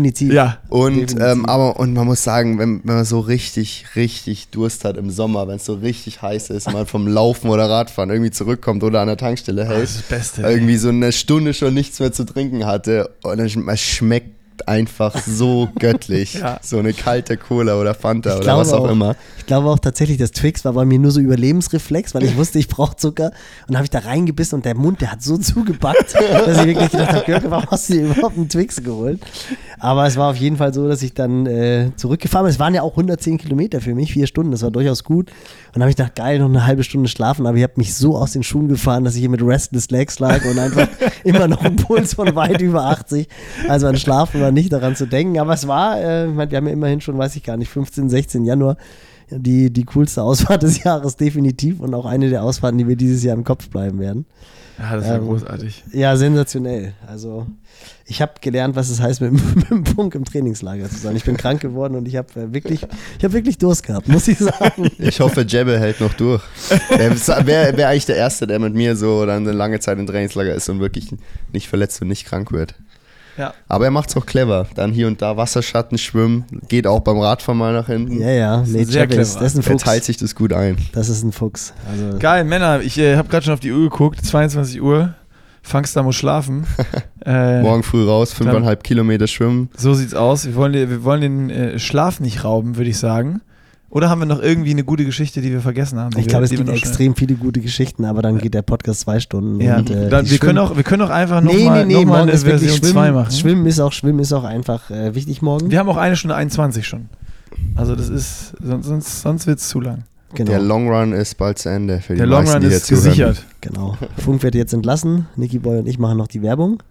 definitiv. Ja. Und, Definitiv. ähm, aber, und man muss sagen, wenn, wenn man so richtig, richtig Durst hat im Sommer, wenn es so richtig heiß ist, man vom Laufen oder Radfahren irgendwie zurückkommt oder an der Tankstelle hält, Das ist das Beste. irgendwie so eine Stunde schon nichts mehr zu trinken hatte und dann sch- es schmeckt einfach so göttlich. Ja. So eine kalte Cola oder Fanta Ich oder glaube was auch, auch. immer. Ich glaube auch tatsächlich, das Twix war bei mir nur so Überlebensreflex, weil ich wusste, ich brauche Zucker. Und dann habe ich da reingebissen und der Mund, der hat so zugepackt, dass ich wirklich gedacht habe, Görke, warum hast du dir überhaupt einen Twix geholt? Aber es war auf jeden Fall so, dass ich dann äh, zurückgefahren bin. Es waren ja auch hundertzehn Kilometer für mich, vier Stunden, das war durchaus gut. Und dann habe ich gedacht, geil, noch eine halbe Stunde schlafen. Aber ich habe mich so aus den Schuhen gefahren, dass ich hier mit Restless Legs lag und einfach immer noch einen Puls von weit über achtzig. Also an Schlafen war nicht daran zu denken. Aber es war, äh, ich meine, wir haben ja immerhin schon, weiß ich gar nicht, fünfzehnten, sechzehnten Januar, die, die coolste Ausfahrt des Jahres definitiv und auch eine der Ausfahrten, die wir dieses Jahr im Kopf bleiben werden. Ja, das war Ähm, großartig. Ja, sensationell. Also ich habe gelernt, was es heißt, mit, mit dem Punk im Trainingslager zu sein. Ich bin krank geworden und ich habe äh, wirklich, ich habe wirklich Durst gehabt, muss ich sagen. Ich hoffe, Jebbe hält noch durch. Er wäre wär eigentlich der Erste, der mit mir so dann eine lange Zeit im Trainingslager ist und wirklich nicht verletzt und nicht krank wird. Ja. Aber er macht es auch clever. Dann hier und da Wasserschatten schwimmen, geht auch beim Radfahren mal nach hinten. Ja, ja, nee, sehr Jebbe ist, clever. das ist ein Er Fuchs. teilt sich das gut ein. Das ist ein Fuchs. Also, Geil, Männer, ich äh, habe gerade schon auf die Uhr geguckt, zweiundzwanzig Uhr, Fangster muss schlafen. äh, Morgen früh raus, fünfeinhalb Kilometer schwimmen. So sieht's aus. Wir wollen, wir wollen den äh, Schlaf nicht rauben, würde ich sagen. Oder haben wir noch irgendwie eine gute Geschichte, die wir vergessen haben? die ich wir- glaube, es die wir gibt noch schnell- extrem viele gute Geschichten, aber dann geht der Podcast zwei Stunden. Ja, und, äh, dann, die wir, können Schwimm- auch, wir können auch einfach Nee, nochmal nee, noch nee, mal morgen eine ist wirklich Version zwei Schwimmen. machen. Schwimmen ist auch, Schwimmen ist auch einfach äh, wichtig morgen. Wir haben auch eine Stunde einundzwanzig schon. Also das ist, sonst, sonst, sonst wird es zu lang. Genau. Der Long Run ist bald zu Ende für die Der Long meisten, Run die hier ist zuhören. gesichert. Genau. Funk wird jetzt entlassen. Nicky Boy und ich machen noch die Werbung.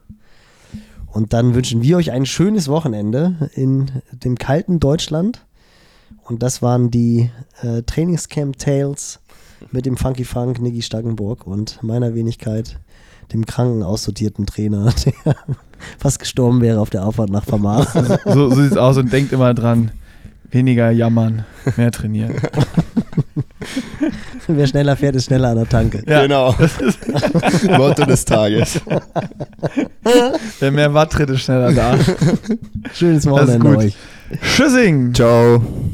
Und dann wünschen wir euch ein schönes Wochenende in dem kalten Deutschland. Und das waren die äh, Trainingscamp Tales mit dem Funky Funk, Nicky Staggenburg und meiner Wenigkeit, dem kranken, aussortierten Trainer, der fast gestorben wäre auf der Auffahrt nach Famar. So, so sieht's aus und denkt immer dran, weniger jammern, mehr trainieren. Wer schneller fährt, ist schneller an der Tanke. Ja. Genau. Motto des Tages. Wer mehr Watt tritt, ist schneller da. Schönes Das ist Wochenende gut. euch. Tschüssing! Ciao.